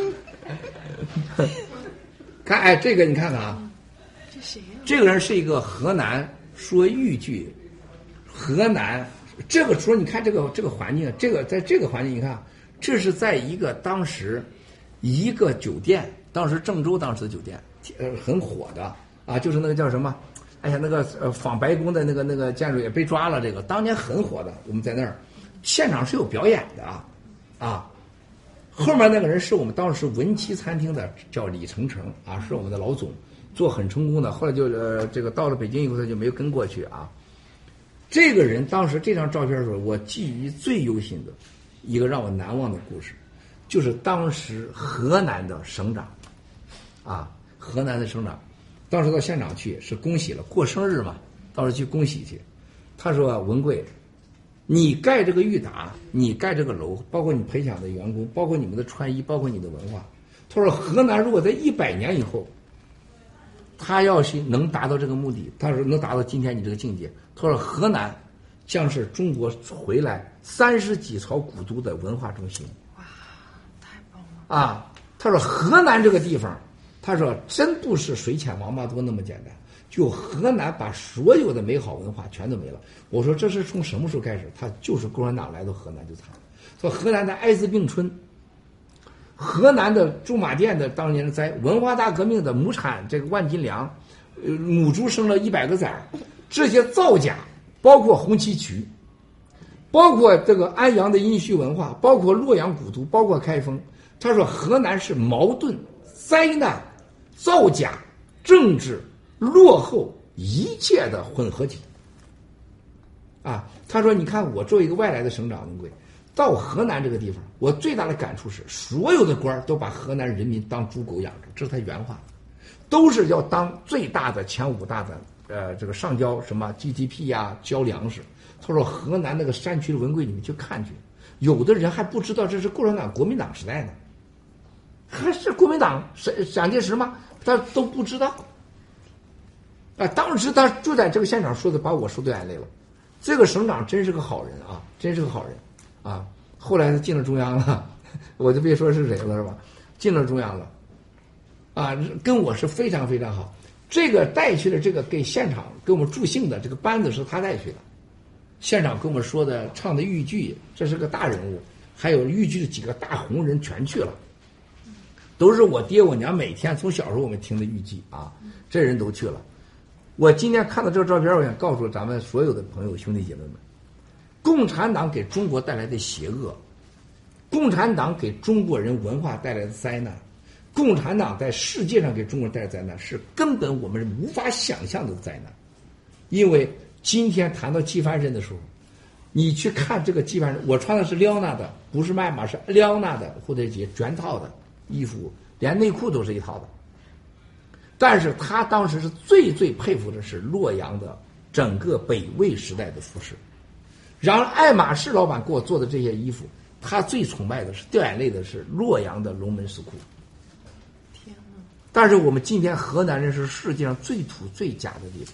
看，哎，这个你看看啊， 这谁呀？ 这个人是一个河南说豫剧，河南这个时候你看这个这个环境，这个在这个环境，你看这是在一个当时一个酒店，当时郑州当时的酒店，呃，很火的啊，就是那个叫什么？哎呀，那个呃仿白宫的那个那个建筑也被抓了，这个当年很火的，我们在那儿现场是有表演的啊啊。后面那个人是我们当时文七餐厅的，叫李成成啊，是我们的老总，做很成功的。后来就呃这个到了北京以后，他就没有跟过去啊。这个人当时这张照片的时候，我记忆最犹新的一个让我难忘的故事，就是当时河南的省长啊，河南的省长，当时到现场去是恭喜了，过生日嘛，到时候去恭喜去。他说文贵，你盖这个裕达，你盖这个楼，包括你培养的员工，包括你们的穿衣，包括你的文化。他说河南如果在一百年以后，他要是能达到这个目的，他说能达到今天你这个境界，他说河南将是中国回来三十几朝古都的文化中心。 哇，太棒了！ 啊，他说河南这个地方，他说真不是水浅王八多那么简单。就河南把所有的美好文化全都没了。我说这是从什么时候开始？他就是共产党来到河南就惨了。说河南的艾滋病村，河南的驻马店的当年的灾，文化大革命的亩产这个万斤粮，呃，母猪生了一百个崽儿，这些造假，包括红旗渠，包括这个安阳的殷墟文化，包括洛阳古都，包括开封。他说河南是矛盾、灾难、造假、政治。落后一切的混合体啊！他说：“你看，我作为一个外来的省长，文贵到河南这个地方，我最大的感触是，所有的官都把河南人民当猪狗养着，这是他原话，都是要当最大的前五大的呃这个上交什么 G D P 呀、啊，交粮食。他说河南那个山区的文贵，你们去看去，有的人还不知道这是共产党、国民党时代呢，还是国民党蒋蒋介石吗？他都不知道。”啊，当时他就在这个现场说的，把我说掉眼泪了。这个省长真是个好人啊，真是个好人啊。后来他进了中央了，我就别说是谁了，是吧？进了中央了，啊，跟我是非常非常好。这个带去的这个给现场给我们助兴的这个班子是他带去的，现场跟我们说的唱的豫剧，这是个大人物，还有豫剧的几个大红人全去了，都是我爹我娘每天从小时候我们听的豫剧啊，这人都去了。我今天看到这个照片，我想告诉咱们所有的朋友兄弟姐妹们，共产党给中国带来的邪恶，共产党给中国人文化带来的灾难，共产党在世界上给中国人带来的灾难是根本我们无法想象的灾难。因为今天谈到纪梵申的时候，你去看这个纪梵申，我穿的是廖娜的，不是麦马，是廖娜的蝴蝶结全套的衣服，连内裤都是一套的。但是他当时是最最佩服的是洛阳的整个北魏时代的服饰，然而爱马仕老板给我做的这些衣服，他最崇拜的是掉眼泪的是洛阳的龙门石窟。 天哪！ 但是我们今天河南人是世界上最土最假的地方，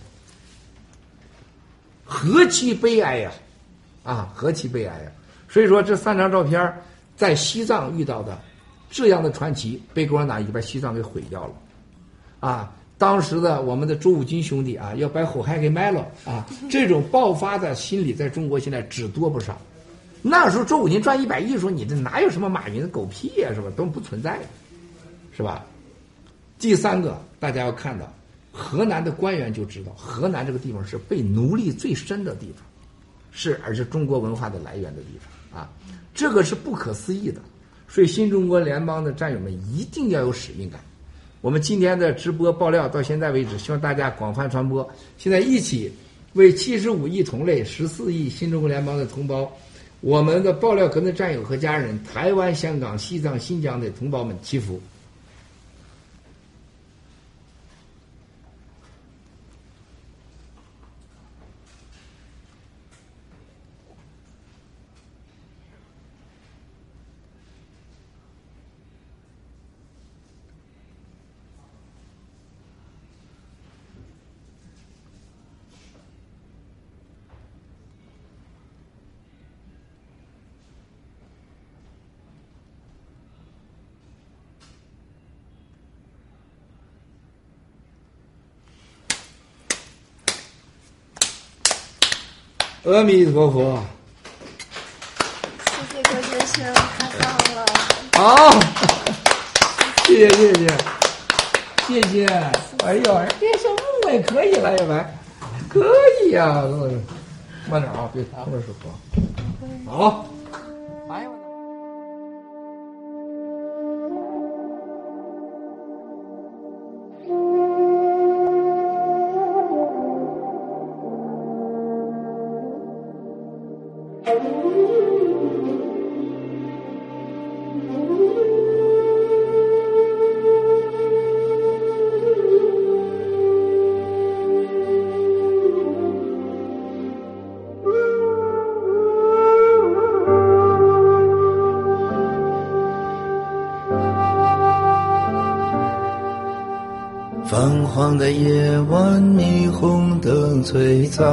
何其悲哀呀！啊，何其悲哀呀！所以说这三张照片在西藏遇到的这样的传奇，被共产党已经把西藏给毁掉了。啊，当时的我们的周武军兄弟啊，要把后海给卖了啊！这种爆发的心理在中国现在只多不少。那时候周武军赚一百亿的时候，你这哪有什么马云的狗屁呀、啊，是吧？都不存在，是吧？第三个，大家要看到，河南的官员就知道，河南这个地方是被奴隶最深的地方，是而是中国文化的来源的地方啊，这个是不可思议的。所以新中国联邦的战友们一定要有使命感。我们今天的直播爆料到现在为止，希望大家广泛传播。现在一起为七十五亿同类、十四亿新中国联邦的同胞，我们的爆料革命战友和家人，台湾、香港、西藏、新疆的同胞们祈福。 阿弥陀佛。 谢谢郭先生，太棒了。 好，谢谢谢谢谢谢。哎呦，别说木也可以了，也白，可以呀、啊，慢点啊，别后面说话。好。哎呦。 泛黄的夜晚，霓虹灯璀璨，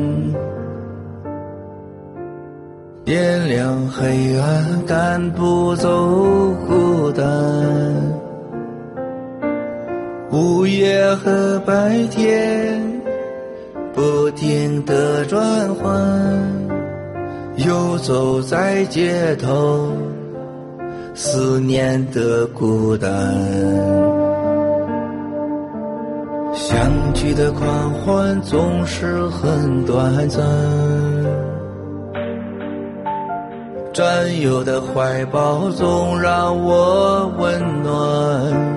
点亮黑暗，赶不走孤单。午夜和白天不停地转换，游走在街头，思念的孤单。相聚的狂欢总是很短暂，战友的怀抱总让我温暖。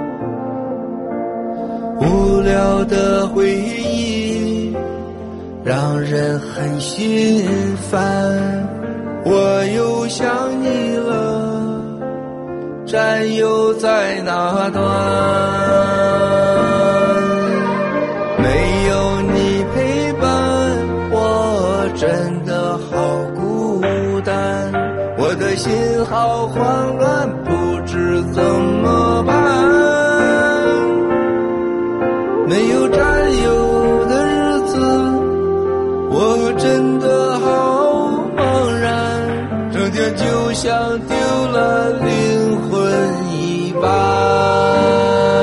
无聊的回忆让人很心烦，我又想你了，战友在哪端？没有你陪伴，我真的好孤单，我的心好慌乱，不知怎么办。没有战友的日子，我真的好茫然，整天就像丢了灵魂一般。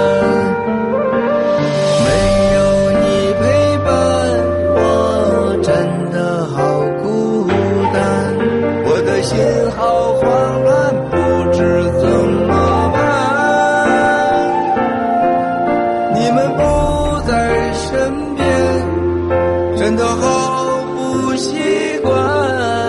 心好慌乱，不知怎么办。你们不在身边，真的好不习惯。